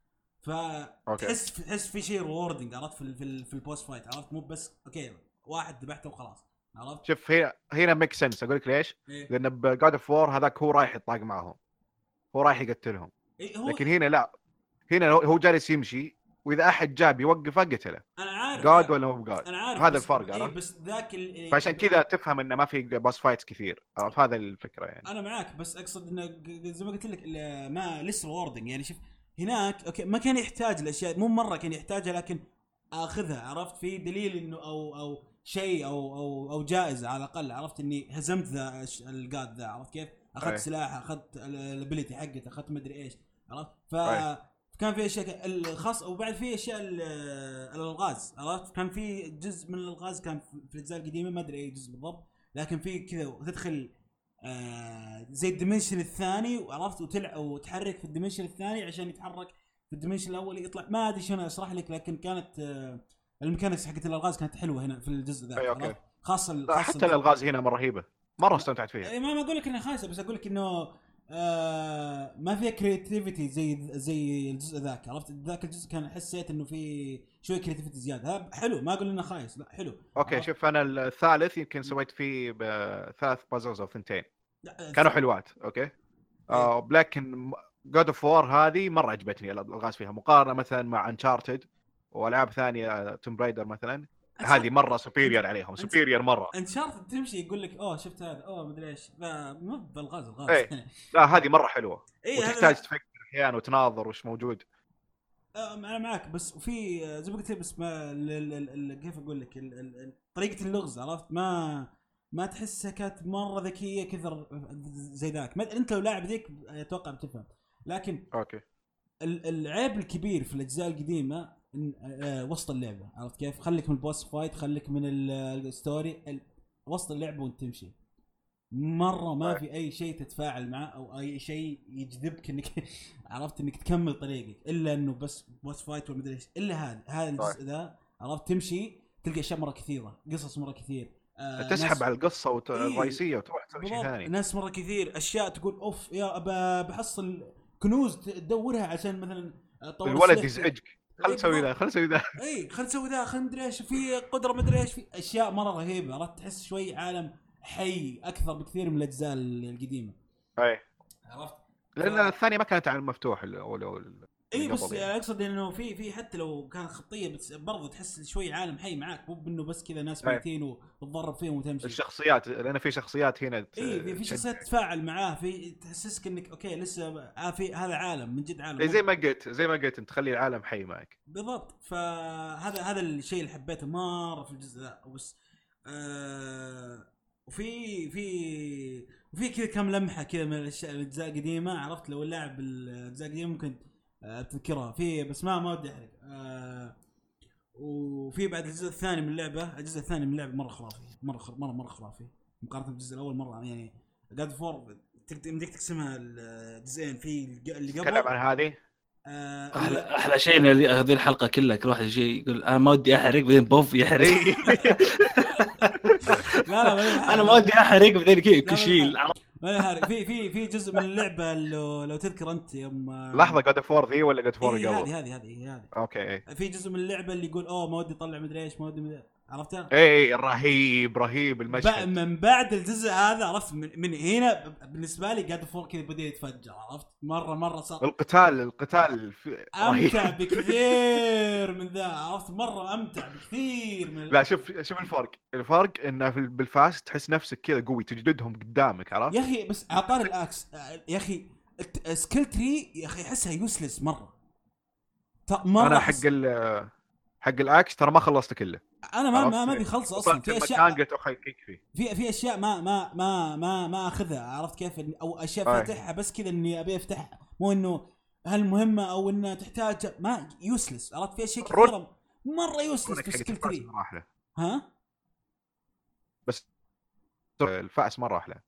فتحس تحس في شيء ريوردنج، عرفت في ال في, ال في البوست فايت، عرفت مو بس اوكي واحد ذبحته وخلاص، عرفت. شوف هنا هنا ميك سنس اقول لك ليش؟ إيه؟ لان بجاد اوف وور هذاك هو رايح يطاق معهم، هو رايح يقتلهم، إيه هو لكن هنا لا، هنا هو- هو جالس يمشي واذا احد جاب يوقفه قتله انا عارف جاد ولا مو جاد. انا عارف هذا بس الفرق، إيه عرفت؟ بس ذاك ال- فعشان كذا تفهم انه ما في باس فايتس كثير، عرفت؟ هذا الفكره يعني. انا معاك بس اقصد انه ق- زي ما قلت لك ال- ما لسه ووردنج يعني. شوف هناك اوكي ما كان يحتاج الاشياء، مو مره كان يحتاجها، لكن اخذها، عرفت. في دليل انه او او شيء او او او جائزه على الاقل، عرفت اني هزمت ذا الش- الجاد ذا، عرفت كيف. اخذت أي. سلاح، اخذت الابيليتي حقته، اخذت مدري ايش، عرفت. ف أي. كان في اشياء الخاص، وبعد في اشياء ال- الالغاز، عرفت. كان في جزء من الالغاز كان في الاجزاء القديمه ما ادري اي جزء بالضبط، لكن في كذا تدخل آه زي الديمنشن الثاني، وعرفت وتلع وتحرك في الديمنشن الثاني عشان يتحرك في الديمنشن الاول يطلع. ما ادري شلون اشرح لك، لكن كانت آه الميكانكس حقت الالغاز كانت حلوه هنا في الجزء ذا، أي أوكي. عرفت؟ خاصه لا خاصه حتى الالغاز هنا مره رهيبه، مره استمتعت فيها. إيه، ما ما اقول لك انها خايسه، بس اقول لك انه آه ما فيها كرياتيفيتي زي زي الجزء ذاك، عرفت. ذاك الجزء كان حسيت انه في شوي كرياتيفيتي زياده. هذا حلو، ما اقول انه خايس، لا حلو. اوكي عرفت؟ شوف انا الثالث يمكن سويت فيه بثلاث بازلز او ثنتين لا، كانوا حلوات اوكي. آه لكن جود اوف وور هذه مره عجبتني الالغاز فيها مقارنه مثلا مع انشارتد والعاب ثانيه توم برايدر مثلا. هذه مره سوبيريور عليهم، أنت- سوبيريور مره. انت شرط تمشي يقول لك اوه شفت هذا اوه مدري ايش، لا مو بالغاز الغاز ايه لا هذه مره حلوه اي وتحتاج هذا تفكر احيانا وتناظر وش موجود. آه، انا معك، بس وفي آه، زي ما قلت لك، بس ما ال- ال- ال- ال- كيف اقول لك ال- ال- ال- طريقه اللغز، عرفت؟ ما ما تحسها كانت مره ذكيه كثر زي ذاك. ما انت لو لاعب ذيك اتوقع بتفهم، لكن اوكي ال- العيب الكبير في الاجزاء القديمه إن آه، وسط اللعبه، عرفت كيف؟ خليك من البوس فايت، خليك من ال- الستوري، ال- وسط اللعبه وانت تمشي مره ما طيب. في اي شيء تتفاعل معه او اي شيء يجذبك انك عرفت انك تكمل طريقك، الا انه بس بوس فايت ومدري ايش. الا هذا هذا الجزء طيب. ذا، عرفت؟ تمشي تلقى اشياء مره كثيره، قصص مره كثير، آه تسحب ناس- على القصه وت... إيه. الرئيسيه وتروح تسوي شيء بالضبط، ثاني. ناس مره كثير، اشياء تقول اوف يا ب- بحصل كنوز تدورها عشان مثلا اطور الولد أسلحتي. يزعجك، خل إيه نسوي ذا بالضبط. خل نسوي ذا. اي خل نسوي ذا، خل ندري ايش في قدره مدري ايش، في اشياء مره رهيبه، عرفت؟ تحس شوي عالم حي اكثر بكثير من الاجزاء القديمه، اي عرفت؟ لان ف- الثانيه ما كانت على المفتوح ال- او لو اي بس اقصد انه في في حتى لو كان خطيه بس برضه تحس شوي عالم حي معاك، مو بانه بس كذا ناس أي. ميتين وتضرب فيهم وتمشي. الشخصيات، لان في شخصيات هنا ت- اي في في تشجع. شخصيات تتفاعل معاه، في تحسسك انك اوكي لسه آه في هذا عالم من جد عالم. إيه زي ما قلت زي ما قلت انت تخلي العالم حي معك. بالضبط، فهذا هذا الشيء اللي حبيته مره في الجزء ذا. بس آه وفي في وفي كذا كم لمحه كذا من الاشياء الاجزاء القديمه، عرفت؟ لو اللاعب الاجزاء القديمه ممكن آه تذكرها في، بس ما ما ودي احرق. آه وفي بعد الجزء الثاني من اللعبه، الجزء الثاني من اللعبه مره خرافي، مره خر... مره مره خرافي مقارنه بالجزء الاول. مره يعني جاد فور تقدر بدك تقسمها الجزئين، في الج- اللي تكلم قبل عن هذه. آه احلى احلى شيء إن هذه الحلقه كلها كل واحد يجي يقول انا ما ودي احرق بعدين بوف يحرق. لا لا ما انا ما ودي احرق بعدين كذا لا، كشيل. ما يحرق. في في في جزء من اللعبه لو, لو تذكر انت يوم آه، لحظه جود فور ذي ولا جود فور إيه قبل؟ هذه هذه هذه هذه اوكي ايه في جزء من اللعبه اللي يقول اوه ما ودي اطلع مدري ايش، ما ودي مدري، عرفتها؟ ايه رهيب رهيب ب- المشهد. من بعد الجزء هذا، عرفت؟ من, من هنا بالنسبه لي قاعد فور كذا بدا يتفجر، عرفت؟ مره مره صار القتال القتال في- رهيب. امتع بكثير من ذا، عرفت؟ مره امتع بكثير من لا شوف شوف الفرق الفرق انه في بالفاس تحس نفسك كذا قوي تجلدهم قدامك، عرفت؟ يا اخي بس اعطاني الاكس آه، يا اخي الت- سكيل تري يا اخي احسها يوسلس مره. ت- مره انا حق حق ال حق الاكس ترى ما خلصت كله. انا ما ما, عرفت؟ ما بيخلص اصلا. وصلت في المكان اشياء قلت اخي يكفي. في في اشياء ما ما ما ما ما اخذها، عرفت كيف؟ إن- او اشياء أي. فاتحها بس كذا اني ابي افتحها، مو انه هل مهمه او انها تحتاج، ما يوسلس، عرفت؟ في اشياء رد. كثيره مره يوسلس في حق سكيل الفاس تري. مره احلى، ها بس الفاس مره احلى.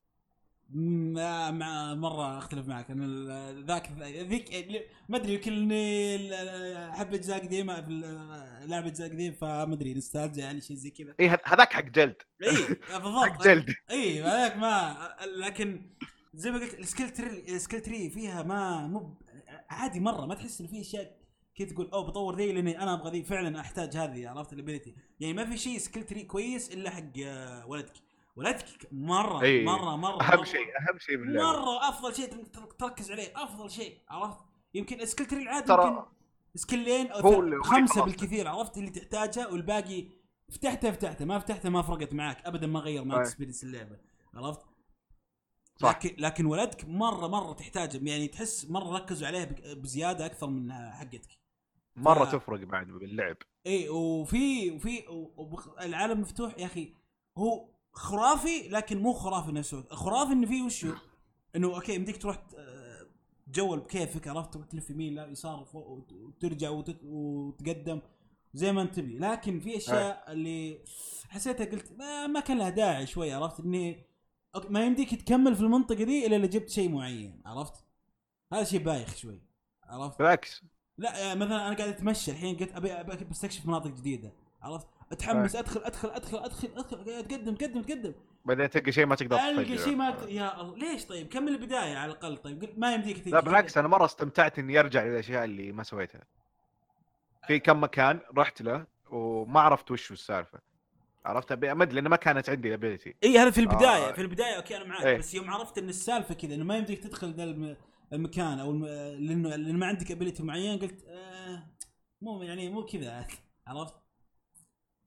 ما مع مره اختلف معك. انا ال- ذاك ذيك ما ادري، يمكن اني ال- احب اجزاء قديمه في ال- لعبه اجزاء قديم، فما ادري نستالجيا يعني شيء زي كذا. ايه هذاك حق جلد. اي حق بالضبط جلد. اي هذاك ما، لكن زي ما قلت السكيل تري السكيل تري فيها ما مو عادي مره، ما تحس انه في اشياء كذا تقول اوه بطور ذي لاني انا ابغى ذي فعلا احتاج هذه، عرفت؟ الابيلتي يعني ما في شيء سكيل تري كويس الا حق آه، ولدك ولدك مره أي. مره مره اهم مرة شيء اهم شيء باللعبه مره افضل شيء تر- تركز عليه، افضل شيء، عرفت؟ يمكن السكيل تري العادي ترى يمكن سكيلين او هو ث- اللي- خمسه خلاص. بالكثير، عرفت؟ اللي تحتاجها، والباقي فتحته فتحته ما فتحته ما فرقت معك ابدا، ما غير معك أي. اكسبيرينس اللعبه، عرفت؟ صح. لكن لكن ولدك مره مره تحتاجه، يعني تحس مره ركزوا عليه بك- بزياده اكثر من حقتك. مره ف- تفرق بعد باللعب. اي وفي وفي وبخ- العالم مفتوح يا اخي، هو خرافي لكن مو خرافي نفسه. خرافي انه فيه وشو انه اوكي يمديك تروح آه، تجول بكيفك، عرفت؟ تروح تلف يمين لا يسار فوق وت- وترجع وتت- وتقدم زي ما انت تبي. لكن في اشياء اللي حسيتها قلت ما, ما كان لها داعي شوي، عرفت؟ اني أوكي، ما يمديك تكمل في المنطقه دي الا اذا جبت شيء معين، عرفت؟ هذا شيء بايخ شوي، عرفت؟ بالعكس لا يعني مثلا انا قاعد اتمشى الحين قلت ابي ابي بستكشف مناطق جديده، عرفت؟ اتحمس ادخل ادخل ادخل ادخل ادخل اتقدم تقدم تقدم بعدين تلقى شيء ما تقدر القى تفجره. شيء ما أقدر- يا الله ليش؟ طيب كمل البدايه على الاقل. طيب قلت ما يمديك تيجي لا بالعكس انا مره استمتعت اني ارجع للاشياء اللي ما سويتها. في كم مكان رحت له وما عرفت وش السالفه، عرفت؟ ما ادري لانه ما كانت عندي الابيلتي. اي هذا في البدايه آه. في البدايه اوكي انا معك. إيه. بس يوم عرفت ان السالفه كذا انه ما يمديك تدخل ذا الم- المكان او الم... لانه لأن ما عندك ابيلتي معين، قلت آه مو يعني مو كذا عرفت؟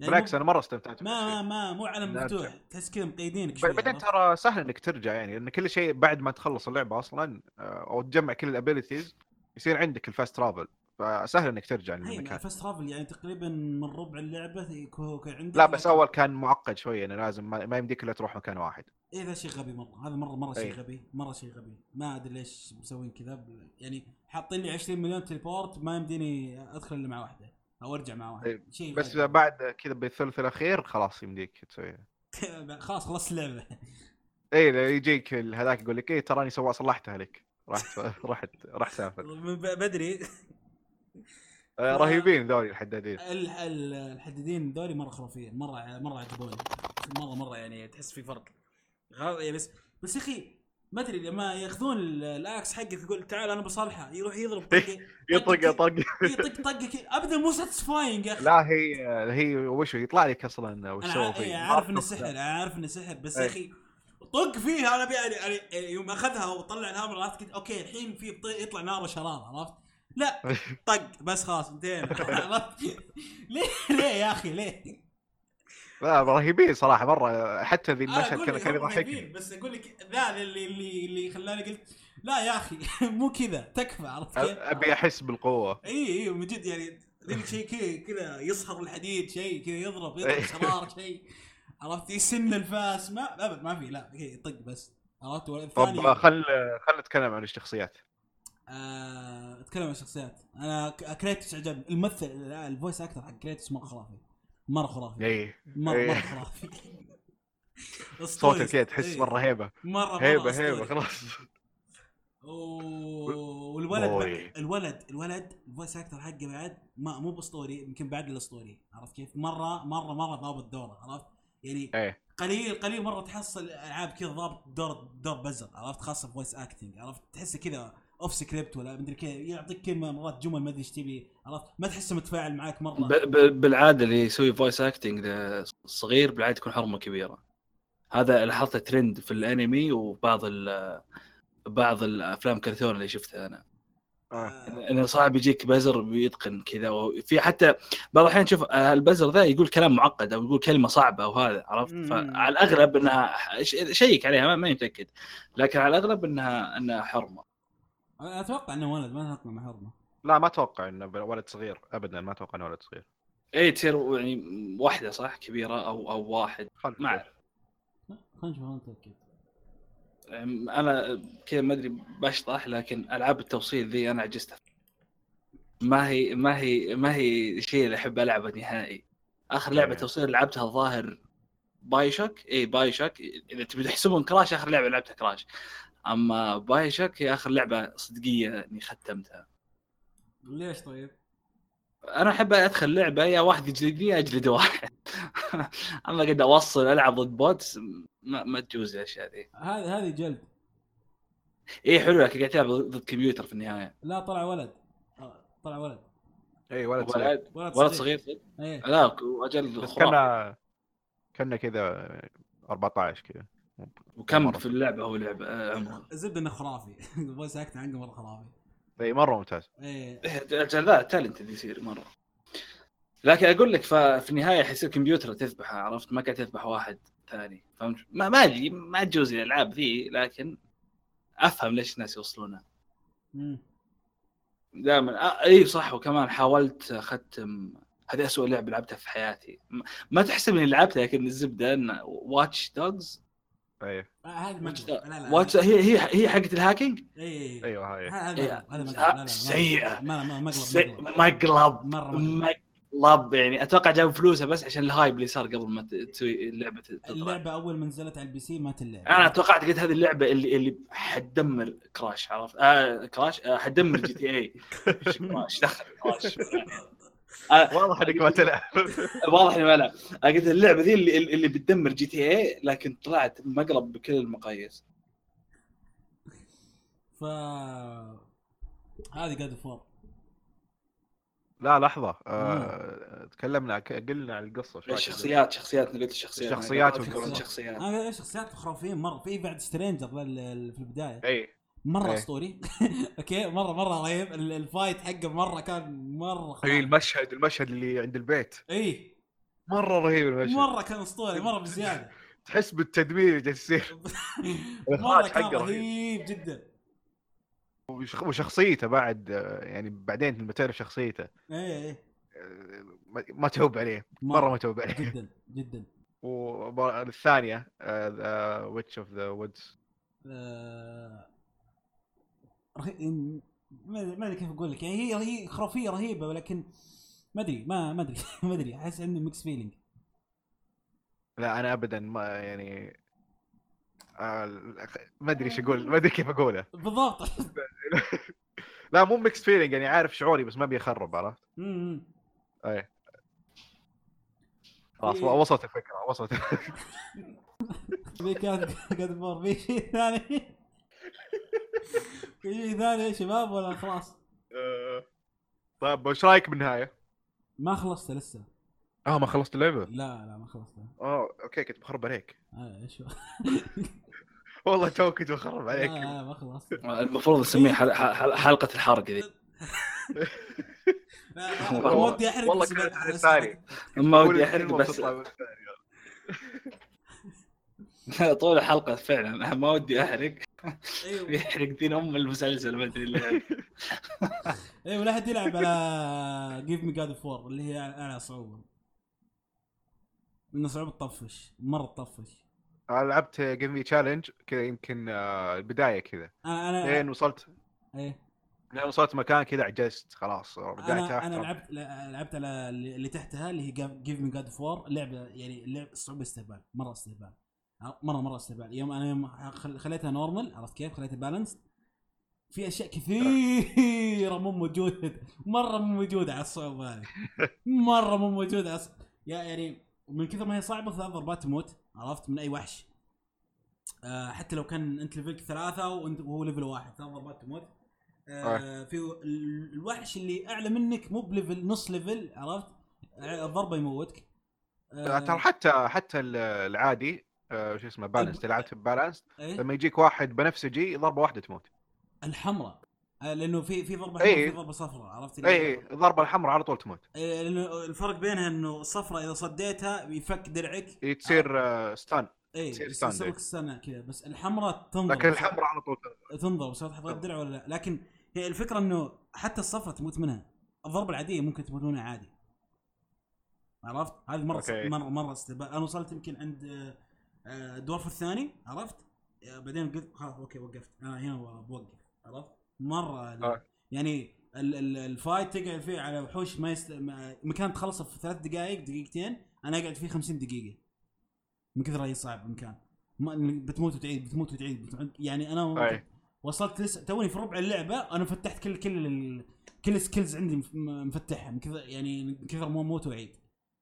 يعني بالعكس مو... انا مره استمتعت ما ما, ما مو عالم مفتوح، تحس كذا مقيدينك شوي. بعدين ترى سهل انك ترجع، يعني ان كل شيء بعد ما تخلص اللعبه اصلا او تجمع كل الابيليتيز يصير عندك الفاست ترافل، فسهل انك ترجع للمكان. الفاست ترافل يعني تقريبا من ربع اللعبه يكون عندك. لا بس اول كان معقد شويه، يعني لازم ما, ما يمديك الا تروح مكان واحد. ايه ذا شيء غبي مره، هذا مره مره شيء أيه. غبي، مره شيء غبي، ما ادري ليش مسوين كذا. يعني حاطين لي عشرين مليون تليبورت ما يمديني ادخل الا مع واحده او ارجع مع واحد. أيه. شيء بس غبي. بعد كذا بالثلث الاخير خلاص يمديك تسويها. خلاص خلصت اللعبه. اي يجيك هذاك يقول لك ايه تراني سوا صلحتها لك، رحت رحت راح سافر. بدري. رهيبين ذولي الحدادين. الحدادين ذولي مره خرافيين، مره مره عجبوني مره مره، يعني تحس في فرق. بس بس يا اخي ما ادري لما ياخذون الاكس حقك يقول تعال انا بصالحه، يروح يضرب طقه يطق طق يطق طقه ابدا مو ساتسفاينج يا اخي. لا هي هي وش يطلع لك اصلا وش سوى فيه. عارف انه سحر، عارف انه سحر، بس يا اخي طق فيها. انا يعني يوم اخذها وطلع الهامر عرفت كنت اوكي الحين في يطلع نار وشراره، عرفت؟ لا طق بس خلاص انتهينا. ليه ليه يا اخي ليه؟ لا رهيبين صراحه مره، حتى ذي المشهد كان كان يضحكني. بس اقول لك ذا اللي اللي اللي خلاني قلت لا يا اخي مو كذا تكفى، عرفت كيف؟ ابي احس بالقوه. اي اي من جد يعني ذي شيء كذا كذا يصهر الحديد، شيء كذا يضرب يضرب شرار شيء، عرفت؟ يسن الفاس ما ابد ما في، لا يطق بس، عرفت؟ والثاني طب خل خل نتكلم عن الشخصيات. آه، اتكلم عن الشخصيات. انا كريتوس عجبني الممثل، الفويس اكتر حق كريتوس مره خرافي، مره خرافي. اي مره مره خرافي. صوته كذا تحس مره هيبه، مره هيبه هيبه خلاص. والولد الولد الولد الفويس اكتر حقه بعد ما مو باسطوري، يمكن بعد الاسطوري، عرفت كيف؟ مره مره مره ضابط دوره، عرفت يعني؟ ايه. قليل قليل مره تحصل العاب كذا ضابط دور دور بزر، عرفت؟ خاصه فويس اكتنج، عرفت؟ تحسه كذا اوف سكريبت ولا مدري كيف، يعطيك كلمه مرات جمل ما ادري ايش تبي، عرفت؟ ما تحسه متفاعل معاك مره. بالعاده اللي يسوي فويس اكتنج صغير بالعاده يكون حرمه كبيره. هذا لاحظته ترند في الانمي وبعض ال بعض الافلام كرتون اللي شفتها انا. آه. انه صعب يجيك بزر بيتقن كذا، وفي حتى بعض الاحيان تشوف البزر ذا يقول كلام معقد او يقول كلمه صعبه وهذا، عرفت؟ فعلى الاغلب انها شيك عليها ما متاكد، لكن على الاغلب انها انها حرمه. اتوقع انه ولد، ما اتوقع انه حرمه. لا ما اتوقع انه ولد صغير ابدا، ما اتوقع انه ولد صغير. اي تصير يعني واحده صح كبيره او او واحد ما اعرف. خلينا نشوف نتاكد. انا كذا ما ادري بشطح، لكن العاب التوصيل ذي انا عجزت، ما هي ما هي ما هي الشيء اللي احب العبه نهائي. اخر لعبه توصيل لعبتها الظاهر بايشوك. اي بايشوك اذا تبي تحسبون كراش، اخر لعبه لعبتها كراش. اما بايشوك هي اخر لعبه صدقيه اني ختمتها. ليش طيب؟ انا احب ادخل لعبه يا واحد يجلدني اجلد واحد. اما قد اوصل العب ضد بوتس ما ما تجوز الاشياء ذي. هذه هذه جلد. ايه حلو لك قاعد تلعب ضد كمبيوتر في النهايه. لا طلع ولد، طلع ولد. اي ولد صغير. ولد, ولد صغير, صغير. ايه. لا اجل كنا كنا كذا أربعة عشر كذا. وكم في اللعبه هو لعبه عمره زد انه خرافي. الفويس اكت عنده مره خرافي. اي مره ممتاز. ايه لا تالنت اللي يصير مره. لكن اقول لك في النهايه حيصير كمبيوتر تذبحه، عرفت؟ ما قاعد تذبح واحد ثاني، فهمت؟ ما ما ادري ما تجوز الالعاب ذي، لكن افهم ليش الناس يوصلونها. امم دائما آه اي صح. وكمان حاولت اختم، هذه اسوء لعبه لعبتها في حياتي، ما تحسب اني لعبتها، لكن الزبده ان واتش دوجز. ايوه هذه واتش هي هي هي حقه الهاكينج. اي ايوه هاي هذا هذا سيئه، ما ما مقلب مقلب مقلب يعني. اتوقع جابوا فلوسها بس عشان الهايب اللي صار قبل ما تسوي اللعبه تطلع. اللعبه اول ما نزلت على البي سي ما تلعب. انا توقعت قلت هذه اللعبه اللي اللي حتدمر كراش، عرفت؟ آه كراش آه حتدمر جي تي اي. ايش دخل كراش؟ واضح انك ما تلعب. واضح اني ما العب. قلت اللعبه ذي اللي اللي بتدمر جي تي اي، لكن طلعت مقلب بكل المقاييس. ف هذه قاعد فور. لا لحظه آه... تكلمنا قلنا عن القصه شوي. الشخصيات شخصيات قلت الشخصيات الشخصيات والشخصيات انا شخصيات خرافيين مره. في بعد سترينجر في البدايه اي مره اسطوري. اوكي مره مره رهيب. الفايت حقه مره كان مره خرافي. المشهد المشهد اللي عند البيت اي مره رهيب المشهد، مره كان اسطوري مره بزياده. تحس بالتدمير اللي جالس يصير. مره الإخراج كان حقه رهيب. رهيب جدا. وش- وشخصيته بعد آه، يعني بعدين لما تعرف شخصيته ايه ايه آه، ما- ما تهوب عليه مره، ما تهوب عليه. جدا جدا. والثانيه ويتش اوف ذا وودز آه، رهي- ما ما ادري كيف اقول لك، يعني هي هي خرافيه رهيبه، ولكن ما ادري ما ما ادري ما ادري احس عندي ميكس فيلينج. لا انا ابدا ما يعني آه، ما ادري ايش اقول، ما ادري كيف اقوله. بالضبط. لا مو ميكس فيلينج، يعني عارف شعوري بس ما بيخرب، عرفت؟ امم اي خلاص في- وصلت الفكره، وصلت. في كان قد مر في شيء ثاني. في شيء ثاني يا شباب ولا خلاص؟ آه، طيب وش رايك بالنهايه؟ ما خلصت لسه. اه ما خلصت اللعبه؟ لا لا ما خلصت. اه اوكي كنت بخرب عليك. آه ايش هو؟ والله تو كنت بخرب لا عليك. لا ما خلصت. المفروض نسميه حل... حل... حلقه الحرق ذي. لا لا ما ودي احرق والله بس كانت بعد- على لساني. ما ودي احرق بس تطلع من لساني. طول الحلقه فعلا ما ودي احرق. ايوه بيحرق دين ام المسلسل ما ادري ليه. ايوه لا حد يلعب على جيف مي جاد فور اللي هي اعلى صعوبه، انه صعوبه تطفش مره تطفش. انا لعبت جيم مي تشالنج كذا يمكن آه، البدايه كذا انا انا لين وصلت ايه لين وصلت مكان كذا عجزت خلاص رجعت انا تحت. انا لعبت لعبت على اللي تحتها اللي هي جيف مي جاد فور. لعبه يعني اللعبه الصعوبه استهبال مره استهبال مره مره استهبال. يوم انا يوم خل- خليتها نورمال، عرفت كيف؟ خليتها بالانس، في اشياء كثيره مو موجوده، مره مو موجوده على الصعوبه هذه، مره مو موجوده على الص- يا يعني من كثر ما هي صعبه ثلاث ضربات تموت، عرفت؟ من اي وحش. آه حتى لو كان انت ليفلك ثلاثة وانت وهو ليفل واحد ثلاث ضربات تموت. آه في ال- الوحش اللي اعلى منك مو بليفل نص ليفل، عرفت؟ آه، الضربه يموتك. آه، ترى حتى حتى ال- العادي آه، شو اسمه بالانس، لعبت بالانس إيه؟ لما يجيك واحد بنفسجي ضربه واحده تموت. الحمراء آه لانه في في ضربه حمراء إيه. وفي ضربه صفراء، عرفت؟ اي اي الضربه الحمراء على طول تموت. آه، لانه الفرق بينها انه الصفراء اذا صديتها بيفك درعك إيه، تصير آه، ستان. اي تصير يصير ستاند. السنه كذا، بس الحمراء تنضرب. لكن الحمراء على طول تنضرب سواء تحط الدرع ولا لا. لكن هي الفكره انه حتى الصفرة تموت منها، الضربه العاديه ممكن تموت منها عادي، عرفت؟ هذه مره أوكي. مره مره استهبال. انا وصلت يمكن عند آه، آه، الدورف الثاني، عرفت؟ آه، بعدين قلت خلاص اوكي وقفت انا هنا بوقف، عرفت؟ مره آه. يعني ال- ال- الفايت تقعد فيه على وحوش ما يست... ما- مكان تخلصه في ثلاث دقائق دقيقتين، انا اقعد فيه خمسين دقيقه من كثر هي صعب المكان. ما بتموت وتعيد بتموت وتعيد بتموت. يعني انا أي. وصلت لسه توني في ربع اللعبه انا فتحت كل كل ال... كل سكيلز عندي مف- مفتحها من كذا، يعني من كثر ما اموت واعيد.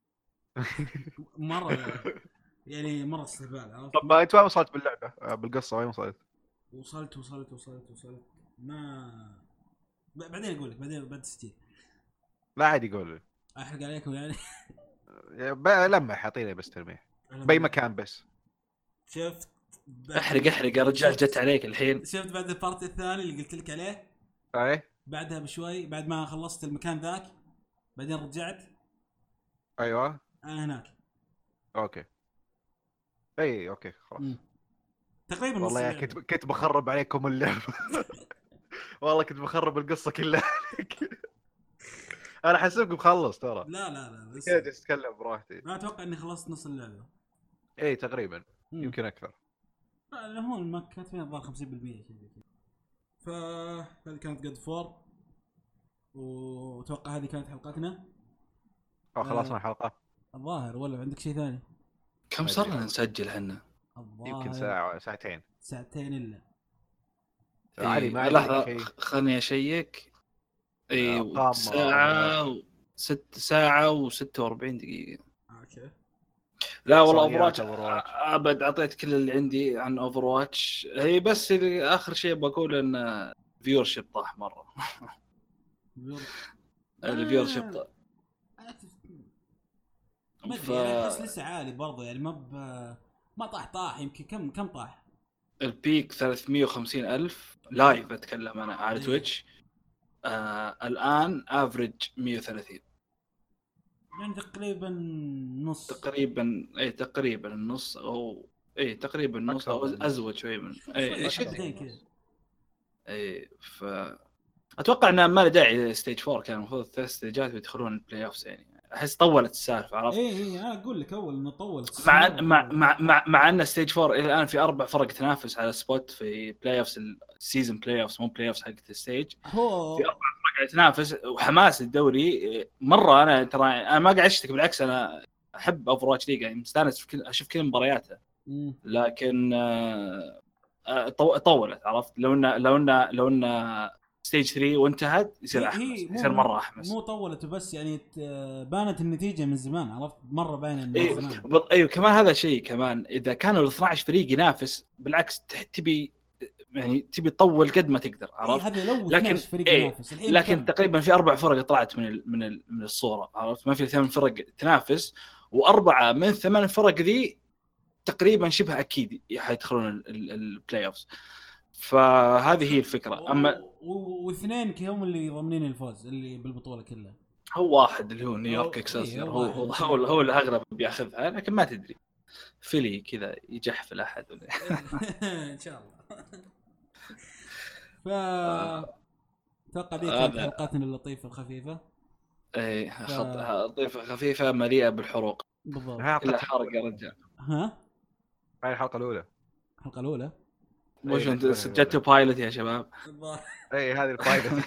مره يعني مره استهبال، عرفت؟ طب انت وين وصلت باللعبه آه، بالقصه وين وصلت؟ وصلت وصلت وصلت وصلت ما ب- بعدين اقول لك بعدين بعد ستين لا عادي قول لي. احرق عليكم يعني. ب- لمح اعطيني بس تلميح باي مكان بس. شفت احرق احرق يا رجال، جت عليك الحين. شفت بعد البارت الثاني اللي قلت لك عليه، اي بعدها بشوي بعد ما خلصت المكان ذاك بعدين رجعت ايوه انا هناك. اوكي اي اوكي خلاص. مم. تقريبا نص والله يا اللعبة. كنت كنت بخرب عليكم اللعبه. والله كنت بخرب القصه كلها. انا حسبك مخلص ترى. لا لا لا كذا لسه. جالس اتكلم براحتي. ما اتوقع اني خلصت نص اللعبه. اي تقريبا مم. يمكن اكثر. لا هو ما كاتبين الظاهر خمسين بالمية شيء زي كذا. فهذه كانت جاد فور، واتوقع هذه كانت حلقتنا اه خلصنا آه. الحلقه. الظاهر، ولا عندك شيء ثاني؟ كم صرنا نسجل احنا؟ الظاهر يمكن ساعه ساعتين. ساعتين الا. علي ما إيه، عندك لحظه شيء. خ- خلني اشيك. اي أرقام، ساعه و... ست ساعه وستة وأربعين دقيقه. اوكي. لا والله إحصائيات اوفر Overwatch. ابد اعطيت كل اللي عندي عن اوفر واتش. هي بس اللي اخر شيء بقول ان فيور شيب طاح مره. الفيور شيب طاح. ما ف- ادري انا احس لسه عالي برضه، يعني ما ب... ما طاح طاح يمكن كم كم طاح. البيك ثلاثمية وخمسين ألف لايف اتكلم انا على إيه. تويتش. آه الان افريج مية وثلاثين. يعني تقريبا نص تقريبا اي تقريبا النص او اي تقريبا النص او أكثر. ازود شوي من اي شوي شيء زي كذا. اي ف اتوقع ان ما له داعي ستيج فور، كان المفروض ثلاث ستيجات ويدخلون البلاي اوفس يعني. احس طولت السالفه عرفت. اي اي انا اقول لك اول انه طولت مع مع مع مع, مع ان ستيج فور الى الان في اربع فرق تنافس على سبوت في بلاي اوفس السيزون بلاي اوفس مو بلاي اوفس حق الستيج. هو في اربع فرق تنافس وحماس الدوري مره. انا ترى انا ما قاعد اشتكي، بالعكس انا احب اوفر واتش ليج يعني، مستانس في كل اشوف كل مبارياته. مم. لكن آه، طولت عرفت. لو ان لو ان لو ان ستيج ثلاثة وانتهت يصير احمس، يصير مره احمس. مو طولت بس يعني بانت النتيجه من زمان عرفت، مره باينه من إيه زمان. ايوه كمان هذا شيء كمان، اذا كانوا ال اثنا عشر فريق ينافس بالعكس تبي يعني تبي تطول قد ما تقدر عرفت. إيه هذا لو لكن فريق إيه ينافس لكن كم؟ تقريبا في اربع فرق طلعت من ال من ال من الصوره عرفت. ما في ثمان فرق تنافس، واربعه من ثمان فرق ذي تقريبا شبه اكيد حيدخلون البلاي اوفز. فهذه هي الفكره. اما واثنين هم اللي ضامنين الفوز اللي بالبطوله كلها. هو واحد اللي هو نيويورك اكسلسيور. إيه هو هو هو, هو الاغلب بياخذها، لكن ما تدري فيلي كذا يجحفل احد ولا ان شاء الله. ف اتوقع ذي كانت حلقاتنا اللطيفه الخفيفه. ايه ف... لطيفه خفيفه مليئه بالحروق. بالضبط كلها حرق يا رجال. ها هاي الحلقه الاولى. الحلقه الاولى مش انت سجلتوا بايلوت يا شباب؟ اي هذه البايلوت.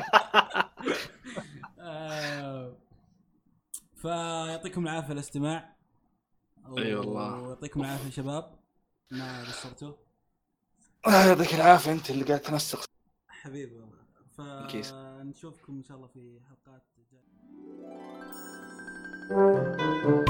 فيعطيكم العافيه الاستماع. اي والله ويعطيكم العافيه شباب ما قصرتوا. يعطيك العافيه انت اللي قاعد تنسق حبيبي والله. فنشوفكم ان شاء الله في حلقات جايه.